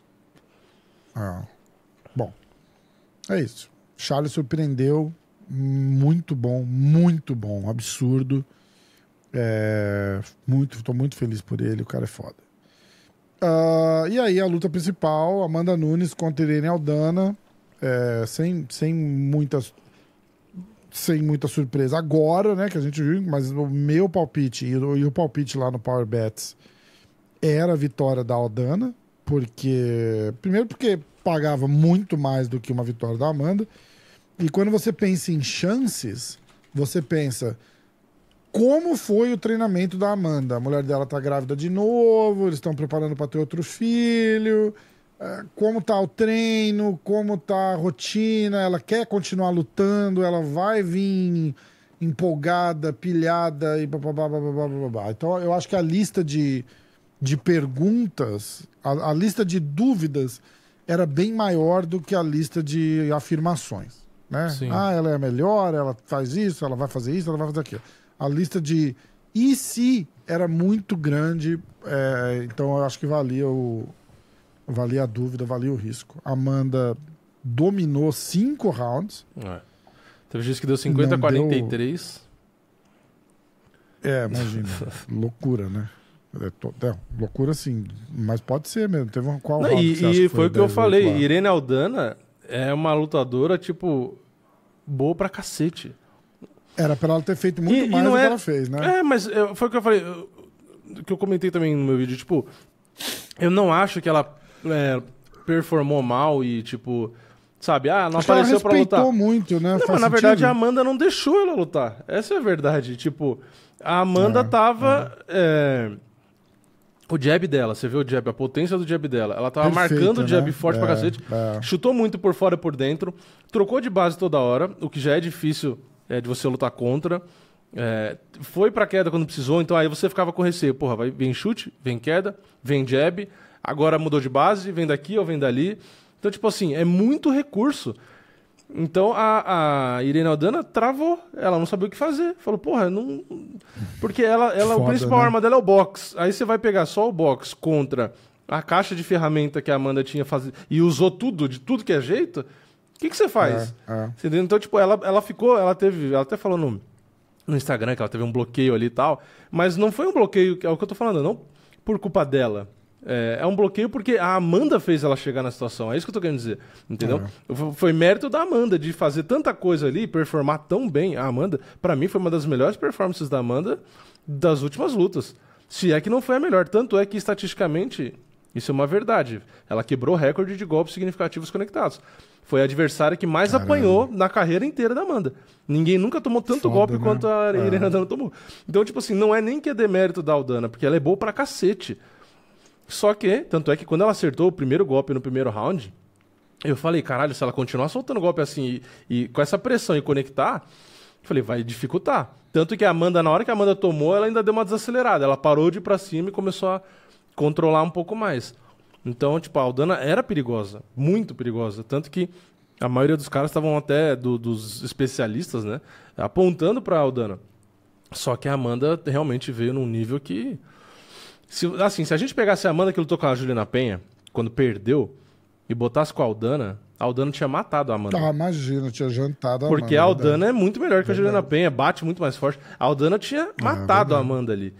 Bom, é isso. Charles surpreendeu, muito bom, absurdo. Tô muito feliz por ele, o cara é foda. E aí a luta principal, Amanda Nunes contra Irene Aldana, sem muita surpresa agora, né, que a gente viu, mas o meu palpite e o palpite lá no Power Bets era a vitória da Aldana, porque pagava muito mais do que uma vitória da Amanda, e quando você pensa em chances, você pensa... Como foi o treinamento da Amanda? A mulher dela tá grávida de novo, eles estão preparando para ter outro filho. Como tá o treino? Como tá a rotina? Ela quer continuar lutando? Ela vai vir empolgada, pilhada e blá. Então eu acho que a lista de perguntas, a lista de dúvidas era bem maior do que a lista de afirmações, né? Sim. Ela é melhor, ela faz isso, ela vai fazer isso, ela vai fazer aquilo. A lista de e se era muito grande, então eu acho que valia a dúvida, valia o risco. Amanda dominou 5 rounds. Teve gente que deu 50-43. Imagina. Loucura, né? Loucura sim, mas pode ser mesmo. Teve uma qual não, round e foi o que eu falei. Lá? Irene Aldana é uma lutadora, tipo, boa pra cacete. Era pra ela ter feito muito mais do que ela fez, né? Mas foi o que eu falei, que eu comentei também no meu vídeo. Tipo, eu não acho que ela performou mal e, tipo, sabe, não acho apareceu pra lutar. Ela respeitou muito, né? Não, mas na verdade a Amanda não deixou ela lutar. Essa é a verdade. Tipo, a Amanda tava... o jab dela, você vê o jab, a potência do jab dela. Ela tava marcando o jab forte pra cacete. Chutou muito por fora e por dentro. Trocou de base toda hora, o que já é difícil de você lutar contra. Foi pra queda quando precisou, então aí você ficava com receio. Porra, vem chute, vem queda, vem jab. Agora mudou de base, vem daqui ou vem dali. Então, tipo assim, é muito recurso. Então a Irene Aldana travou, ela não sabia o que fazer. Falou, porra, não. Porque foda, o principal arma dela é o box. Aí você vai pegar só o box contra a caixa de ferramenta que a Amanda tinha e usou tudo, de tudo que é jeito. O que você faz? Entendeu? Então, tipo, ela até falou no Instagram que ela teve um bloqueio ali e tal. Mas não foi um bloqueio, é o que eu tô falando, não por culpa dela. É um bloqueio porque a Amanda fez ela chegar na situação. É isso que eu tô querendo dizer. Entendeu? Foi mérito da Amanda de fazer tanta coisa ali, performar tão bem. A Amanda, pra mim, foi uma das melhores performances da Amanda das últimas lutas. Se é que não foi a melhor. Tanto é que, estatisticamente, isso é uma verdade. Ela quebrou recorde de golpes significativos conectados. Foi a adversária que mais apanhou na carreira inteira da Amanda. Ninguém nunca tomou tanto golpe quanto a Irene Aldana tomou. Então, tipo assim, não é nem que é demérito da Aldana, porque ela é boa pra cacete. Só que, tanto é que quando ela acertou o primeiro golpe no primeiro round, eu falei, caralho, se ela continuar soltando golpe assim e com essa pressão e conectar, eu falei, vai dificultar. Tanto que a Amanda, na hora que a Amanda tomou, ela ainda deu uma desacelerada. Ela parou de ir pra cima e começou a controlar um pouco mais. Então, tipo, a Aldana era perigosa, muito perigosa. Tanto que a maioria dos caras estavam até, dos especialistas, né, apontando pra Aldana. Só que a Amanda realmente veio num nível que... Se a gente pegasse a Amanda que lutou com a Juliana Penha, quando perdeu, e botasse com a Aldana tinha matado a Amanda. Imagina, tinha jantado a Amanda. Porque a Aldana é muito melhor que a Juliana Penha, bate muito mais forte. A Aldana tinha matado a Amanda ali.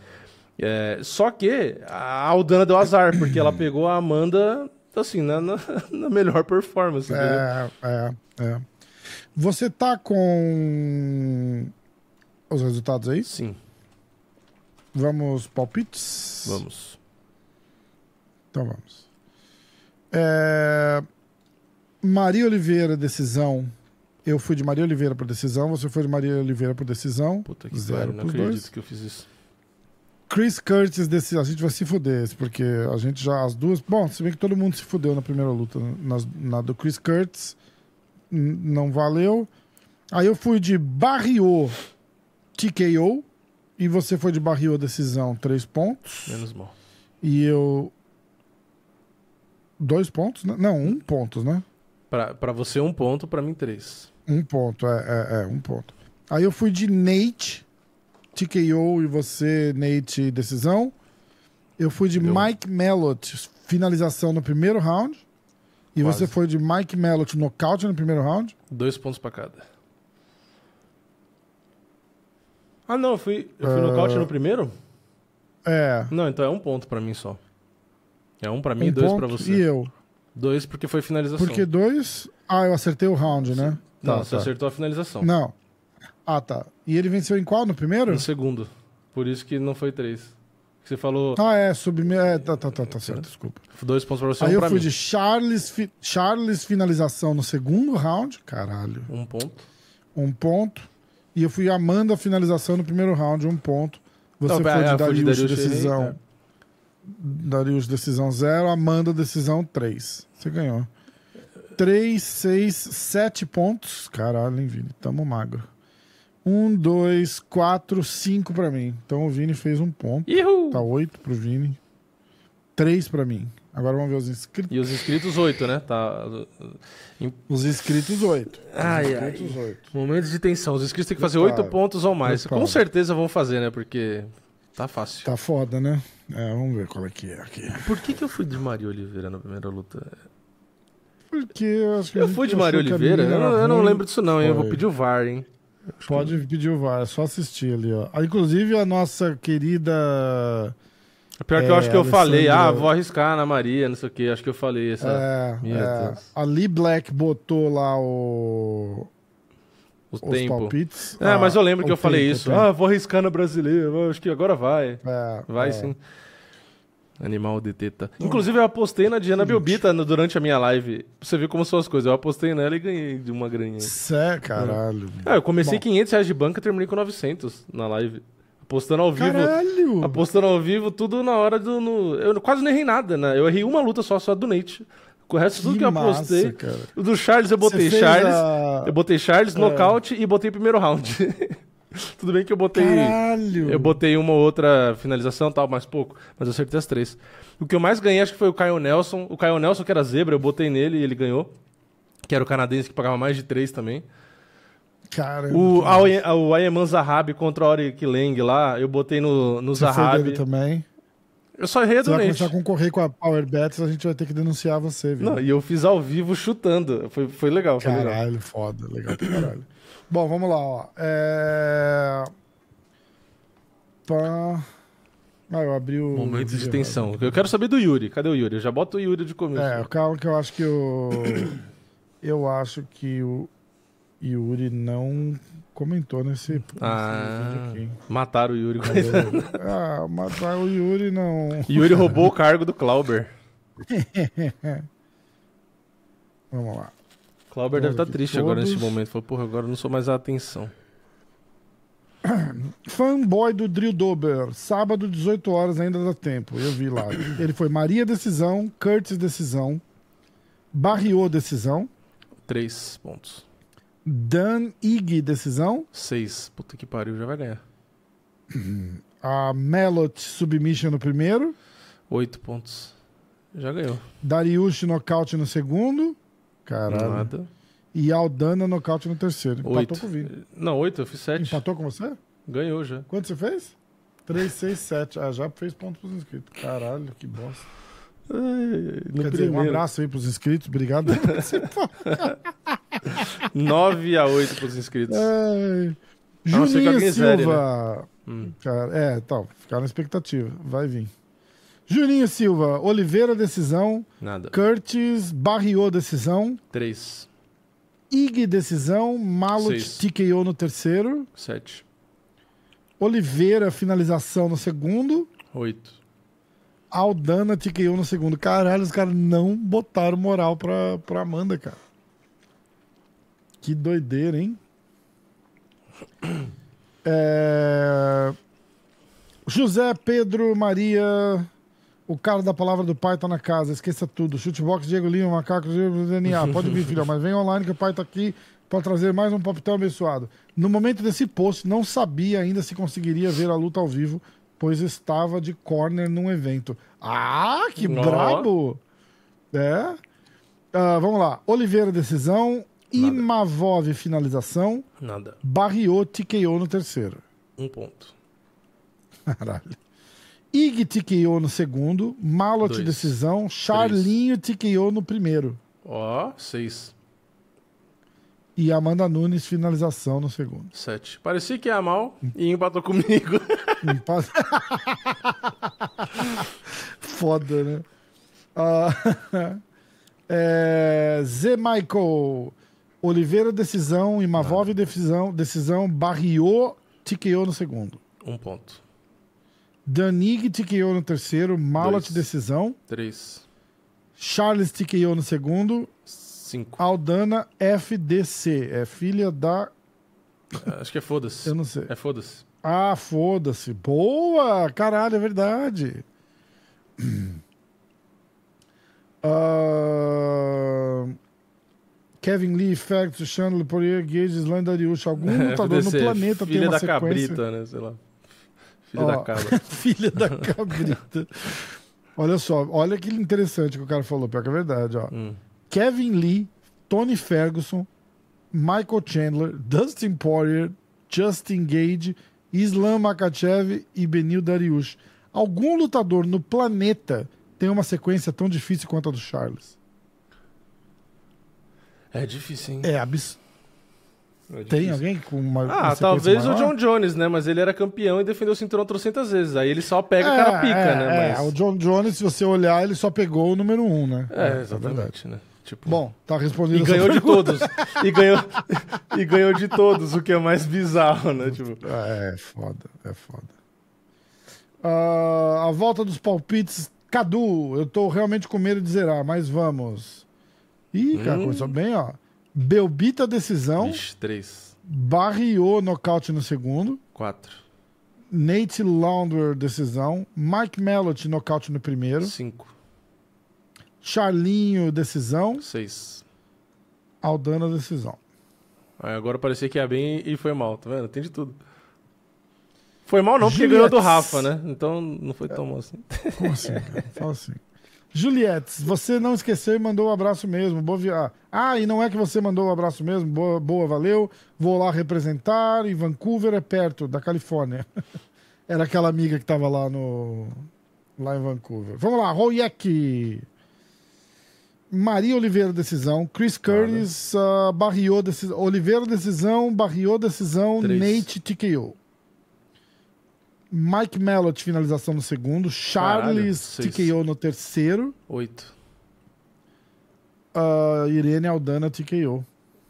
Só que a Aldana deu azar, porque ela pegou a Amanda, assim, na melhor performance. Entendeu? Você tá com os resultados aí? Sim. Vamos palpites? Vamos. Então vamos. Maria Oliveira, decisão. Eu fui de Maria Oliveira por decisão, você foi de Maria Oliveira por decisão. Puta que pariu, não acredito que eu fiz isso. Chris Curtis, a gente vai se fuder, porque a gente já, as duas... Bom, se bem que todo mundo se fudeu na primeira luta. Na do Chris Curtis, não valeu. Aí eu fui de Barriô TKO. E você foi de Barriô decisão, 3 pontos. Menos mal. E eu... 2 pontos, né? Não, 1 ponto, né? Pra você 1 ponto, pra mim 3. 1 ponto, 1 ponto. Aí eu fui de Nate, TKO, e você, Nate, decisão. Eu fui de Mike Mellott, finalização no primeiro round. E você foi de Mike Mellott, nocaute no primeiro round. 2 pontos pra cada. Não, eu fui nocaute no primeiro? Não, então é 1 ponto pra mim só. É 1 pra mim e 2 pra você. E eu? 2 porque foi finalização. Porque 2... eu acertei o round, né? Não, você acertou a finalização. Não. Tá. E ele venceu em qual? No primeiro? No segundo. Por isso que não foi 3. Você falou... Tá certo, desculpa. 2 pontos pra você, Aí 1 pra mim. Aí eu fui de Charles finalização no segundo round. Caralho. 1 ponto. 1 ponto. E eu fui Amanda finalização no primeiro round, 1 ponto. Você foi de Dariush decisão. Dariush decisão 0, Amanda decisão 3. Você ganhou. 3, 6, 7 pontos. Caralho, hein, Vini? Tamo magro. 1, 2, 4, 5 pra mim. Então o Vini fez 1 ponto. Uhul. Tá 8 pro Vini. 3 pra mim. Agora vamos ver os inscritos. E os inscritos 8, né? Os inscritos 8. Ai. Momentos de tensão. Os inscritos têm que fazer 8 pontos ou mais. Com certeza vão fazer, né? Porque tá fácil. Tá foda, né? Vamos ver qual é que é aqui. Por que eu fui de Maria Oliveira na primeira luta? Porque eu acho que Eu fui de Mário Oliveira? Eu não lembro disso não, hein? Eu vou pedir o VAR, hein? Pode pedir o VAR, é só assistir ali, ó. Inclusive a nossa querida... Pior que eu acho que eu falei, vou arriscar na Maria, não sei o que, acho que eu falei essa... A Lee Black botou lá os palpites. Mas eu lembro que eu falei isso. Vou arriscar na brasileira, acho que agora vai. Vai sim. Animal de teta. Inclusive eu apostei na Diana Belbita durante a minha live. Pra você ver como são as coisas. Eu apostei nela e ganhei de uma graninha. Caralho. Eu comecei R$500 de banca e terminei com 900 na live. Apostando ao vivo. Caralho! Apostando ao vivo, tudo na hora do... Eu quase não errei nada, né? Eu errei uma luta só do Nate. O resto tudo que eu apostei. Cara. O do Charles eu botei Charles. Eu botei Charles, nocaute e botei primeiro round. Tudo bem que eu botei... Caralho! Eu botei uma ou outra finalização e tal, mais pouco. Mas eu acertei as 3. O que eu mais ganhei acho que foi o Kyle Nelson. O Kyle Nelson, que era zebra, eu botei nele e ele ganhou. Que era o canadense que pagava mais de 3 também. Caramba. O Ayman Zahabi contra o Ori Kileng lá, eu botei no Zahabi. Também. Eu só errei a do Nate. Se vai começar a concorrer com a Power Bets, a gente vai ter que denunciar você, viu? Não, e eu fiz ao vivo chutando. Foi legal. Caralho, legal. Foda. Legal pra caralho. Bom, vamos lá, ó. Eu abri o... Momentos de tensão. Eu quero saber do Yuri. Cadê o Yuri? Eu já boto o Yuri de começo. Calma que eu acho que eu acho que o Yuri não comentou nesse vídeo aqui. Mataram o Yuri. Mataram o Yuri, não. Yuri roubou o cargo do Klauber. Vamos lá. Klauber deve estar triste agora nesse momento. Falou, porra, agora eu não sou mais a atenção. Fanboy do Drill Dober. Sábado, 18 horas, ainda dá tempo. Eu vi lá. Ele foi Maria decisão, Curtis decisão, Barriot decisão. 3 pontos. Dan Ig decisão. 6. Puta que pariu, já vai ganhar. A Melot submission no primeiro. 8 pontos. Já ganhou. Dariush nocaute no segundo. Caralho. Nada. E Aldana nocaute no terceiro. Empatou com o Vini. Não, 8, eu fiz 7. Empatou com você? Ganhou já. Quanto você fez? 3, 6, 7. Já fez ponto pros inscritos. Caralho, que bosta. Quer dizer, um abraço aí pros inscritos. Obrigado por participar. 9-8 pros inscritos. Juninho Silva. Né? Cara, ficar na expectativa. Vai vir. Juninho Silva, Oliveira, decisão. Nada. Curtis, Barriot, decisão. 3. Ig, decisão. Malot, TKO no terceiro. 7. Oliveira, finalização no segundo. 8. Aldana, TKO no segundo. Caralho, os caras não botaram moral pra Amanda, cara. Que doideira, hein? José Pedro Maria... O cara da palavra do pai tá na casa, esqueça tudo. Chutebox, Diego Lima, Macaco, DNA. Pode vir, filhão, mas vem online que o pai tá aqui para trazer mais um palpitão abençoado. No momento desse post, não sabia ainda se conseguiria ver a luta ao vivo, pois estava de corner num evento. Que brabo! Vamos lá. Oliveira, decisão. Imavov, finalização. Nada. Barriot, TKO no terceiro. 1 ponto. Caralho. Ig TKO no segundo, Malot 2, decisão, Charlinho 3. TKO no primeiro. 6. E Amanda Nunes finalização no segundo. 7. Parecia que ia mal e empatou comigo. Foda, né? Z. Michael, Oliveira decisão, Imavov decisão, Barriot TKO no segundo. 1 ponto. Danig TKO no terceiro, Malot decisão. 3. Charles TKO no segundo. 5. Aldana FDC. É filha da... Acho que é foda-se. Eu não sei. É foda-se. Foda-se. Boa! Caralho, é verdade. Kevin Lee, Ferguson, Chandler, Poirier, Gage, Island, Dariush. Algum lutador no planeta tem uma sequência... Filha da cabrita, né? Sei lá. Filha da cabra. Filha da cabrita. Olha só, olha que interessante que o cara falou, pior que é verdade, ó. Kevin Lee, Tony Ferguson, Michael Chandler, Dustin Poirier, Justin Gage, Islam Makhachev e Benil Dariush. Algum lutador no planeta tem uma sequência tão difícil quanto a do Charles? É difícil, hein? É absurdo. Tem alguém com uma talvez maior? o John Jones, né? Mas ele era campeão e defendeu o cinturão 300 vezes. Aí ele só pega o cara pica, né? Mas... o John Jones, se você olhar, ele só pegou o número 1, né? Exatamente, né? Tipo... Bom, tá respondido. E ganhou de todos. e ganhou de todos, o que é mais bizarro, né? Tipo... É foda. A volta dos palpites. Cadu, eu tô realmente com medo de zerar, mas vamos. Ih, cara, começou bem, ó. Belbita decisão. 3. Barriô nocaute no segundo. 4. Nate Landwehr decisão. Mike Mellott nocaute no primeiro. 5. Charlinho decisão. 6. Aldana decisão. Agora parecia que ia bem e foi mal, tá vendo? Tem de tudo. Foi mal não, porque ganhou do Rafa, né? Então não foi tão mal assim. Como assim, cara? Fala assim. Juliette, você não esqueceu e mandou um abraço mesmo. Boa viagem. E não é que você mandou um abraço mesmo? Boa, valeu. Vou lá representar. E Vancouver é perto, da Califórnia. Era aquela amiga que tava lá em Vancouver. Vamos lá, Royek. Maria Oliveira, decisão. Chris Curtis, Barriô, decisão. Oliveira, decisão. Barriô, decisão. 3. Nate, TKO. Mike Mellott, finalização no segundo. Charles, TKO no terceiro. 8. Irene Aldana, TKO.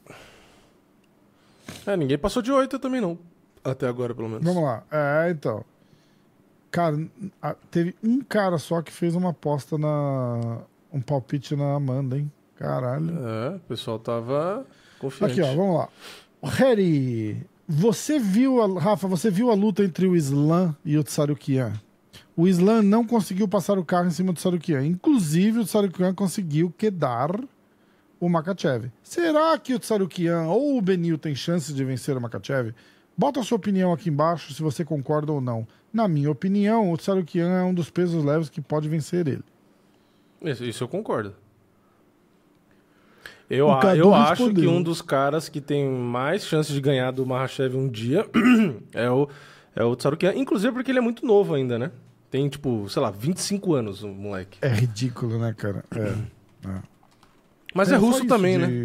Ninguém passou de 8 também não. Até agora, pelo menos. Vamos lá. Então. Cara, teve um cara só que fez uma aposta um palpite na Amanda, hein? Caralho. O pessoal tava confiante. Aqui, ó, vamos lá. Harry, Rafa, você viu a luta entre o Islam e o Tsarukian? O Islam não conseguiu passar o carro em cima do Tsarukian. Inclusive, o Tsarukian conseguiu quedar o Makhachev. Será que o Tsarukian ou o Beneil tem chances de vencer o Makhachev? Bota a sua opinião aqui embaixo se você concorda ou não. Na minha opinião, o Tsarukian é um dos pesos leves que pode vencer ele. Isso eu concordo. Eu acho que um dos caras que tem mais chances de ganhar do Makhachev um dia é o Tsarukian. Inclusive porque ele é muito novo ainda, né? Tem, tipo, sei lá, 25 anos o moleque. É ridículo, né, cara? Mas é russo também, né?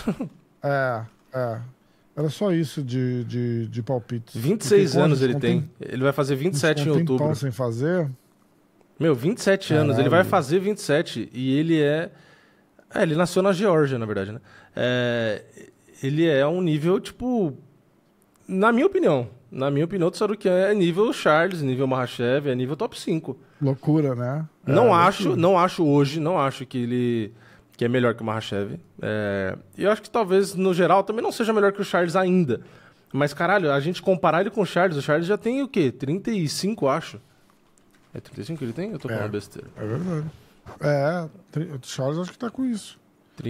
Era só isso de palpites. 26 anos ele tem. Ele vai fazer 27 em outubro. Então, sem fazer... 27 anos. Ele vai fazer 27 e ele é... ele nasceu na Geórgia, na verdade, né? Ele é um nível, tipo... Na minha opinião, o Tsarukian é nível Charles, nível Makhachev, é nível top 5. Loucura, né? Não acho hoje, que ele... que é melhor que o Makhachev. E eu acho que talvez, no geral, também não seja melhor que o Charles ainda. Mas, caralho, a gente comparar ele com o Charles já tem o quê? 35, acho. É 35 que ele tem? Eu tô falando besteira. É verdade. O Charles acho que tá com isso.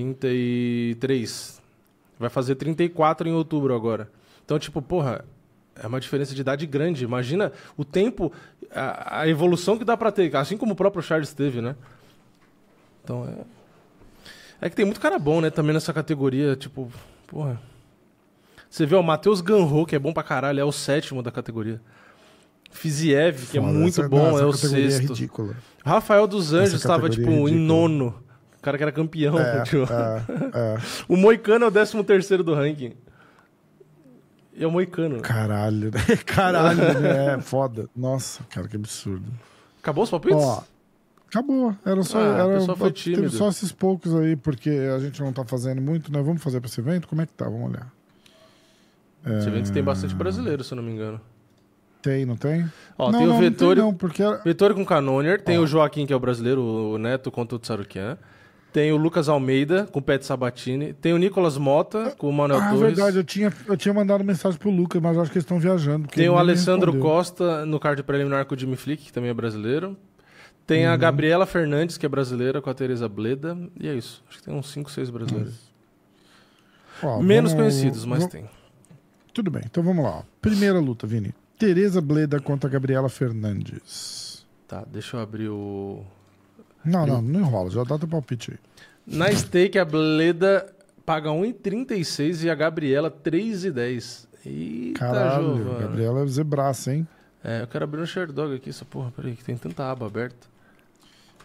33. Vai fazer 34 em outubro agora. Então, tipo, porra, é uma diferença de idade grande. Imagina o tempo, a evolução que dá pra ter, assim como o próprio Charles teve, né? Então, é que tem muito cara bom, né, também nessa categoria, tipo, porra. Você vê o Matheus Ganro, que é bom pra caralho, é o 7º da categoria. Fiziev, que é muito bom, é o 6º. É ridícula. Rafael dos Anjos estava, tipo, em 9º. O cara que era campeão. Tipo. O Moicano é o 13º do ranking. E é o Moicano. Caralho, né? É foda. Nossa, cara, que absurdo. Acabou os palpites? Acabou. Era só, o pessoal foi tímido. Teve só esses poucos aí, porque a gente não tá fazendo muito, né? Vamos fazer pra esse evento? Como é que tá? Vamos olhar. Esse evento tem bastante brasileiro, se eu não me engano. Tem, não tem? Tem o Vettori, porque... Vettori com Cannonier, tem o Joaquim, que é o brasileiro, o Neto contra o Tsarukian. Tem o Lucas Almeida com o Pet Sabatini. Tem o Nicolas Mota com o Manuel Torres. Verdade, eu tinha mandado mensagem pro Lucas, mas acho que eles estão viajando. Tem o Alessandro Costa no card preliminar com o Jimmy Flick, que também é brasileiro. Tem a Gabriela Fernandes, que é brasileira, com a Tereza Bleda. E é isso. Acho que tem uns 5, 6 brasileiros. Menos conhecidos, mas tem. Tudo bem, então vamos lá. Primeira luta, Vini. Tereza Bleda contra Gabriela Fernandes. Tá, deixa eu abrir o... Não enrola, já dá teu palpite aí. Na stake, a Bleda paga 1,36 e a Gabriela 3,10. Eita, caralho, Giovana. Gabriela é zebraça, hein? Eu quero abrir um Sherdog aqui, essa porra, peraí, que tem tanta aba aberta.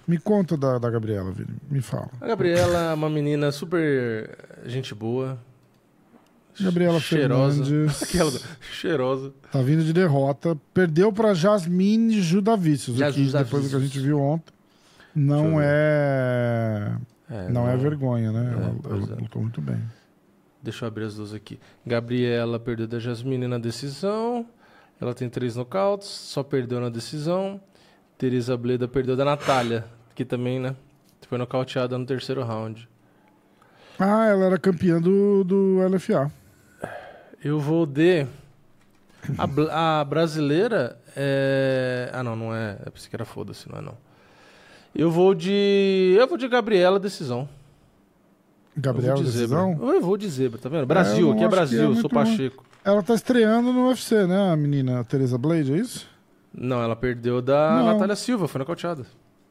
Me conta da Gabriela, Vini. Me fala. A Gabriela é uma menina super gente boa. Gabriela cheirosa. Fernandes. Aquela cheirosa. Tá vindo de derrota. Perdeu pra Jasmine Judavicius. Aqui, depois do que a gente viu ontem. Não é... não é vergonha, né? Ela lutou muito bem. Deixa eu abrir as duas aqui. Gabriela perdeu da Jasmine na decisão. Ela tem 3 nocautes. Só perdeu na decisão. Teresa Bleda perdeu da Natália. Que também, né? Foi nocauteada no 3º round. Ah, ela era campeã do LFA. Eu vou de... A brasileira é... Ah, não é. Eu pensei que era foda-se, não é não. Eu vou de Gabriela, decisão. Gabriela, decisão? Eu vou de zebra, tá vendo? Brasil, aqui é Brasil, eu sou Pacheco. Ela tá estreando no UFC, né, a menina Teresa Blade, é isso? Não, ela perdeu da Natália Silva, foi nocauteada.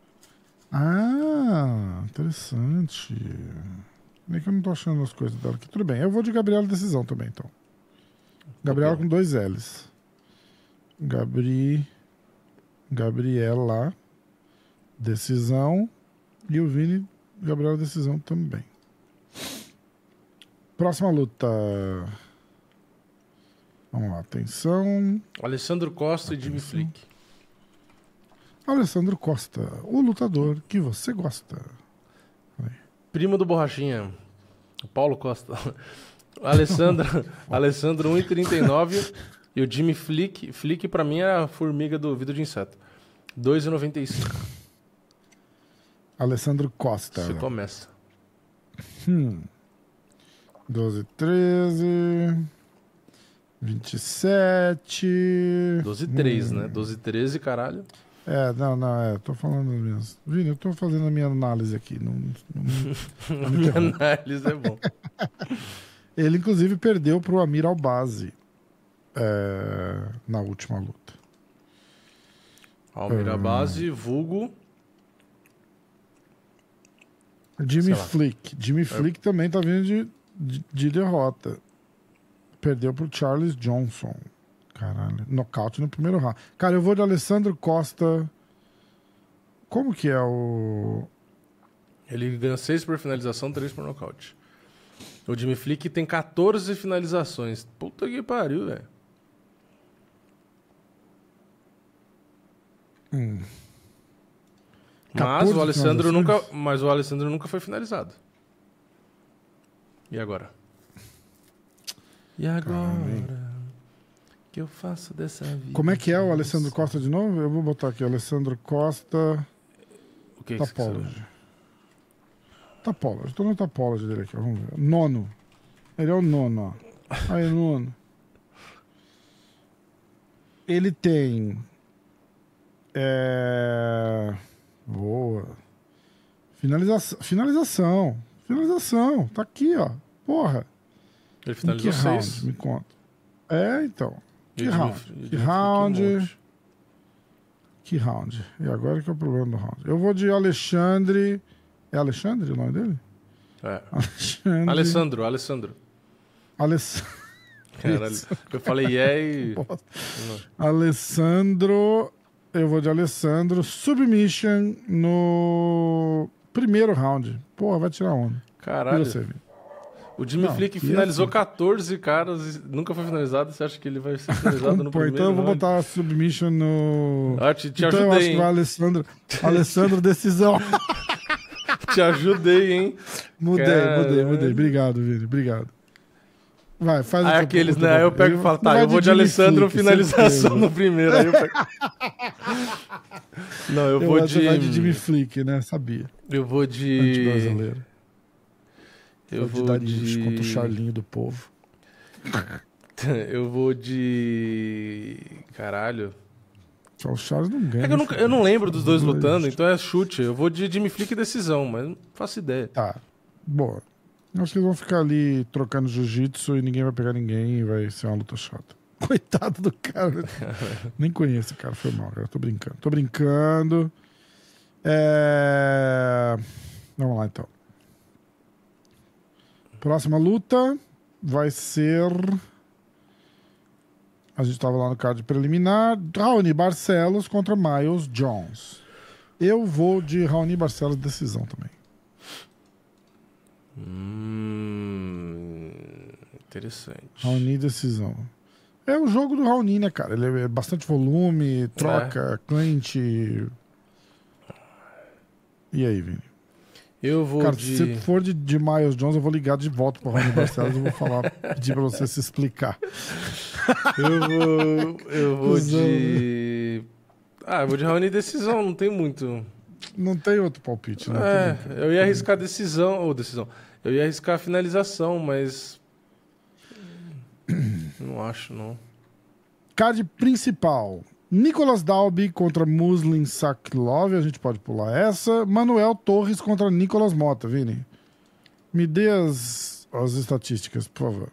Ah, interessante. Nem que eu não tô achando as coisas dela aqui. Tudo bem, eu vou de Gabriela, decisão também, então. Gabriela com 2 L's. Gabriela, decisão. E o Vini, Gabriela, decisão também. Próxima luta. Vamos lá, atenção. Alessandro Costa e Jimmy Flick. Alessandro Costa, o lutador que você gosta. Primo do Borrachinha, o Paulo Costa. Alessandro 1,39 e o Jimmy Flick. Flick pra mim era a formiga do Vida de Inseto. 2,95. Alessandro Costa. Você começa. 12, 13, 27. 12, 13, né? 12, 13, caralho. Tô falando mesmo. Vini, eu tô fazendo a minha análise aqui. A minha análise é bom. Ele, inclusive, perdeu pro Amir Albazi na última luta. Amir Albazi, vulgo... Jimmy Flick. Jimmy Flick também tá vindo de derrota. Perdeu pro Charles Johnson. Caralho. Nocaute no primeiro round. Cara, eu vou de Alessandro Costa. Como que é o... Ele ganha 6 por finalização, 3 por nocaute. O Jimmy Flick tem 14 finalizações. Puta que pariu, velho. Mas o Alessandro nunca foi finalizado. E agora? E agora? Que eu faço dessa vida? Como é que é o Alessandro Costa de novo? Eu vou botar aqui, Alessandro Costa. O que Tapology. Tapology. Tô no Tapology dele aqui, vamos ver. Nono. Ele é o nono, ó. Aí, nono. Ele tem... Boa. Finalização. Tá aqui, ó. Porra. Ele finalizou 6. Me conta. Então. Que round? E agora que é o problema do round? Eu vou de Alexandre. É Alexandre o nome dele? Alessandro. Caralho. Eu falei e... Alessandro. Eu vou de Alessandro. Submission no primeiro round. Porra, vai tirar onda. Caralho. E você, Vini? O Jimmy Flick finalizou 14 caras e nunca foi finalizado. Você acha que ele vai ser finalizado no primeiro então eu vou round? botar a submission no... Te então ajudei, eu acho hein? que vai Alessandro decisão. Te ajudei, hein? Mudei. Obrigado, Vini. Obrigado. Vai, faz aqueles, né? Eu pego e falo, eu vou de Alessandro finalização no primeiro. Aí eu pego... Não, eu vou de... Você vai de Jimmy Flick, né? Sabia. Eu vou de... Anti-brasileiro. Eu vou de... Contra o Charlinho do povo. Eu vou de... Caralho. Só o Charles não ganha. É que eu não lembro dos dois lutando, então é chute. Eu vou de Jimmy Flick e decisão, mas não faço ideia. Tá. Boa. Acho que eles vão ficar ali trocando jiu-jitsu e ninguém vai pegar ninguém e vai ser uma luta chata. Coitado do cara. Nem conheço o cara, foi mal, cara. Tô brincando. Vamos lá, então. Próxima luta vai ser... A gente tava lá no card preliminar. Raoni Barcelos contra Miles Jones. Eu vou de Raoni Barcelos, decisão também. Interessante. Raoni, decisão. É o jogo do Raoni, né, cara? Ele é bastante volume, troca, cliente. E aí, Vini? Eu vou cara, se for de Miles Jones, eu vou ligar de volta pro Raoni Barcelos e vou pedir pra você se explicar. Eu vou de... eu vou de Raoni decisão, não tem muito... Não tem outro palpite, né? Eu ia arriscar decisão. Eu ia arriscar a finalização, mas... Não acho, não. Card principal. Nicolas Dalby contra Muslim Saklov. A gente pode pular essa. Manuel Torres contra Nicolas Mota, Vini. Me dê as estatísticas, por favor.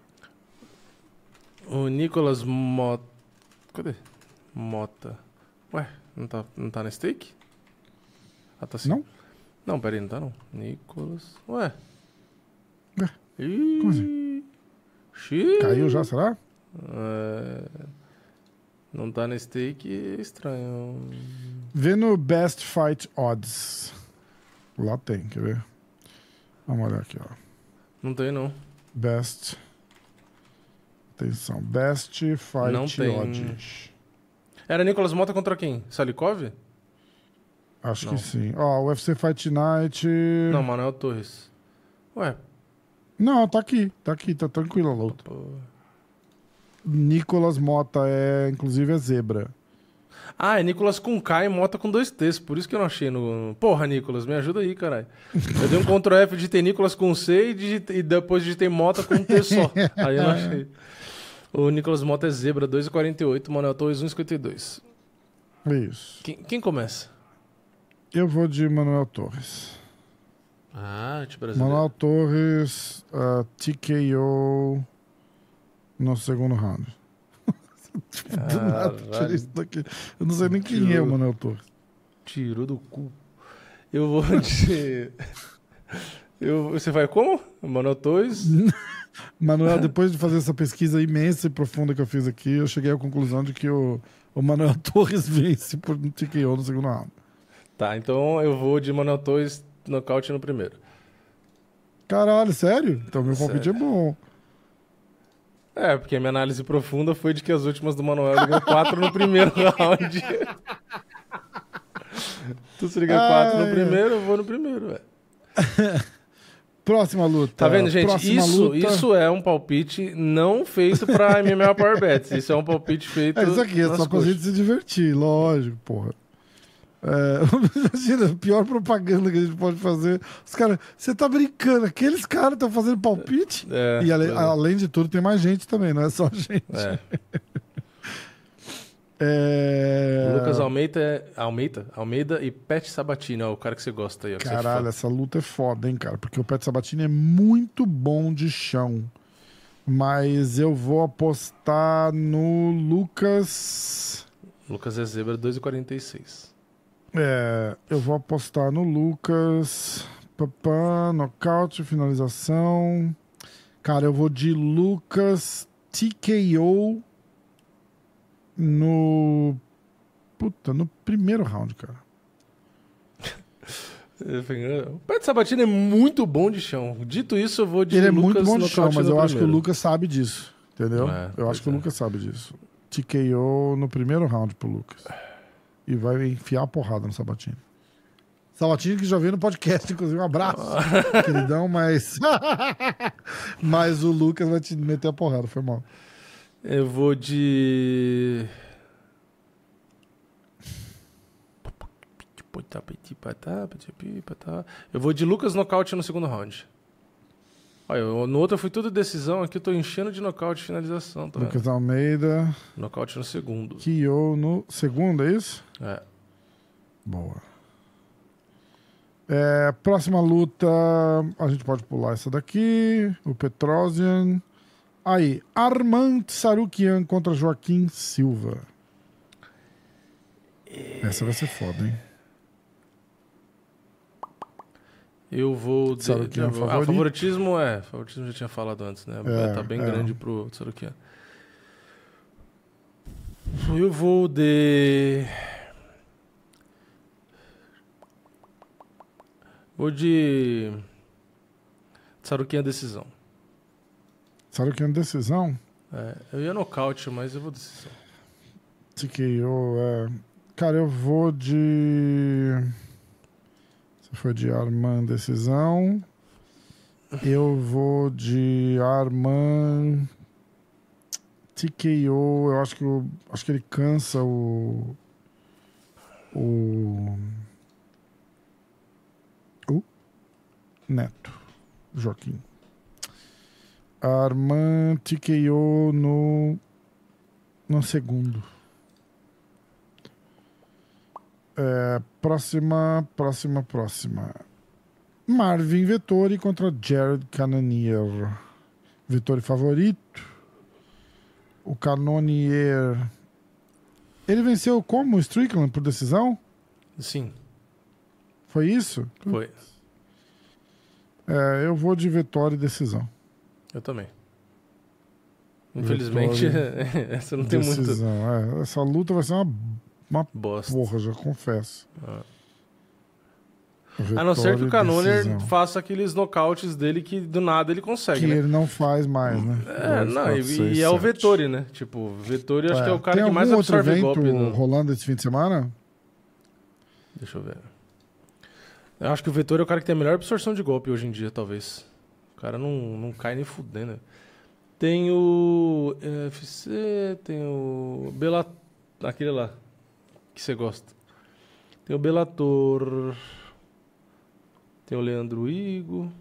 O Nicolas Mota... Cadê? Mota. Ué, não tá na stake? Ah, tá sim. Não? Não, peraí, não tá não. Nicolas... Ué. Como assim? Caiu já, será? Não tá na stake, é estranho. Vê no Best Fight Odds. Lá tem, quer ver? Vamos olhar aqui, ó. Não tem, não. Best... Atenção. Best Fight Não tem. Odds. Era Nicolas Mota contra quem? Salikov? Acho Não. que sim. Ó, UFC Fight Night... Não, Manuel Torres. Ué. Não, tá aqui, tá tranquilo a luta. Nicolas Mota inclusive é zebra. É Nicolas com K e Mota com 2 T's, por isso que eu não achei no... Porra, Nicolas, me ajuda aí, caralho. Eu dei um Ctrl F, digitei Nicolas com C e depois digitei Mota com um T só. Aí eu não achei. O Nicolas Mota é zebra, 2,48, Manuel Torres 1,52. Isso. Quem começa? Eu vou de Manuel Torres. Brasileiro. Manuel Torres, TKO no segundo round. Do nada, tirei isso daqui. Eu não sei nem quem é o Manuel Torres. Tirou do cu. Eu vou de... Você vai como? Manuel Torres? Manuel, depois de fazer essa pesquisa imensa e profunda que eu fiz aqui, eu cheguei à conclusão de que o Manuel Torres vence por TKO no segundo round. Tá, então eu vou de Manuel Torres nocaute no primeiro. Caralho, sério? Então meu palpite é bom. Porque a minha análise profunda foi de que as últimas do Manuel ele ganhou 4 no primeiro round. Tu se liga 4 no primeiro, eu vou no primeiro, velho. Próxima luta. Tá vendo, gente? Isso é um palpite não feito pra MMA Power Bets. Isso é um palpite feito... Isso aqui é só pra gente se divertir, lógico, porra. Imagina, a pior propaganda que a gente pode fazer. Os caras, você tá brincando, aqueles caras estão fazendo palpite? E além de tudo, tem mais gente também, não é só a gente. Lucas Almeida e Pat Sabatini, ó, o cara que você gosta aí. Ó, caralho, essa luta é foda, hein, cara? Porque o Pat Sabatini é muito bom de chão. Mas eu vou apostar no Lucas. Lucas é zebra 2,46. Eu vou apostar no Lucas. Nocaute, finalização. Cara, eu vou de Lucas TKO no primeiro round, cara. O Pat Sabatini é muito bom de chão. Dito isso, eu vou de Ele é Lucas muito bom de chão, mas eu acho que o primeiro. Lucas sabe disso. Entendeu? Eu acho que o Lucas sabe disso. TKO no primeiro round pro Lucas. E vai enfiar a porrada no Sabatini. Sabatini que já veio no podcast, inclusive. Um abraço, queridão, mas... mas o Lucas vai te meter a porrada, foi mal. Eu vou de... Eu vou de Lucas nocaute no segundo round. Olha, no outro eu fui tudo decisão, aqui eu tô enchendo de nocaute e finalização. Tá Lucas Almeida. Nocaute no segundo. KO no segundo, é isso? Boa. Próxima luta, a gente pode pular essa daqui. O Petrosian. Aí, Armand Sarukian contra Joaquim Silva. Essa vai ser foda, hein? Eu vou... Sarukian favoritismo Favoritismo já tinha falado antes, né? Tá bem grande pro Sarukian. Eu vou de... Vou de Tsarukyan decisão. Tsarukyan decisão? Eu ia nocaute, mas eu vou decisão. TKO, Cara, eu vou de... Você foi de Arman decisão. Eu vou de Arman TKO. Eu acho que ele cansa o Neto Joaquim. Arman TKO no segundo. Próxima. Marvin Vettori contra Jared Cannonier. Vettori favorito. O Cannonier... Ele venceu como? O Strickland por decisão? Sim. Foi isso? Foi. Eu vou de Vettori decisão. Eu também. Infelizmente, essa não tem muito... Essa luta vai ser uma bosta. Porra, já confesso. A não ser que o Cannonier faça aqueles nocautes dele que do nada ele consegue, que ele não faz mais, né? E é o Vettori, né? Tipo, o Vettori acho que é o cara que mais absorve golpe. Tem algum outro evento rolando esse fim de semana? Deixa eu ver. Eu acho que o Vettori é o cara que tem a melhor absorção de golpe hoje em dia, talvez. O cara não cai nem fudendo. Tem o UFC, tem o Bellator, aquele lá que você gosta. Tem o Bellator... Tem o Leandro Higo.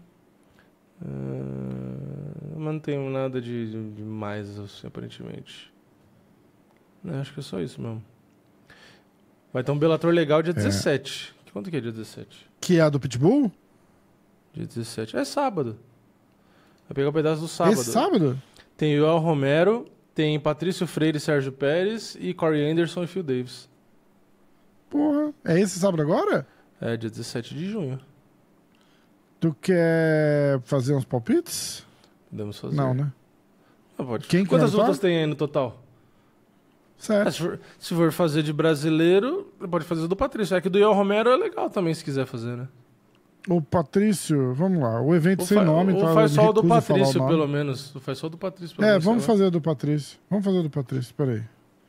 Mas não tem nada de mais, assim, aparentemente. Acho que é só isso mesmo. Vai ter um Bellator legal dia 17. Quanto que é dia 17? Que é a do Pitbull? Dia 17. É sábado. Vai pegar um pedaço do sábado. Esse sábado? Tem Yoel Romero, tem Patrício Freire e Sérgio Pérez e Corey Anderson e Phil Davis. Porra. É esse sábado agora? É, dia 17 de junho. Tu quer fazer uns palpites? Podemos fazer. Não, né? Não, pode. Quantas lutas tem aí no total? 7. Se for fazer de brasileiro, pode fazer do Patrício. É que do Yoel Romero é legal também, se quiser fazer, né? O Patrício, vamos lá. O evento sem nome, então. Ou faz só o do Patrício, pelo menos. Faz só o do Patrício, pelo menos. Vamos fazer o do Patrício. Peraí.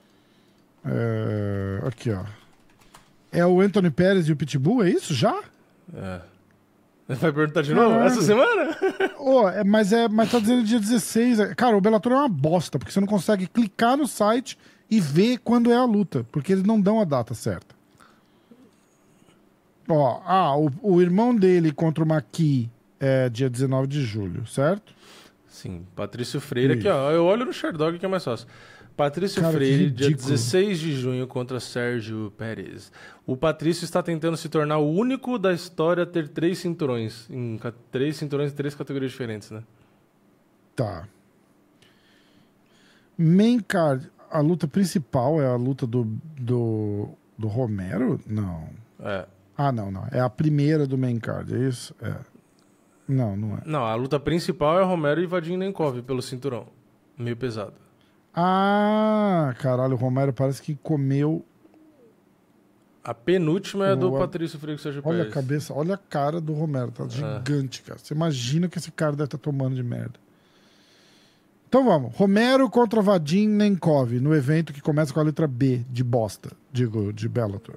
Aqui, ó. É o Anthony Pérez e o Pitbull, é isso já? Vai perguntar de novo? Essa semana? Mas tá dizendo dia 16. Cara, o Bellator é uma bosta, porque você não consegue clicar no site e ver quando é a luta, porque eles não dão a data certa. O irmão dele contra o Maqui é dia 19 de julho, certo? Sim, Patrício Freire. Aqui, ó, eu olho no Sherdog que é mais fácil. Patrício Freire, dia 16 de junho, contra Sérgio Pérez. O Patrício está tentando se tornar o único da história a ter 3 cinturões. 3 cinturões em 3 categorias diferentes, né? Tá. Main card, a luta principal é a luta do Romero? Não. Não. É a primeira do main card, é isso? Não é. Não, a luta principal é Romero e Vadim Nenkov pelo cinturão. Meio pesado. Caralho, o Romero parece que comeu... A penúltima é a do Patrício Freire e Sérgio Pérez. Olha a cabeça, olha a cara do Romero, tá gigante, cara. Você imagina que esse cara deve estar tomando de merda. Então vamos, Romero contra Vadim Nenkov, no evento que começa com a letra B, de bosta, digo, de Bellator.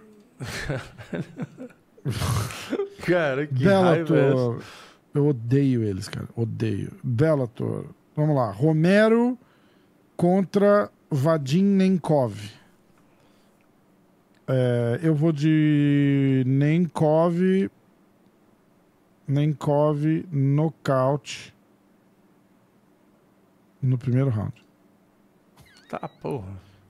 Cara, que Bellator, raiva é eu odeio eles, cara, odeio. Bellator, vamos lá, Romero contra Vadim Nenkov. Eu vou de Nenkov nocaute no primeiro round. Tá, porra.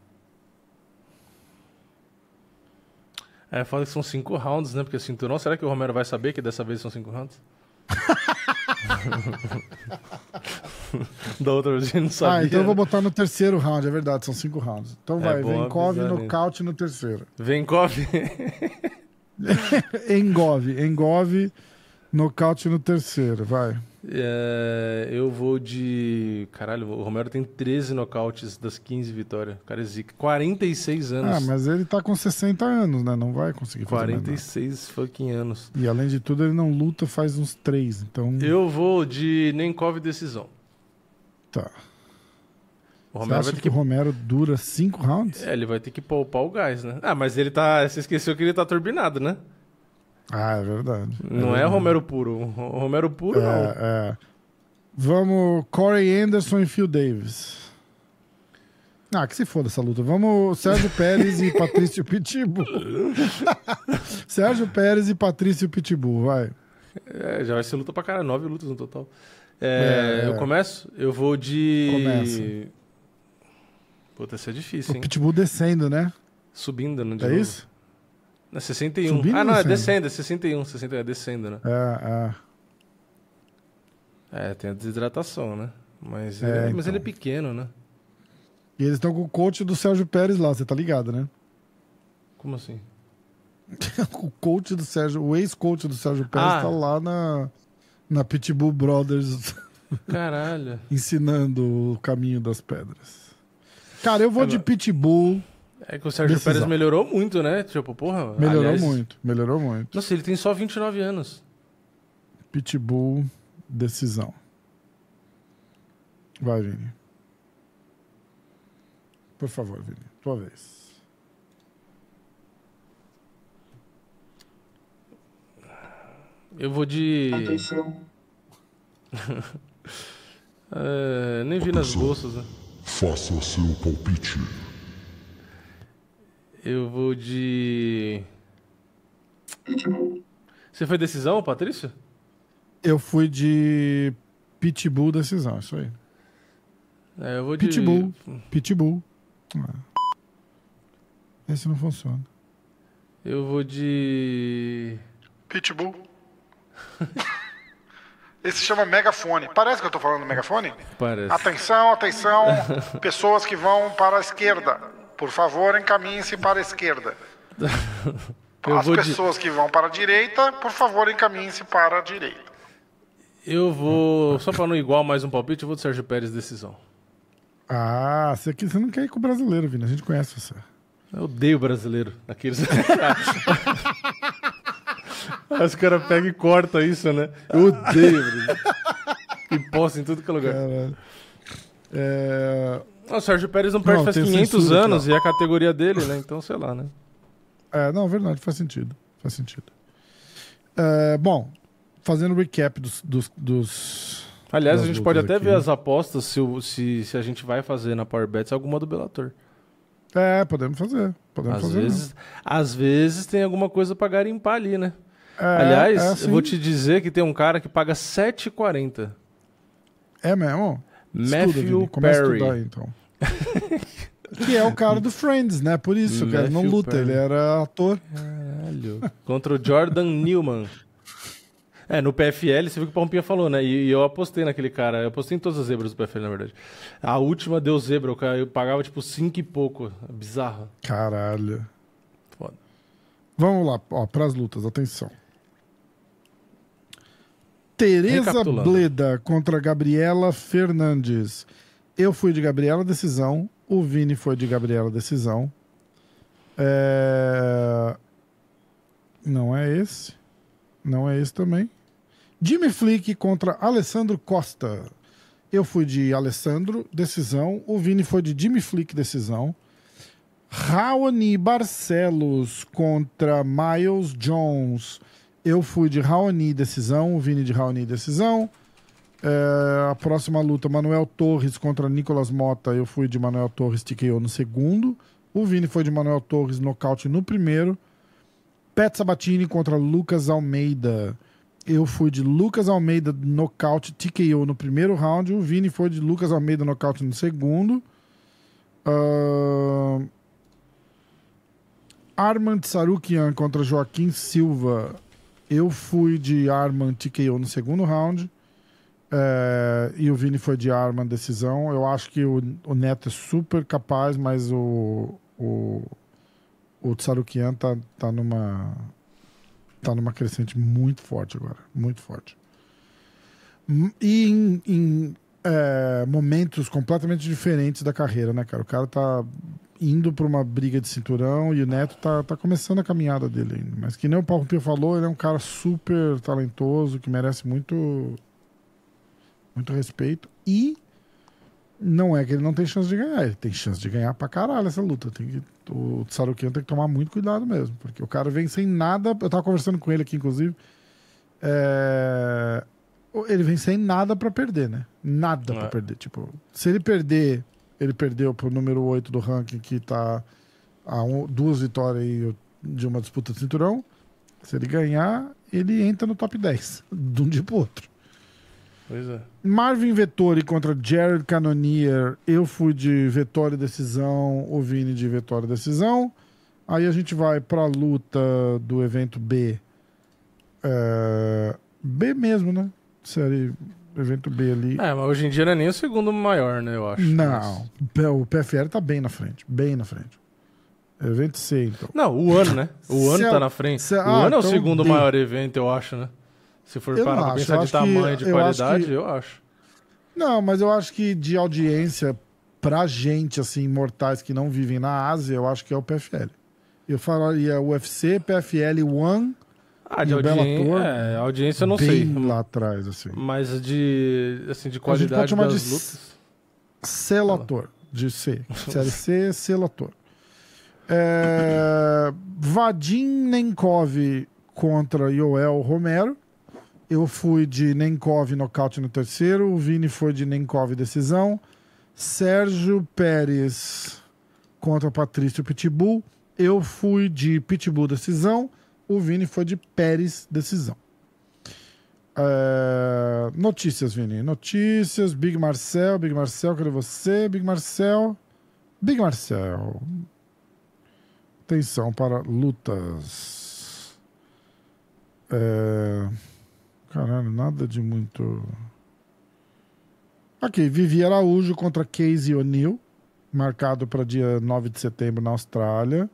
Foda que são 5 rounds, né? Porque cinturão, será que o Romero vai saber que dessa vez são 5 rounds? Da outra vez a gente não sabia. Então eu vou botar no terceiro round, é verdade, são 5 rounds. Então vai, Venkov nocaute no terceiro. Venkov? Engov nocaute no terceiro, vai. Eu vou de... Caralho, o Romero tem 13 nocautes das 15 vitórias. O cara é zica. 46 anos. Ah, mas ele tá com 60 anos, né? Não vai conseguir fazer 46 fucking anos. E além de tudo, ele não luta faz uns 3, então... Eu vou de Nemkov decisão. Tá. O Romero Você acha que o Romero dura 5 rounds? Ele vai ter que poupar o gás, né? Ah, mas ele tá... Você esqueceu que ele tá turbinado, né? Ah, é verdade. Não é Romero puro. O Romero puro, não. Vamos, Corey Anderson e Phil Davis. Ah, que se foda essa luta. Vamos, Sérgio Pérez e Patrício Pitbull. Sérgio Pérez e Patrício Pitbull, vai. Já vai ser luta pra caralho. 9 lutas no total. Eu começo? Eu vou de... Começa. Puta, isso é difícil, hein? O Pitbull descendo, né? Subindo, né? É isso? É 61. Subindo não, ou é descendo? descendo, é 61. 61 é descendo, né? Tem a desidratação, né? Mas ele é pequeno, né? E eles estão com o coach do Sérgio Pérez lá, você tá ligado, né? Como assim? O coach do Sérgio, o ex-coach do Sérgio Pérez tá lá na Pitbull Brothers. Caralho. Ensinando o caminho das pedras. Cara, eu vou de Pitbull. É que o Sérgio Pérez melhorou muito, né? Tipo, porra... Melhorou muito. Nossa, ele tem só 29 anos. Pitbull, decisão. Vai, Vini. Por favor, Vini. Tua vez. Eu vou de... nem vi nas bolsas, né? Faça seu palpite. Eu vou de... Você foi decisão, Patrício? Eu fui de Pitbull, decisão, isso aí. Eu vou de... Pitbull. Esse não funciona. Eu vou de... Pitbull. Esse se chama megafone. Parece que eu tô falando megafone? Parece. Atenção, atenção, pessoas que vão para a esquerda. Por favor, encaminhem-se para a esquerda. As pessoas que vão para a direita, por favor, encaminhem-se para a direita. Eu vou, só para não igual mais um palpite, eu vou de Sérgio Pérez, decisão. Ah, você não quer ir com o brasileiro, Vini. A gente conhece você. Eu odeio brasileiro. Aqueles... Os caras pegam e cortam isso, né? Eu odeio, Bruno. E posta em tudo que é lugar. O Sérgio Pérez não perde faz 500 anos e é a categoria dele, né? Então, sei lá, né? Não, verdade, faz sentido. Bom, fazendo recap dos Aliás, a gente pode até ver as apostas se a gente vai fazer na Power Bets alguma do Bellator. Podemos fazer. Às vezes tem alguma coisa pra garimpar ali, né? Aliás, eu vou te dizer que tem um cara que paga 7,40. É mesmo? Matthew Perry. Estudar, então. Que é o cara do Friends, né? Por isso, cara, não luta, Perry. Ele era ator. Caralho. Contra o Jordan Newman. No PFL, você viu que o Pompinha falou, né? E eu apostei naquele cara. Eu apostei em todas as zebras do PFL, na verdade. A última deu zebra, o cara, eu pagava tipo 5 e pouco. Bizarro. Caralho. Foda. Vamos lá, pras lutas, atenção. Tereza Bleda contra Gabriela Fernandes. Eu fui de Gabriela, decisão. O Vini foi de Gabriela, decisão. Não é esse. Não é esse também. Jimmy Flick contra Alessandro Costa. Eu fui de Alessandro, decisão. O Vini foi de Jimmy Flick, decisão. Raoni Barcelos contra Miles Jones. Eu fui de Raoni, decisão. O Vini de Raoni, decisão. A próxima luta, Manuel Torres contra Nicolas Mota. Eu fui de Manuel Torres, TKO no segundo. O Vini foi de Manuel Torres, nocaute no primeiro. Pat Sabatini contra Lucas Almeida. Eu fui de Lucas Almeida, nocaute, TKO no primeiro round. O Vini foi de Lucas Almeida, nocaute no segundo. Arman Tsarukyan contra Joaquim Silva. Eu fui de Arman, TKO no segundo round. E o Vini foi de Arman, decisão. Eu acho que o Neto é super capaz, mas o Tsarukyan tá numa crescente muito forte agora. Muito forte. E em momentos completamente diferentes da carreira, né, cara? O cara tá indo pra uma briga de cinturão e o Neto tá começando a caminhada dele ainda. Mas que nem o Paulo Pio falou, ele é um cara super talentoso, que merece muito respeito. E não é que ele não tem chance de ganhar, ele tem chance de ganhar pra caralho essa luta. O Tsarukyan tem que tomar muito cuidado mesmo, porque o cara vem sem nada. Eu tava conversando com ele aqui, inclusive. Ele vem sem nada pra perder, né? Nada pra perder. Tipo, se ele perder, ele perdeu pro número 8 do ranking, que tá a 2 vitórias aí de uma disputa de cinturão. Se ele ganhar, ele entra no top 10 de um dia pro outro. Pois é. Marvin Vettori contra Jared Cannonier. Eu fui de Vettori decisão, o Vini de Vettori decisão. Aí a gente vai pra luta do evento B. B mesmo, né? Série evento B ali. Mas hoje em dia não é nem o segundo maior, né, eu acho. Não, o PFL tá bem na frente. Bem na frente. Evento C, então. Não, o ano, né? O ano tá na frente. O ano é o então segundo maior evento, eu acho, né? Se for parar pra pensar de tamanho, de qualidade, eu acho. Não, mas eu acho que de audiência pra gente, assim, mortais que não vivem na Ásia, eu acho que é o PFL. Eu falaria UFC, PFL, One... de audiência, audiência eu não sei. Lá atrás, assim. Mas de qualidade das lutas... Selator, de C. Série C, Selator. Vadim Nemkov contra Yoel Romero. Eu fui de Nemkov nocaute no terceiro. O Vini foi de Nemkov decisão. Sérgio Pérez contra Patrício Pitbull. Eu fui de Pitbull decisão. O Vini foi de Pérez decisão. Notícias, Vini. Notícias. Big Marcel, cadê você? Big Marcel. Atenção para lutas. Caralho, nada de muito... Ok, Vivi Araújo contra Casey O'Neill, marcado para dia 9 de setembro na Austrália.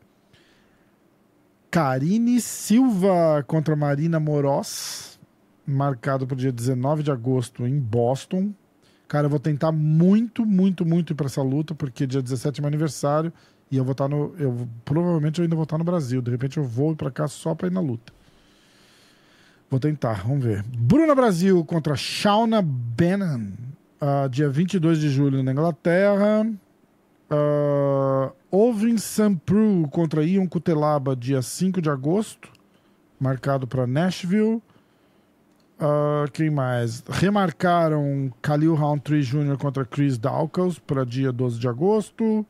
Karine Silva contra Marina Moroz, marcado para o dia 19 de agosto em Boston. Cara, eu vou tentar muito ir para essa luta, porque dia 17 é meu aniversário e eu vou estar provavelmente eu ainda vou estar no Brasil. De repente eu vou para cá só para ir na luta. Vou tentar, vamos ver. Bruna Brasil contra Shauna Bannon, dia 22 de julho na Inglaterra. Ovin Sampru contra Ion Cutelaba, dia 5 de agosto, marcado para Nashville. Quem mais? Remarcaram Khalil Roundtree Jr. contra Chris Daukaus para dia 12 de agosto.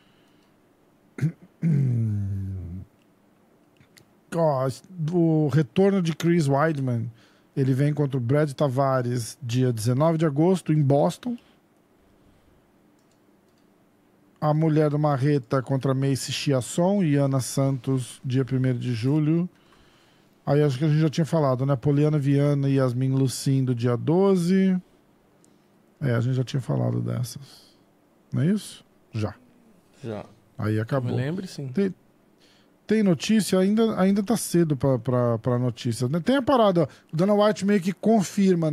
O retorno de Chris Weidman, ele vem contra o Brad Tavares dia 19 de agosto em Boston. A mulher do Marreta contra Macy Chiasson e Ana Santos dia 1º de julho. Aí acho que a gente já tinha falado, né? Poliana Viana e Yasmin Lucindo dia 12. A gente já tinha falado dessas. Não é isso? Já. Aí acabou. Me lembre, sim. Tem notícia? Ainda tá cedo pra notícia. Tem a parada, ó, o Dana White meio que confirma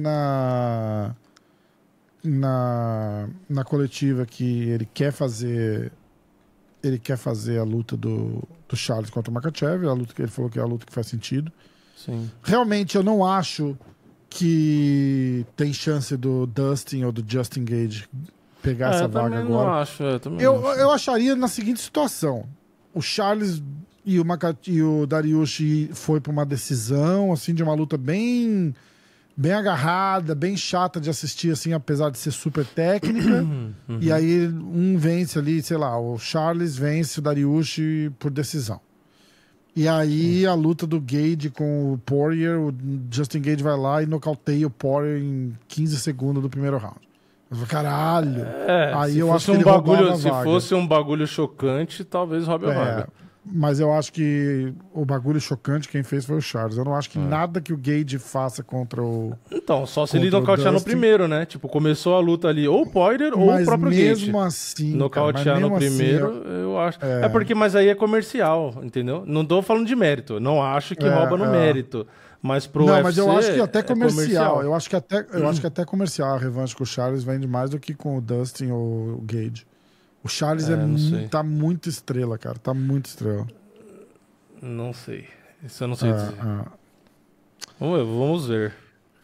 na coletiva que ele quer fazer a luta do Charles contra o Makhachev, a luta que ele falou que é a luta que faz sentido. Sim. Realmente eu não acho que tem chance do Dustin ou do Justin Gage pegar essa vaga agora. Não acho, eu acharia na seguinte situação: o Charles e o Dariush foi para uma decisão assim, de uma luta bem agarrada, bem chata de assistir, assim, apesar de ser super técnica. E aí um vence ali, sei lá, o Charles vence o Dariush por decisão. E aí a luta do Gage com o Poirier, o Justin Gage vai lá e nocauteia o Poirier em 15 segundos do primeiro round. Eu falo, caralho! Aí eu acho que ele roubava a vaga. Se fosse um bagulho chocante, talvez roube a vaga. Mas eu acho que o bagulho chocante quem fez foi o Charles. Eu não acho que nada que o Gage faça contra o... Então, só se ele nocautear no primeiro, né? Tipo, começou a luta ali ou o Poirier ou o próprio Gage. Mesmo assim, nocautear no primeiro, assim, eu acho. Porque, mas aí é comercial, entendeu? Não tô falando de mérito. Não acho que rouba no mérito. Mas pro UFC mas eu acho que até comercial. Eu acho que até comercial a revanche com o Charles vende mais do que com o Dustin ou o Gage. O Charles tá muito estrela, cara. Tá muito estrela. Não sei. Isso eu não sei dizer. Vamos ver.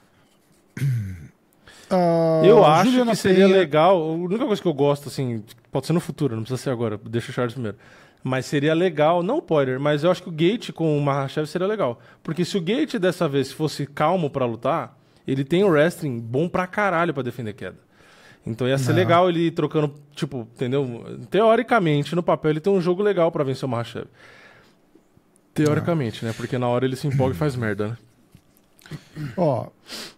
Eu acho Juliana que seria legal. A única coisa que eu gosto, assim, pode ser no futuro, não precisa ser agora. Deixa o Charles primeiro. Mas seria legal, não o Poirier, mas eu acho que o Gaethje com o Makhachev seria legal. Porque se o Gaethje dessa vez fosse calmo pra lutar, ele tem o wrestling bom pra caralho pra defender queda. Então ia ser legal ele trocando, tipo, entendeu? Teoricamente, no papel, ele tem um jogo legal pra vencer o Makhachev. Teoricamente, né? Porque na hora ele se empolga e faz merda, né? Ó,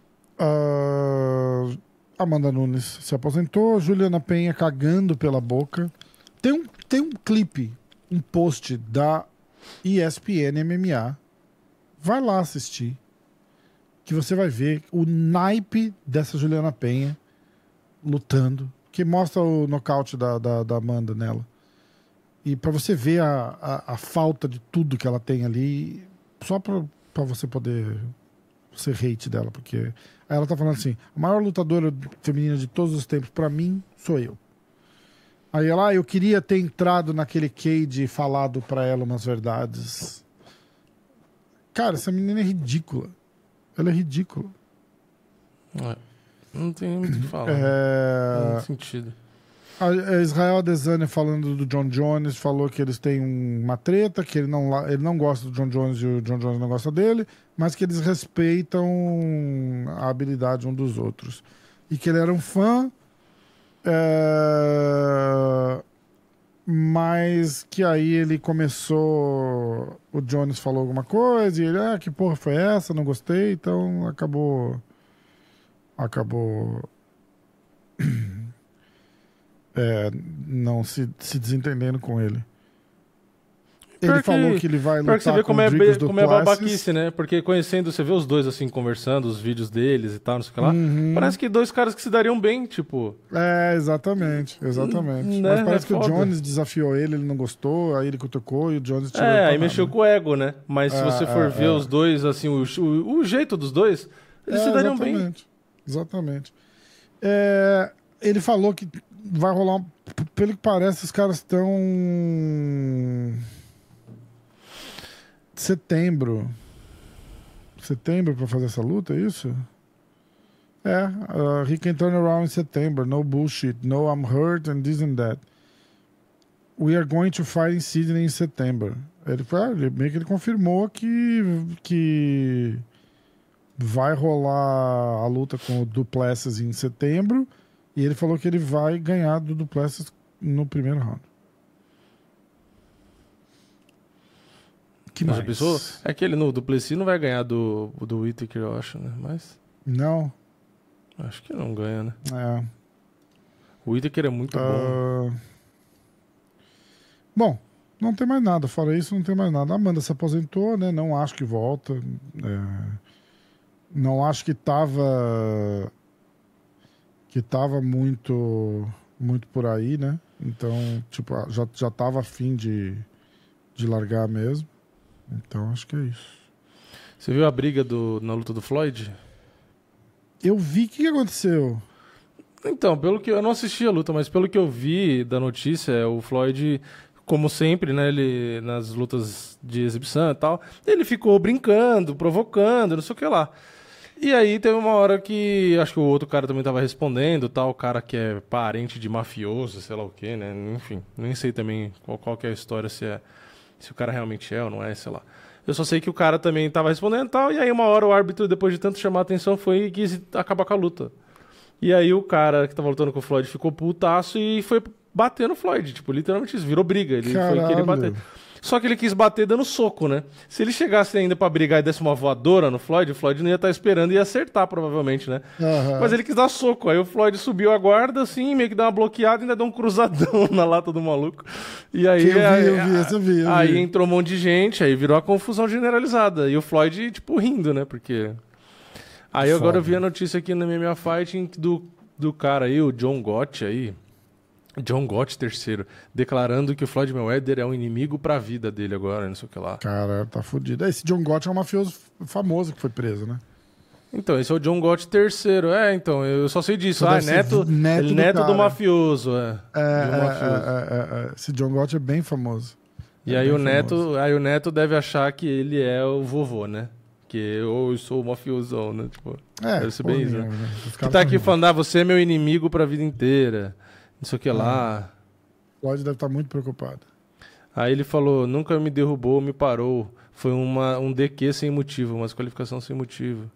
Amanda Nunes se aposentou, Juliana Penha cagando pela boca. Tem um clipe, um post da ESPN MMA. Vai lá assistir, que você vai ver o naipe dessa Juliana Penha lutando, que mostra o nocaute da Amanda nela. E pra você ver a falta de tudo que ela tem ali, só pra você poder ser hate dela, porque aí ela tá falando assim, a maior lutadora feminina de todos os tempos pra mim sou eu. Aí ela, eu queria ter entrado naquele cage e falado pra ela umas verdades. Cara, essa menina é ridícula. Ela é ridícula. Não tem muito o que falar. Não tem sentido. A Israel Adesanya falando do John Jones, falou que eles têm uma treta, que ele não gosta do John Jones e o John Jones não gosta dele, mas que eles respeitam a habilidade um dos outros. E que ele era um fã, mas que aí ele começou... O Jones falou alguma coisa e ele, que porra foi essa? Não gostei, então acabou não se desentendendo com ele. Ele falou que ele vai lutar você vê com o Dricus do como é babaquice, né? Porque conhecendo, você vê os dois assim conversando, os vídeos deles e tal, não sei o que lá. Parece que dois caras que se dariam bem, tipo. Exatamente. Né? Mas parece que o Jones desafiou ele não gostou, aí ele cutucou e o Jones tirou aí mexeu com o ego, né? Mas se você for ver os dois, assim, o jeito dos dois, eles se dariam bem. Exatamente. Ele falou que vai rolar. Pelo que parece, os caras estão. Setembro pra fazer essa luta, é isso? He can turn around in September. No bullshit. No, I'm hurt and this and that. We are going to fight in Sydney in September. Ele meio que ele confirmou que vai rolar a luta com o Duplessis em setembro. E ele falou que ele vai ganhar do Duplessis no primeiro round. Que mais? Pensou? É que ele no Duplessis não vai ganhar do Whittaker, eu acho, né? Mas... Não. Acho que não ganha, né? O Whittaker é muito bom. Bom, não tem mais nada. Fora isso, não tem mais nada. A Amanda se aposentou, né? Não acho que volta. Não acho que tava muito por aí, né? Então, tipo, já tava a fim de largar mesmo. Então, acho que é isso. Você viu a briga na luta do Floyd? Eu vi. O que aconteceu? Então, pelo que eu não assisti a luta, mas pelo que eu vi da notícia, o Floyd, como sempre, né, ele nas lutas de exibição e tal, ele ficou brincando, provocando, não sei o que lá. E aí teve uma hora que acho que o outro cara também tava respondendo, tal, o cara que é parente de mafioso, sei lá o que, né? Enfim, nem sei também qual que é a história, se o cara realmente é ou não é, sei lá. Eu só sei que o cara também tava respondendo e tal, e aí uma hora o árbitro, depois de tanto chamar a atenção, foi e quis acabar com a luta. E aí o cara que tava lutando com o Floyd ficou putaço e foi bater no Floyd, tipo, literalmente isso, virou briga, ele foi querer bater. Só que ele quis bater dando soco, né? Se ele chegasse ainda pra brigar e desse uma voadora no Floyd, o Floyd não ia estar esperando e ia acertar, provavelmente, né? Mas ele quis dar soco. Aí o Floyd subiu a guarda, assim, meio que dá uma bloqueada e ainda deu um cruzadão na lata do maluco. E aí... Eu vi. Aí entrou um monte de gente, aí virou a confusão generalizada. E o Floyd, tipo, rindo, né? Porque... Aí agora eu vi a notícia aqui no MMA Fighting do cara aí, o John Gott aí... John Gott III, declarando que o Floyd Mayweather é um inimigo pra vida dele agora, não sei o que lá. Cara, tá fudido. Esse John Gott é um mafioso famoso que foi preso, né? Então, esse é o John Gott III. Então, eu só sei disso. Neto do mafioso. Esse John Gott é bem famoso. E aí o Neto deve achar que ele é o vovô, né? Que eu sou o mafiosão, né? Tipo, deve ser bem isso, né? Que tá aqui falando, você é meu inimigo pra vida inteira. Não sei o que lá. O Floyd deve estar muito preocupado. Aí ele falou, nunca me derrubou, me parou. Foi um DQ sem motivo, uma desqualificação sem motivo.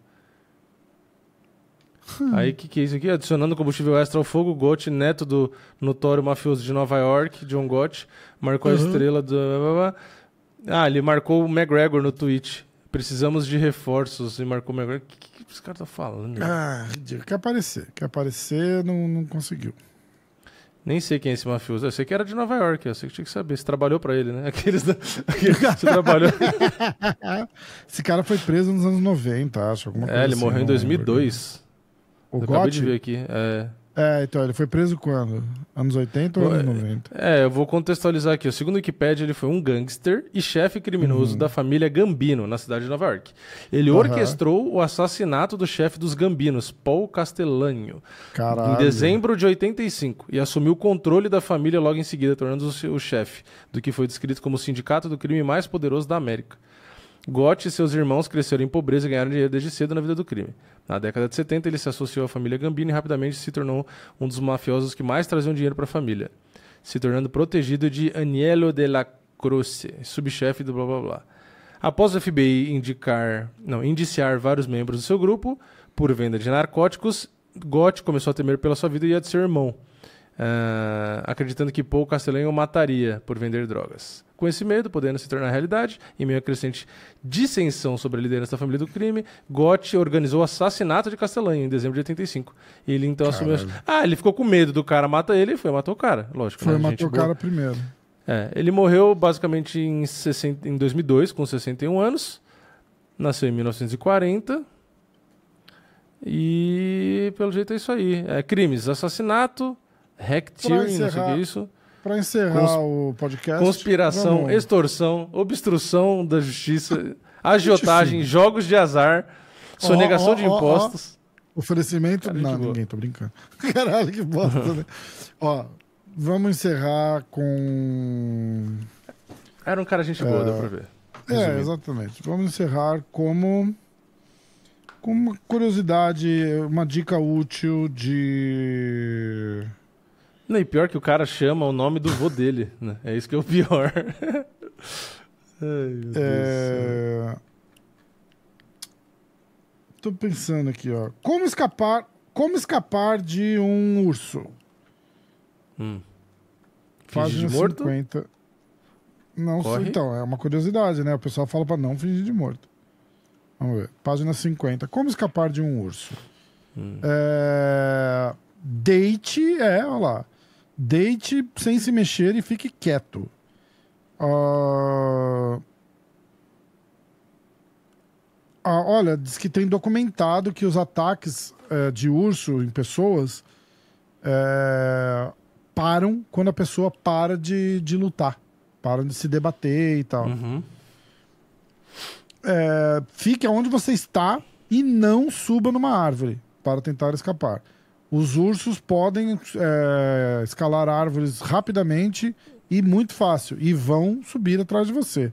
Aí o que é isso aqui? Adicionando combustível extra ao fogo, Gott, neto do notório mafioso de Nova York, John Gott, marcou a estrela do... ele marcou o McGregor no tweet. Precisamos de reforços. E marcou o McGregor. O que esse cara tá falando? Quer aparecer, não conseguiu. Nem sei quem é esse mafioso. Eu sei que era de Nova York. Eu sei que tinha que saber. Você trabalhou pra ele, né? Você trabalhou. Esse cara foi preso nos anos 90, acho. Alguma coisa ele morreu em 2002. O Gott? Acabei de ver aqui. Então, ele foi preso quando? Anos 80 ou anos 90? Eu vou contextualizar aqui. Segundo o Wikipedia, ele foi um gangster e chefe criminoso da família Gambino, na cidade de Nova York. Ele orquestrou o assassinato do chefe dos Gambinos, Paul Castellano, em dezembro de 85, e assumiu o controle da família logo em seguida, tornando-se o chefe do que foi descrito como o sindicato do crime mais poderoso da América. Gott e seus irmãos cresceram em pobreza e ganharam dinheiro desde cedo na vida do crime. Na década de 70, ele se associou à família Gambino e rapidamente se tornou um dos mafiosos que mais traziam dinheiro para a família, se tornando protegido de Aniello della Croce, subchefe do blá blá blá. Após o FBI indiciar vários membros do seu grupo por venda de narcóticos, Gott começou a temer pela sua vida e a de seu irmão, acreditando que Paul Castellano o mataria por vender drogas. Com esse medo, podendo se tornar realidade, em meio a crescente dissensão sobre a liderança da família do crime, Gott organizou o assassinato de Castellano em dezembro de 85. E ele então assumiu... ele ficou com medo do cara matar ele e foi matou o cara, lógico. Matou o cara primeiro. Ele morreu basicamente em 2002, com 61 anos. Nasceu em 1940. E pelo jeito é isso aí. Crimes, assassinato, racketeering, não sei o que é isso. Para encerrar o podcast... Conspiração, extorsão, obstrução da justiça, agiotagem, jogos de azar, sonegação de impostos. Oferecimento... Ninguém, tô brincando. Caralho, que bosta, né? Vamos encerrar com... Era um cara gente boa, deu pra ver. Exatamente. Vamos encerrar com uma curiosidade, uma dica útil de... Não, e pior que o cara chama o nome do vô dele, né? É isso que é o pior. Ai, meu Deus. Tô pensando aqui, Como escapar de um urso? Fingir de morto? 50. Não, então, é uma curiosidade, né? O pessoal fala pra não fingir de morto. Vamos ver. Página 50. Como escapar de um urso? Deite, olha lá. Deite sem se mexer e fique quieto. Olha, diz que tem documentado que os ataques de urso em pessoas param quando a pessoa para de lutar. Param de se debater e tal. Fique onde você está e não suba numa árvore para tentar escapar. Os ursos podem escalar árvores rapidamente e muito fácil, e vão subir atrás de você.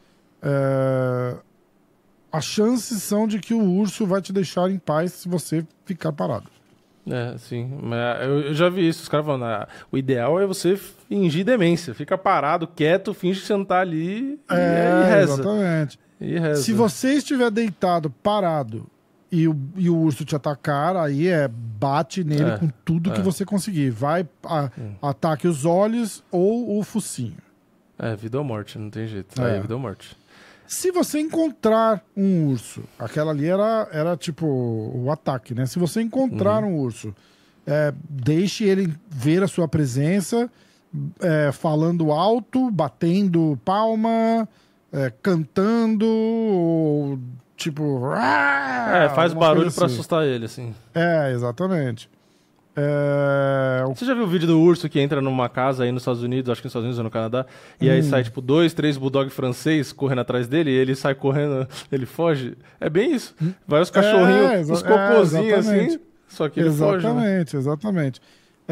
As chances são de que o urso vai te deixar em paz se você ficar parado. Sim. Mas eu já vi isso. Os caras falando, o ideal é você fingir demência. Fica parado, quieto, finge que você não tá ali e reza. Exatamente. E reza. Se você estiver deitado, parado, e o urso te atacar, aí bate nele com tudo que você conseguir. Vai, ataque os olhos ou o focinho. É, vida ou morte, não tem jeito. Aí é vida ou morte. Se você encontrar um urso, aquela ali era tipo o ataque, né? Se você encontrar um urso, deixe ele ver a sua presença, falando alto, batendo palma, cantando, ou tipo... faz barulho pra assustar ele, assim. Exatamente. Você já viu o vídeo do urso que entra numa casa aí nos Estados Unidos, acho que nos Estados Unidos ou no Canadá, e aí sai tipo 2, 3 bulldog francês correndo atrás dele, e ele sai correndo, ele foge? É bem isso. Vai os cachorrinhos, os cocôzinhos assim, só que ele foge. Exatamente.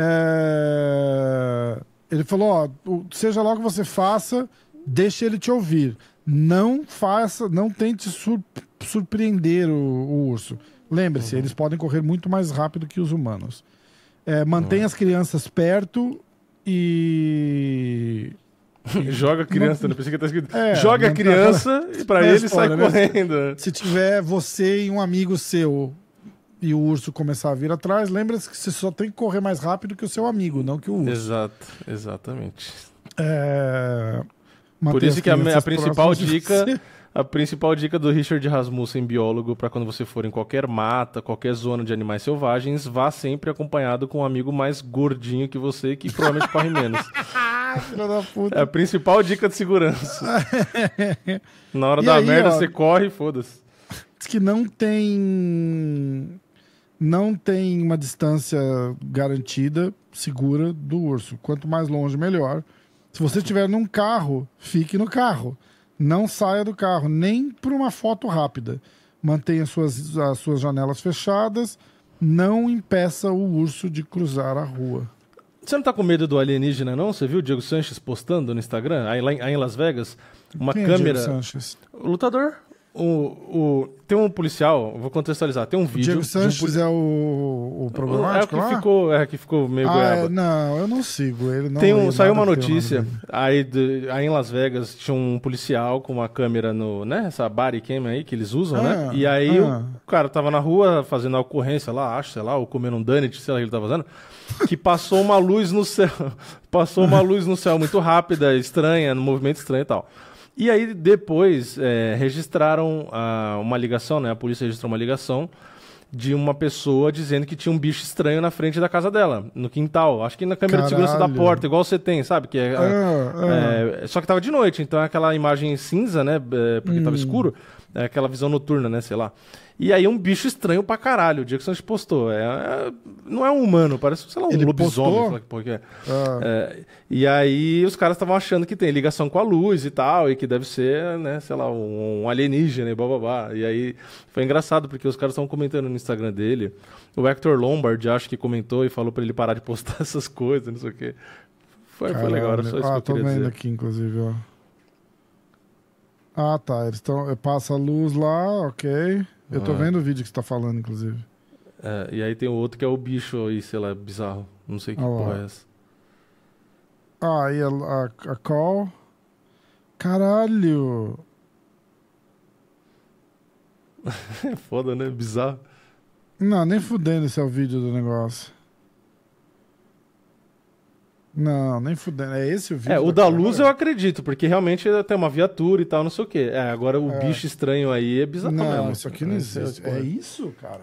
Ele falou, seja lá o que você faça, deixe ele te ouvir. Não tente surpreender o urso. Lembre-se, eles podem correr muito mais rápido que os humanos. Mantenha as crianças perto e... Joga a criança, não pensei que tá escrito. Joga a criança e pra ele sai correndo. Se tiver você e um amigo seu e o urso começar a vir atrás, lembra-se que você só tem que correr mais rápido que o seu amigo, não que o urso. Exato, exatamente. Por isso que a principal dica... A principal dica do Richard Rasmussen, biólogo, para quando você for em qualquer mata, qualquer zona de animais selvagens, vá sempre acompanhado com um amigo mais gordinho que você, que provavelmente corre menos. Filha da puta. É a principal dica de segurança. Na hora da merda, você corre e foda-se. Diz que não tem uma distância garantida, segura do urso. Quanto mais longe, melhor. Se você estiver num carro, fique no carro. Não saia do carro, nem por uma foto rápida. Mantenha as suas janelas fechadas. Não impeça o urso de cruzar a rua. Você não tá com medo do alienígena, não? Você viu o Diego Sanches postando no Instagram, aí em Las Vegas, uma Quem câmera... É Diego Sanches? O lutador. Tem um policial, vou contextualizar, tem um vídeo... Diego Sanches é o problemático que ficou meio goiaba. Não, eu não sigo ele. Saiu uma notícia, aí em Las Vegas tinha um policial com uma câmera essa body cam aí que eles usam, né? E aí o cara tava na rua fazendo a ocorrência lá, ou comendo um donut, sei lá o que ele tava fazendo, que passou uma luz no céu. Passou uma luz no céu muito rápida, estranha, no movimento estranho e tal. E aí depois registraram uma ligação, né? A polícia registrou uma ligação de uma pessoa dizendo que tinha um bicho estranho na frente da casa dela, no quintal. Acho que na câmera de segurança da porta, igual você tem, sabe? Que só que tava de noite, então é aquela imagem cinza, né? Porque tava escuro. É aquela visão noturna, né? Sei lá. E aí um bicho estranho pra caralho. O dia que você postou. Não é um humano, parece, sei lá, um lobisomem. E aí os caras estavam achando que tem ligação com a luz e tal, e que deve ser, né, sei lá, um alienígena e blá. E aí foi engraçado, porque os caras estavam comentando no Instagram dele. O Hector Lombard, acho que comentou e falou pra ele parar de postar essas coisas, não sei o quê. Foi legal, era só isso que eu queria dizer. Tô vendo aqui, inclusive, ó. Tá, eles estão... Passa a luz lá, ok. Eu tô vendo o vídeo que você tá falando, inclusive. E aí tem o outro que é o bicho aí, sei lá, bizarro. Não sei que porra é essa. Aí a call. Caralho! É foda, né? Bizarro. Não, nem fudendo esse é o vídeo do negócio. Não, nem fudendo. É esse o vídeo? O da luz eu acredito, porque realmente tem uma viatura e tal, não sei o quê. Agora o bicho estranho aí é bizarro mesmo. Não, isso aqui não existe. É isso, cara?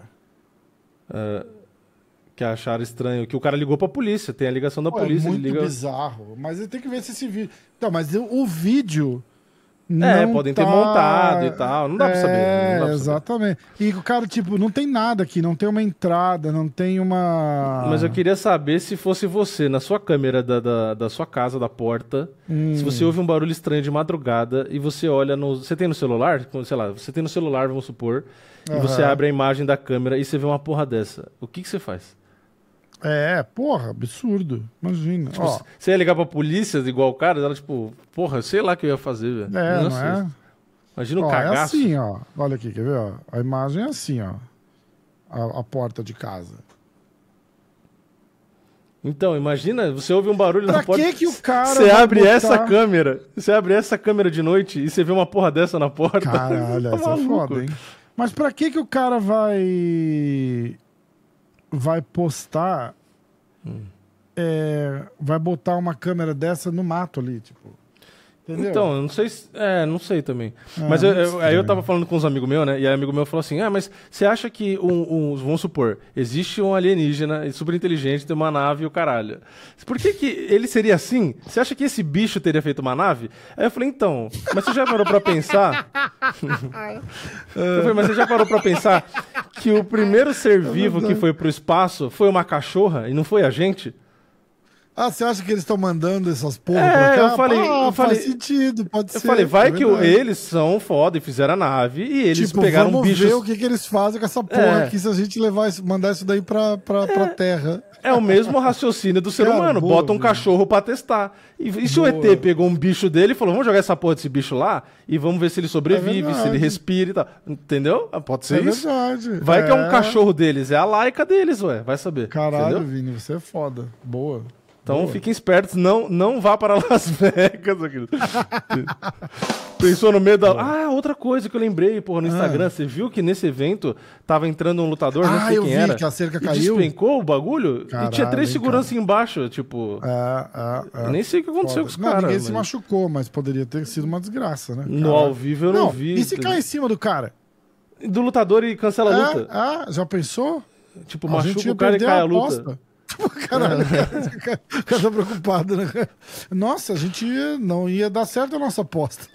Que acharam estranho, que o cara ligou pra polícia, tem a ligação da polícia. É muito bizarro, mas ele tem que ver se esse vídeo... Então, mas o vídeo... podem ter montado e tal, não dá pra saber. Exatamente. E o cara, tipo, não tem nada aqui, não tem uma entrada, não tem uma... Mas eu queria saber se fosse você, na sua câmera da sua casa, da porta, se você ouve um barulho estranho de madrugada e você olha no... Você tem no celular? Sei lá, você tem no celular, vamos supor, e você abre a imagem da câmera e você vê uma porra dessa. O que você faz? Porra, absurdo. Imagina. Tipo, você ia ligar pra polícia igual o cara, ela tipo, porra, sei lá o que eu ia fazer, velho. Não é? Imagina o cagaço. É assim, ó. Olha aqui, quer ver? Ó? A imagem é assim, ó. A porta de casa. Então, imagina, você ouve um barulho na porta. Pra que o cara Você abre essa câmera, de noite e você vê uma porra dessa na porta. Caralho, isso é foda, hein? Mas pra que o cara vai postar, vai botar uma câmera dessa no mato ali, tipo... Entendeu? Então, eu não sei não sei também. Mas aí eu tava falando com uns amigos meus, né? E aí amigo meu falou assim, mas você acha que vamos supor, existe um alienígena super inteligente, tem uma nave e o caralho. Por que ele seria assim? Você acha que esse bicho teria feito uma nave? Aí eu falei, então, mas você já parou pra pensar? Eu falei, mas você já parou pra pensar que o primeiro ser vivo que foi pro espaço foi uma cachorra e não foi a gente? Ah, você acha que eles estão mandando essas porra pra cá? Eu falei, faz sentido, pode ser. Eu falei, vai que eles são foda e fizeram a nave e eles pegaram vamos bichos... ver o que eles fazem com essa porra aqui se a gente mandar isso daí pra Terra. É o mesmo raciocínio do ser humano. Boa, bota um cachorro pra testar. E se o ET pegou um bicho dele e falou, vamos jogar essa porra desse bicho lá e vamos ver se ele sobrevive, se ele respira e tal. Entendeu? Pode ser isso. Verdade. Vai que é um cachorro deles, é a laica deles, vai saber. Caralho, entendeu? Vini, você é foda. Boa. Então fiquem espertos, não vá para Las Vegas. Pensou no meio da... outra coisa que eu lembrei, porra, no Instagram. Você viu que nesse evento tava entrando um lutador, não sei quem era. Que a cerca e caiu. despencou o bagulho Caralho, e tinha 3 seguranças embaixo, tipo... Eu nem sei o que aconteceu com os caras. Ninguém se machucou, mas poderia ter sido uma desgraça, né? No ao vivo eu não vi. E se cair em cima do cara? Do lutador e cancela a luta. Já pensou? Tipo, machuca o cara e cai a luta. Caralho, o cara tá preocupado, né? Nossa, a gente não ia dar certo a nossa aposta.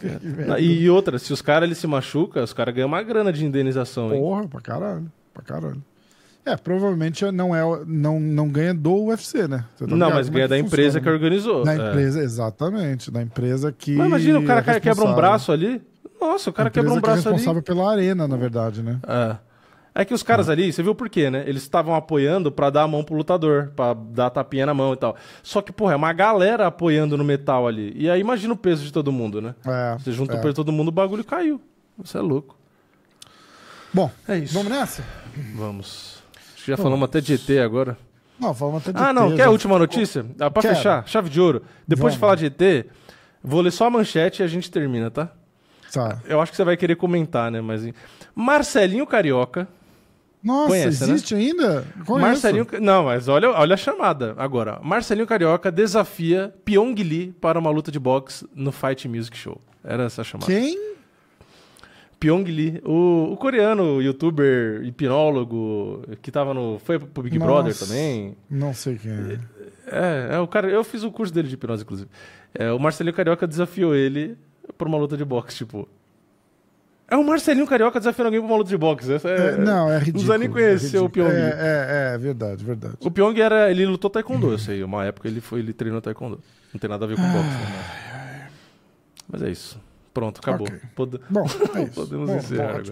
E outra, se os caras eles se machucam, os caras ganham uma grana de indenização, hein? Porra, pra caralho. Provavelmente não ganha do UFC, né? Tá não, mas ganha da empresa que organizou. Da empresa, exatamente. Da empresa que. Mas imagina, o cara quebra um braço ali. Nossa, o cara quebra um braço ali. É responsável pela arena, na verdade, né? É que os caras ali, você viu por quê, né? Eles estavam apoiando pra dar a mão pro lutador, pra dar tapinha na mão e tal. Só que, porra, é uma galera apoiando no metal ali. E aí imagina o peso de todo mundo, né? Você junta o peso de todo mundo, o bagulho caiu. Isso é louco. Bom, é isso. Vamos nessa? Vamos. Acho que já falamos até de ET agora. Não, falamos até de ET. Não, quer a última notícia? Pra fechar, chave de ouro. Depois de falar de ET, vou ler só a manchete e a gente termina, tá? Tá. Eu acho que você vai querer comentar, né? Mas Marcelinho Carioca. Nossa, conhece, existe ainda? Marcelinho... Não, mas olha a chamada agora. Marcelinho Carioca desafia Pyong Lee para uma luta de boxe no Fight Music Show. Era essa a chamada. Quem? Pyong Lee, o coreano, youtuber, hipnólogo, que tava foi pro Big Brother também. Não sei quem é. É o cara, eu fiz o curso dele de hipnose, inclusive. O Marcelinho Carioca desafiou ele por uma luta de boxe, tipo... É o Marcelinho Carioca desafiando alguém pra uma luta de boxe. Não, é ridículo. Não precisa nem conhecer o Pyong. Verdade. O Pyong ele lutou taekwondo, eu sei. Uma época ele treinou taekwondo. Não tem nada a ver com boxe. Né? Mas é isso. Pronto, acabou. Okay. Bom, é isso. Podemos encerrar agora.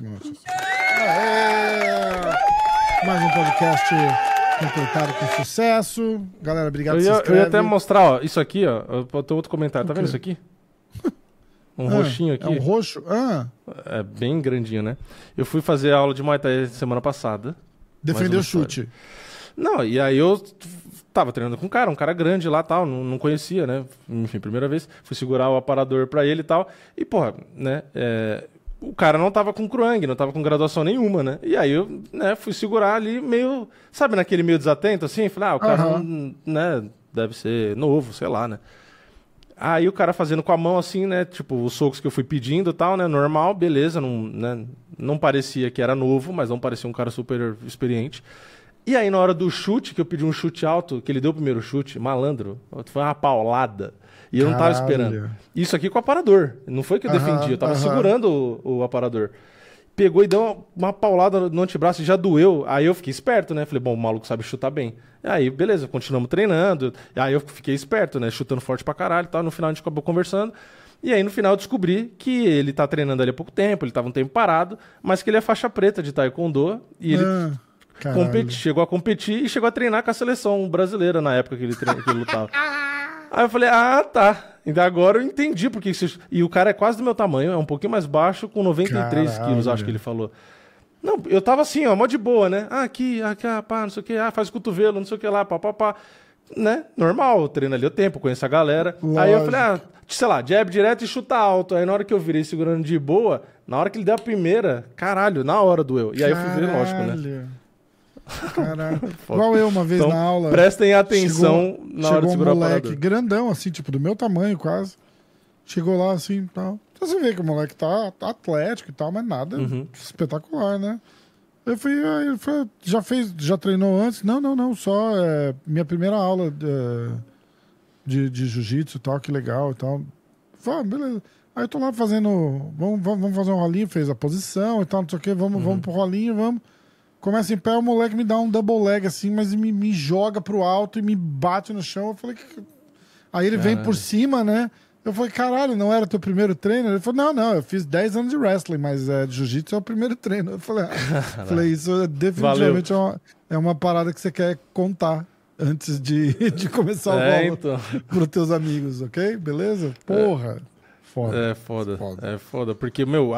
Mais um podcast completado com sucesso. Galera, obrigado por se inscrever. Eu ia até mostrar, isso aqui, tem outro comentário. Tá vendo isso aqui? Um roxinho aqui. É um roxo? É bem grandinho, né? Eu fui fazer aula de Muay Thai semana passada. Defendeu o chute. Não, e aí eu tava treinando com um cara grande lá e tal, não conhecia, né? Enfim, primeira vez. Fui segurar o aparador pra ele e tal. E, porra, né? O cara não tava com Kruang, não tava com graduação nenhuma, né? E aí eu, né, fui segurar ali meio... Sabe naquele meio desatento, assim? Falei, o cara, né? Deve ser novo, sei lá, né? Aí o cara fazendo com a mão assim, né? Tipo, os socos que eu fui pedindo e tal, né? Normal, beleza. Não parecia que era novo, mas não parecia um cara super experiente. E aí na hora do chute, que eu pedi um chute alto, que ele deu o primeiro chute, malandro, foi uma paulada. E eu não tava esperando. Isso aqui com o aparador. Não foi que eu defendi, eu tava segurando o aparador. Pegou e deu uma paulada no antebraço e já doeu. Aí eu fiquei esperto, né? Falei, bom, o maluco sabe chutar bem. Aí, beleza, continuamos treinando. Aí eu fiquei esperto, né? Chutando forte pra caralho e tal. No final a gente acabou conversando. E aí no final eu descobri que ele tá treinando ali há pouco tempo, ele tava um tempo parado, mas que ele é faixa preta de taekwondo. E ele chegou a competir e chegou a treinar com a seleção brasileira na época que ele lutava. Aí eu falei, tá. Ainda agora eu entendi porque isso... E o cara é quase do meu tamanho, é um pouquinho mais baixo, com 93 quilos, acho que ele falou. Não, eu tava assim, mó de boa, né? Aqui, pá, não sei o que, faz o cotovelo, não sei o que lá, pá. Né? Normal, eu treino ali o tempo, conheço a galera. Lógico. Aí eu falei, sei lá, jab direto e chuta alto. Aí na hora que eu virei segurando de boa, na hora que ele deu a primeira, caralho, na hora doeu. E aí eu fui ver, lógico, né? Caralho. Igual eu uma vez então, na aula. Prestem atenção na hora de segurar o moleque aparador. Grandão, assim, tipo, do meu tamanho quase. Chegou lá assim e tal. Então você vê que o moleque tá atlético e tal, mas nada espetacular, né? Eu fui, aí ele falou, já treinou antes? Não, só minha primeira aula de jiu-jitsu e tal, que legal e tal. Falei, beleza. Aí eu tô lá fazendo, vamos fazer um rolinho, fez a posição e tal, não sei o que, vamos pro rolinho, vamos. Começa em pé, o moleque me dá um double leg assim, mas me joga pro alto e me bate no chão. Eu falei, aí ele vem por cima, né? Eu falei, caralho, não era teu primeiro treino? Ele falou, não, eu fiz 10 anos de wrestling, mas de jiu-jitsu é o primeiro treino. Eu falei, isso definitivamente é uma parada que você quer contar antes de começar o rolo então. pros teus amigos, ok? Beleza? Porra. Foda. É foda, porque, meu,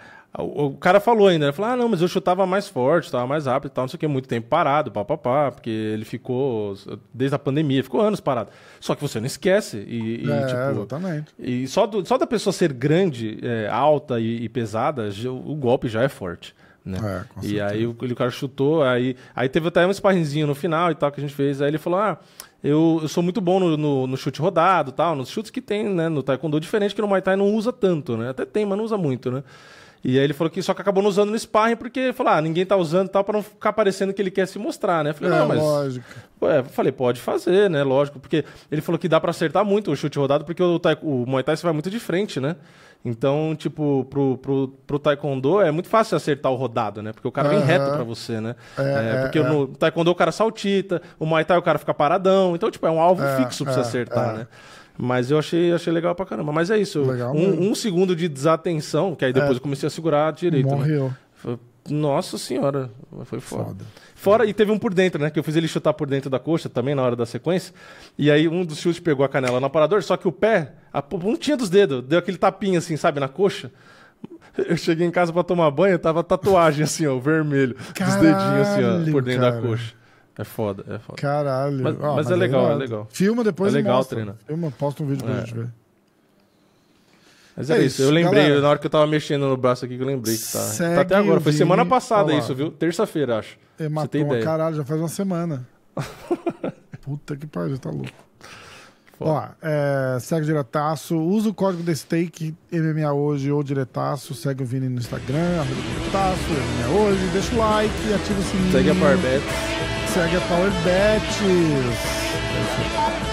o cara falou ainda, ele falou, não, mas eu chutava mais forte, tava mais rápido e tal, não sei o que, muito tempo parado, porque ele ficou, desde a pandemia, ficou anos parado. Só que você não esquece. Tipo, exatamente. E só da pessoa ser grande, alta e pesada, o golpe já é forte. Né? E aí o cara chutou, aí teve até um sparringzinho no final e tal que a gente fez, aí ele falou, eu sou muito bom no chute rodado, tal, nos chutes que tem, né, no taekwondo, diferente que no Muay Thai não usa tanto, né? Até tem, mas não usa muito, né? E aí ele falou que só que acabou não usando no sparring porque falou, ninguém tá usando e tal, pra não ficar parecendo que ele quer se mostrar, né? Eu falei, não, mas... lógico. Falei, pode fazer, né? Lógico, porque ele falou que dá pra acertar muito o chute rodado, porque o Muay Thai você vai muito de frente, né? Então, tipo, pro taekwondo é muito fácil acertar o rodado, né? Porque o cara vem reto pra você, né? Porque no taekwondo o cara saltita, o Muay Thai o cara fica paradão. Então, tipo, é um alvo fixo pra você acertar, né? Mas eu achei legal pra caramba. Mas é isso, um segundo de desatenção, que aí depois eu comecei a segurar direito. Morreu. Né? Nossa senhora, foi foda. Fora, e teve um por dentro, né? Que eu fiz ele chutar por dentro da coxa também na hora da sequência. E aí um dos chutes pegou a canela no aparador, só que o pé, a pontinha dos dedos, deu aquele tapinha assim, sabe, na coxa. Eu cheguei em casa pra tomar banho, tava tatuagem assim, ó, vermelho. Dos dedinhos assim, ó, por dentro da coxa. É foda. Caralho. Mas é legal. Filma depois e mostra. Legal, treina. Filma, posta um vídeo pra gente ver. Mas é isso. Eu lembrei, galera, na hora que eu tava mexendo no braço aqui, que eu lembrei que tá até agora. Foi semana passada isso, viu? Terça-feira, acho. Matou uma caralho, já faz uma semana. Puta que pariu, tá louco. Ó, segue Diretaço, usa o código da Stake MMA Hoje ou Diretaço, segue o Vini no Instagram, @Diretaço, MMA Hoje, deixa o like, ativa o sininho. Segue a Powerbet. Segue a Powerbet. É isso aí.